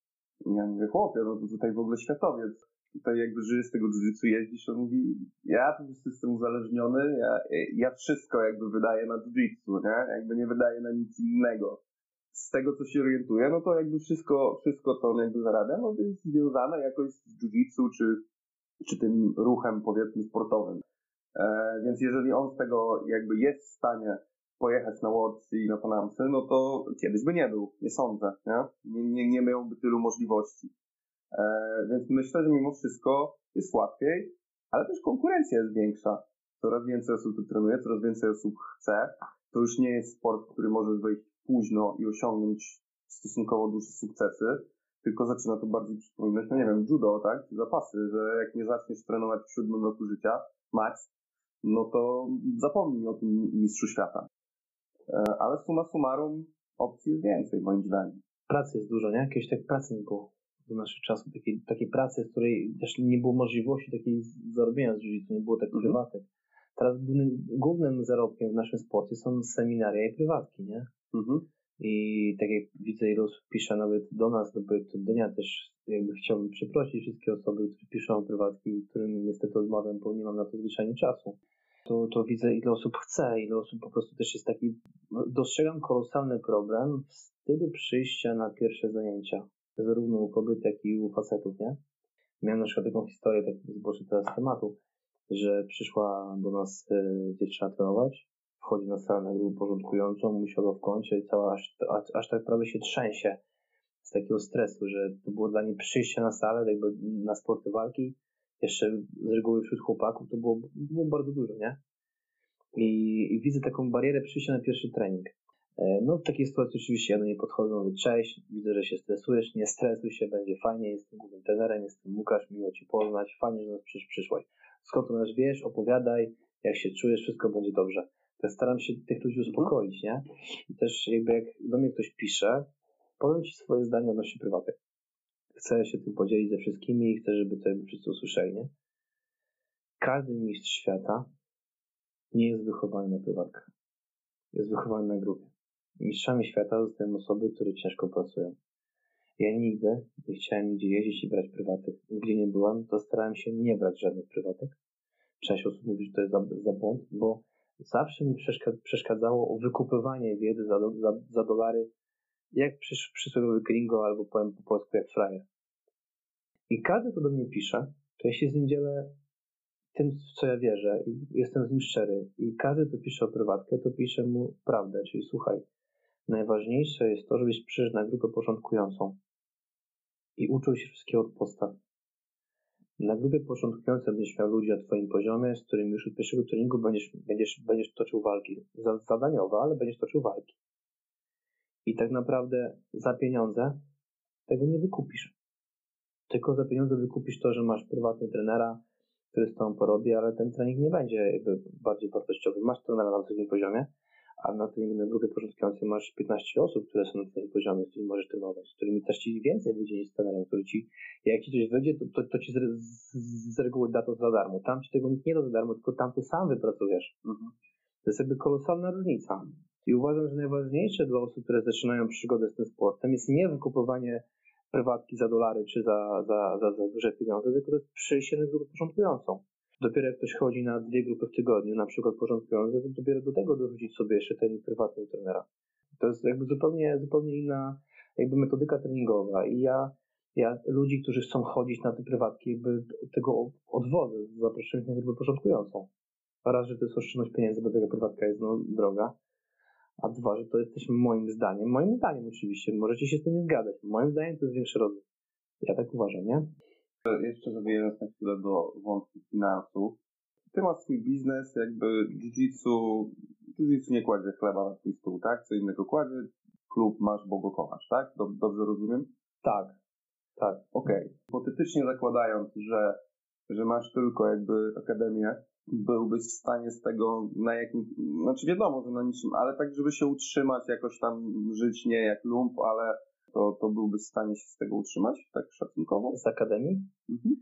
i ja mówię, chłopie, no to tutaj w ogóle światowiec, tutaj jakby żyje z tego jiu-jitsu, jeździsz, on mówi, ja po prostu jestem uzależniony, ja, ja wszystko jakby wydaję na jiu-jitsu, nie, jakby nie wydaję na nic innego. Z tego, co się orientuję, no to jakby wszystko, wszystko to on jakby zarabia, no to jest związane jakoś z jiu-jitsu, czy czy tym ruchem, powiedzmy, sportowym. E, więc jeżeli on z tego jakby jest w stanie pojechać na Worldsy i na Panamsy, no to kiedyś by nie był, nie sądzę, nie? Nie, nie, nie miałby tylu możliwości. E, więc myślę, że mimo wszystko jest łatwiej, ale też konkurencja jest większa. Coraz więcej osób tu trenuje, coraz więcej osób chce. To już nie jest sport, w który możesz wejść późno i osiągnąć stosunkowo duże sukcesy, tylko zaczyna to bardziej przypominać, no nie wiem, judo, tak, czy zapasy, że jak nie zaczniesz trenować w siódmym roku życia, max, no to zapomnij o tym mistrzu świata. Ale summa summarum opcji jest więcej, moim zdaniem. Pracy jest dużo, nie? Jakieś tak pracy nie było do naszych czasów. Takiej, takiej pracy, z której też nie było możliwości takiej zarobienia z jiu-jitsu, nie było tak mhm. prywatek. Teraz głównym, głównym zarobkiem w naszym sporcie są seminaria i prywatki, nie? Mhm. I tak jak widzę, ile osób pisze nawet do nas, do dnia też jakby chciałbym przeprosić wszystkie osoby, które piszą prywatki, którym niestety odmawiam, bo nie mam na to zwyczajnie czasu. To, to widzę, ile osób chce, ile osób po prostu też jest taki... Dostrzegam kolosalny problem wstydu przyjścia na pierwsze zajęcia. Zarówno u kobiet, jak i u facetów, nie? Miałem na przykład taką historię, tak zboczę teraz z tematu, że przyszła do nas y, dziewczyna trenować, wchodzi na salę na grupę porządkującą, musiała w kącie i cała aż, aż, aż tak prawie się trzęsie z takiego stresu, że to było dla niej przyjście na salę, jakby na sporty walki. Jeszcze z reguły wśród chłopaków to było, było bardzo dużo, nie? I, I widzę taką barierę przyjścia na pierwszy trening. No w takiej sytuacji oczywiście ja do niej podchodzę, mówię cześć, widzę, że się stresujesz, nie stresuj się, będzie fajnie, jestem głównym trenerem, jestem Łukasz, miło Cię poznać, fajnie, że do nas przysz, przyszłaś. Skąd to nas wiesz, opowiadaj, jak się czujesz, wszystko będzie dobrze. To staram się tych ludzi uspokoić, nie? I też jakby jak do mnie ktoś pisze, powiem Ci swoje zdanie odnośnie prywatek. Chcę się tym podzielić ze wszystkimi i chcę, żeby to jakby wszyscy usłyszeli, nie? Każdy mistrz świata nie jest wychowany na prywatkach. Jest wychowany na grupie. Mistrzami świata zostają osoby, które ciężko pracują. Ja nigdy nie chciałem nigdzie jeździć i brać prywatek. Gdzie nie byłam, to starałem się nie brać żadnych prywatek. Część osób mówi, że to jest za, za błąd, bo zawsze mi przeszkadzało wykupywanie wiedzy za, za, za dolary, jak przy, przysłowiowy gringo, albo powiem po polsku jak frajer. I każdy, kto do mnie pisze, to ja się z nim dzielę tym, w co ja wierzę i jestem z nim szczery. I każdy, kto pisze o prywatkę, to pisze mu prawdę, czyli słuchaj, najważniejsze jest to, żebyś przyszedł na grupę początkującą i uczył się wszystkiego od podstaw. Na grupie początkującej będziesz miał ludzi na twoim poziomie, z którymi już od pierwszego treningu będziesz, będziesz, będziesz toczył walki. Zadaniowe, ale będziesz toczył walki. I tak naprawdę za pieniądze tego nie wykupisz. Tylko za pieniądze wykupisz to, że masz prywatnie trenera, który z tobą porobi, ale ten trening nie będzie jakby bardziej wartościowy. Masz trenera na wysokim poziomie, a na tej na grupie początkującej masz piętnaście osób, które są na twoim poziomie, z którymi możesz trenować, z którymi też ci więcej wyjdzie niż z trenerem, który ci, jak ci coś wyjdzie, to, to, to ci z, z, z reguły da to za darmo. Tam ci tego nikt nie da za darmo, tylko tam to sam wypracujesz. Mhm. To jest jakby kolosalna różnica. I uważam, że najważniejsze dla osób, które zaczynają przygodę z tym sportem, jest nie wykupywanie prywatki za dolary czy za, za, za, za duże pieniądze, tylko to jest przyjście na grupę początkującą. Dopiero jak ktoś chodzi na dwie grupy w tygodniu, na przykład początkujące, to dopiero do tego dorzucić sobie jeszcze trening prywatny u trenera. To jest jakby zupełnie, zupełnie inna jakby metodyka treningowa i ja, ja ludzi, którzy chcą chodzić na te prywatki, jakby tego odwodzę, zapraszam ich na grupę początkującą. Raz, że to jest oszczędność pieniędzy, bo taka prywatka jest no, droga, a dwa, że to jest też moim zdaniem, moim zdaniem oczywiście, możecie się z tym nie zgadzać, moim zdaniem to jest większy rozwój. Ja tak uważam, nie? Jeszcze zawijając na chwilę do wątku finansów. Ty masz swój biznes, jakby jiu-jitsu, jiu-jitsu nie kładzie chleba na twój stół, tak? Co innego kładzie, klub masz, bo go kochasz, tak? Dobrze rozumiem? Tak, tak. Okej. Okay. Hipotetycznie zakładając, że, że masz tylko jakby akademię, byłbyś w stanie z tego na jakim, znaczy wiadomo, że na niczym, ale tak, żeby się utrzymać, jakoś tam żyć nie jak lump, ale to, to byłbyś w stanie się z tego utrzymać, tak szacunkowo? Z akademii? Mhm.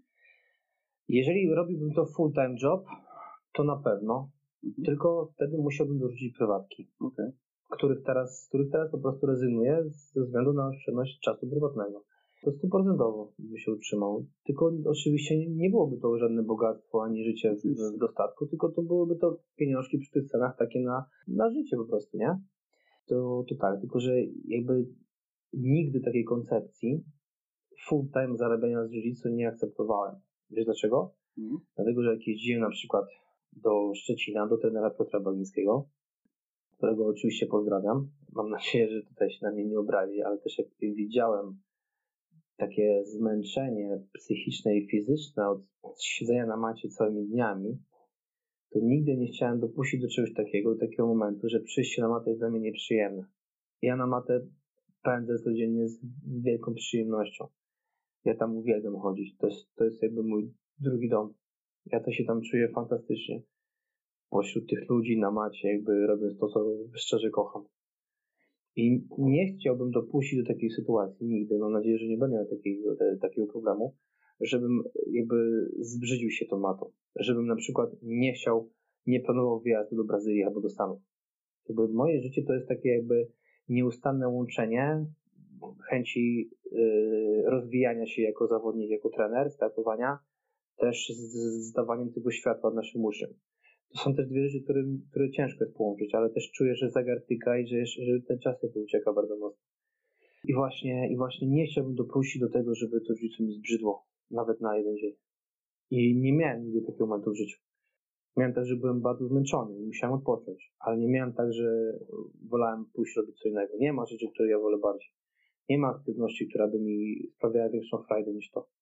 Jeżeli robiłbym to full-time job, to na pewno, mhm. tylko wtedy musiałbym dorzucić prywatki, okay. których teraz, z których teraz po prostu rezygnuję ze względu na oszczędność czasu prywatnego. To stuprocentowo by się utrzymał. Tylko oczywiście nie byłoby to żadne bogactwo ani życie w, w dostatku, tylko to byłyby to pieniążki przy tych cenach takie na, na życie po prostu, nie? To, to tak, tylko że jakby nigdy takiej koncepcji full-time zarabiania z jiu-jitsu nie akceptowałem. Wiesz dlaczego? Mm. Dlatego, że jak jeździłem na przykład do Szczecina, do trenera Piotra Bagińskiego, którego oczywiście pozdrawiam. Mam nadzieję, że tutaj się na mnie nie obrazi, ale też jak widziałem takie zmęczenie psychiczne i fizyczne od siedzenia na macie całymi dniami, to nigdy nie chciałem dopuścić do czegoś takiego, do takiego momentu, że przyjście na matę jest dla mnie nieprzyjemne. Ja na matę pędzę codziennie z wielką przyjemnością. Ja tam uwielbiam chodzić. To jest, to jest jakby mój drugi dom. Ja to się tam czuję fantastycznie. pośród tych ludzi na macie, jakby robiąc to, co szczerze kocham. I nie chciałbym dopuścić do takiej sytuacji nigdy, mam nadzieję, że nie będę miał takiego, te, takiego problemu, żebym jakby zbrzydził się tą matą, żebym na przykład nie chciał, nie planował wyjazdu do Brazylii albo do Stanów. Jakby moje życie to jest takie jakby nieustanne łączenie chęci yy, rozwijania się jako zawodnik, jako trener, startowania, też z, z dawaniem tego światła naszym uczniom. To są też dwie rzeczy, które, które ciężko jest połączyć, ale też czuję, że zegar tyka i że, że ten czas jakby ucieka bardzo mocno. I właśnie, I właśnie nie chciałbym dopuścić do tego, żeby to życie mi zbrzydło, nawet na jeden dzień. I nie miałem nigdy takiego momentu w życiu. Miałem tak, że byłem bardzo zmęczony i musiałem odpocząć, ale nie miałem tak, że wolałem pójść robić co innego. Nie ma rzeczy, które ja wolę bardziej. Nie ma aktywności, która by mi sprawiała większą frajdę niż to.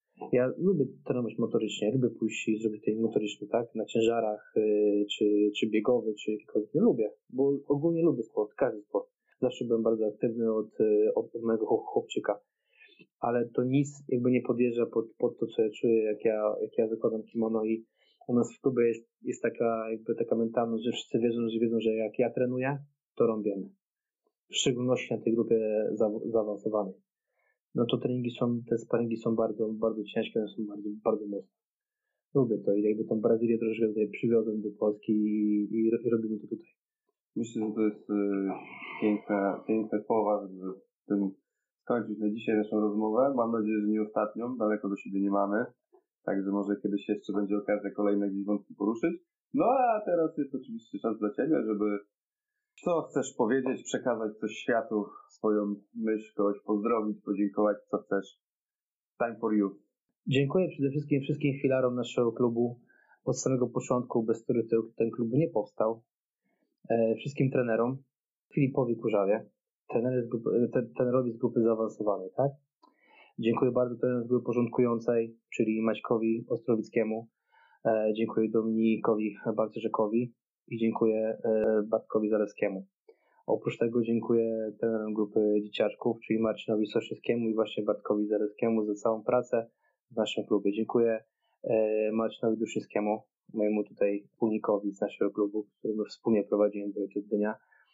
Ja lubię trenować motorycznie, lubię pójść i zrobić ten motoryczny, tak? Na ciężarach, yy, czy, czy biegowy, czy jakikolwiek. Nie lubię, bo ogólnie lubię sport, każdy sport. Zawsze byłem bardzo aktywny od, od, od mojego chłopczyka. Ale to nic jakby nie podjeżdża pod, pod to, co ja czuję, jak ja, jak ja zakładam kimono i u nas w klubie jest, jest taka jakby taka mentalność, że wszyscy wiedzą, że wiedzą, że jak ja trenuję, to rąbiemy. W szczególności na tej grupie za, zaawansowanej. No to treningi są, te sparingi są bardzo, bardzo ciężkie, one są bardzo, bardzo mocne. Lubię to i jakby tą Brazylię troszkę tutaj przywiozłem do Polski i, i, i robimy to tutaj. Myślę, że to jest y, piękne, piękne słowa, żeby tym skończyć na dzisiaj naszą rozmowę. Mam nadzieję, że nie ostatnią, daleko do siebie nie mamy. Także może kiedyś jeszcze będzie okazja kolejne gdzieś wątki poruszyć. No a teraz jest oczywiście czas dla Ciebie, żeby co chcesz powiedzieć, przekazać coś światu, swoją myśl, kogoś pozdrowić, podziękować, co chcesz. Time for you. Dziękuję przede wszystkim wszystkim filarom naszego klubu od samego początku, bez których ten klub nie powstał. E, wszystkim trenerom, Filipowi Kurzawie, trenerowi z grupy, trenerowi z grupy zaawansowanej, tak? Dziękuję bardzo trenerowi z grupy porządkującej, czyli Maćkowi Ostrowickiemu. E, dziękuję Dominikowi Barcerzekowi i dziękuję e, Bartkowi Zalewskiemu. Oprócz tego dziękuję trenerom grupy dzieciaczków, czyli Marcinowi Soszyńskiemu i właśnie Bartkowi Zalewskiemu za całą pracę w naszym klubie. Dziękuję e, Marcinowi Duszyńskiemu, mojemu tutaj wspólnikowi z naszego klubu, którego wspólnie prowadzimy do dnia,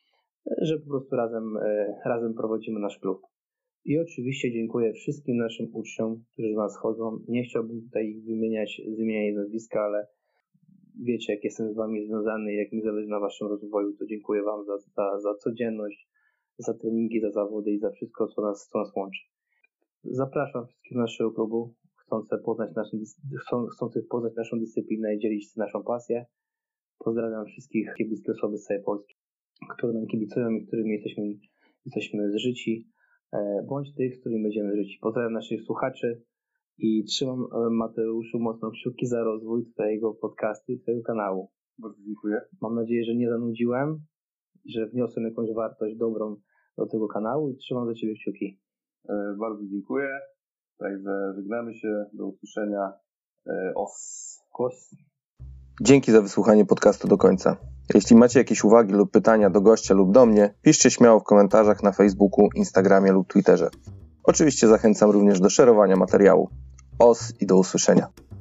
że po prostu razem, e, razem prowadzimy nasz klub. I oczywiście dziękuję wszystkim naszym uczniom, którzy do nas chodzą. Nie chciałbym tutaj ich wymieniać, wymieniać nazwiska, ale wiecie, jak jestem z wami związany, jak mi zależy na waszym rozwoju, to dziękuję wam za, za, za codzienność, za treningi, za zawody i za wszystko, co nas, co nas łączy. Zapraszam wszystkich do naszego klubu, chcących poznać naszą, chcą, chcących poznać naszą dyscyplinę i dzielić się naszą pasję. Pozdrawiam wszystkich kibickie osoby z całej Polski, które nam kibicują i którymi jesteśmy, jesteśmy zżyci, bądź tych, z którymi będziemy życi. Pozdrawiam naszych słuchaczy i trzymam Mateuszu mocno kciuki za rozwój twojego podcastu i twojego kanału. Bardzo dziękuję. Mam nadzieję, że nie zanudziłem, że wniosłem jakąś wartość dobrą do tego kanału i trzymam za ciebie kciuki. E, bardzo dziękuję. Także żegnamy się. Do usłyszenia. E, os. Kos. Dzięki za wysłuchanie podcastu do końca. Jeśli macie jakieś uwagi lub pytania do gościa lub do mnie, piszcie śmiało w komentarzach na Facebooku, Instagramie lub Twitterze. Oczywiście zachęcam również do szerowania materiału. Os i do usłyszenia.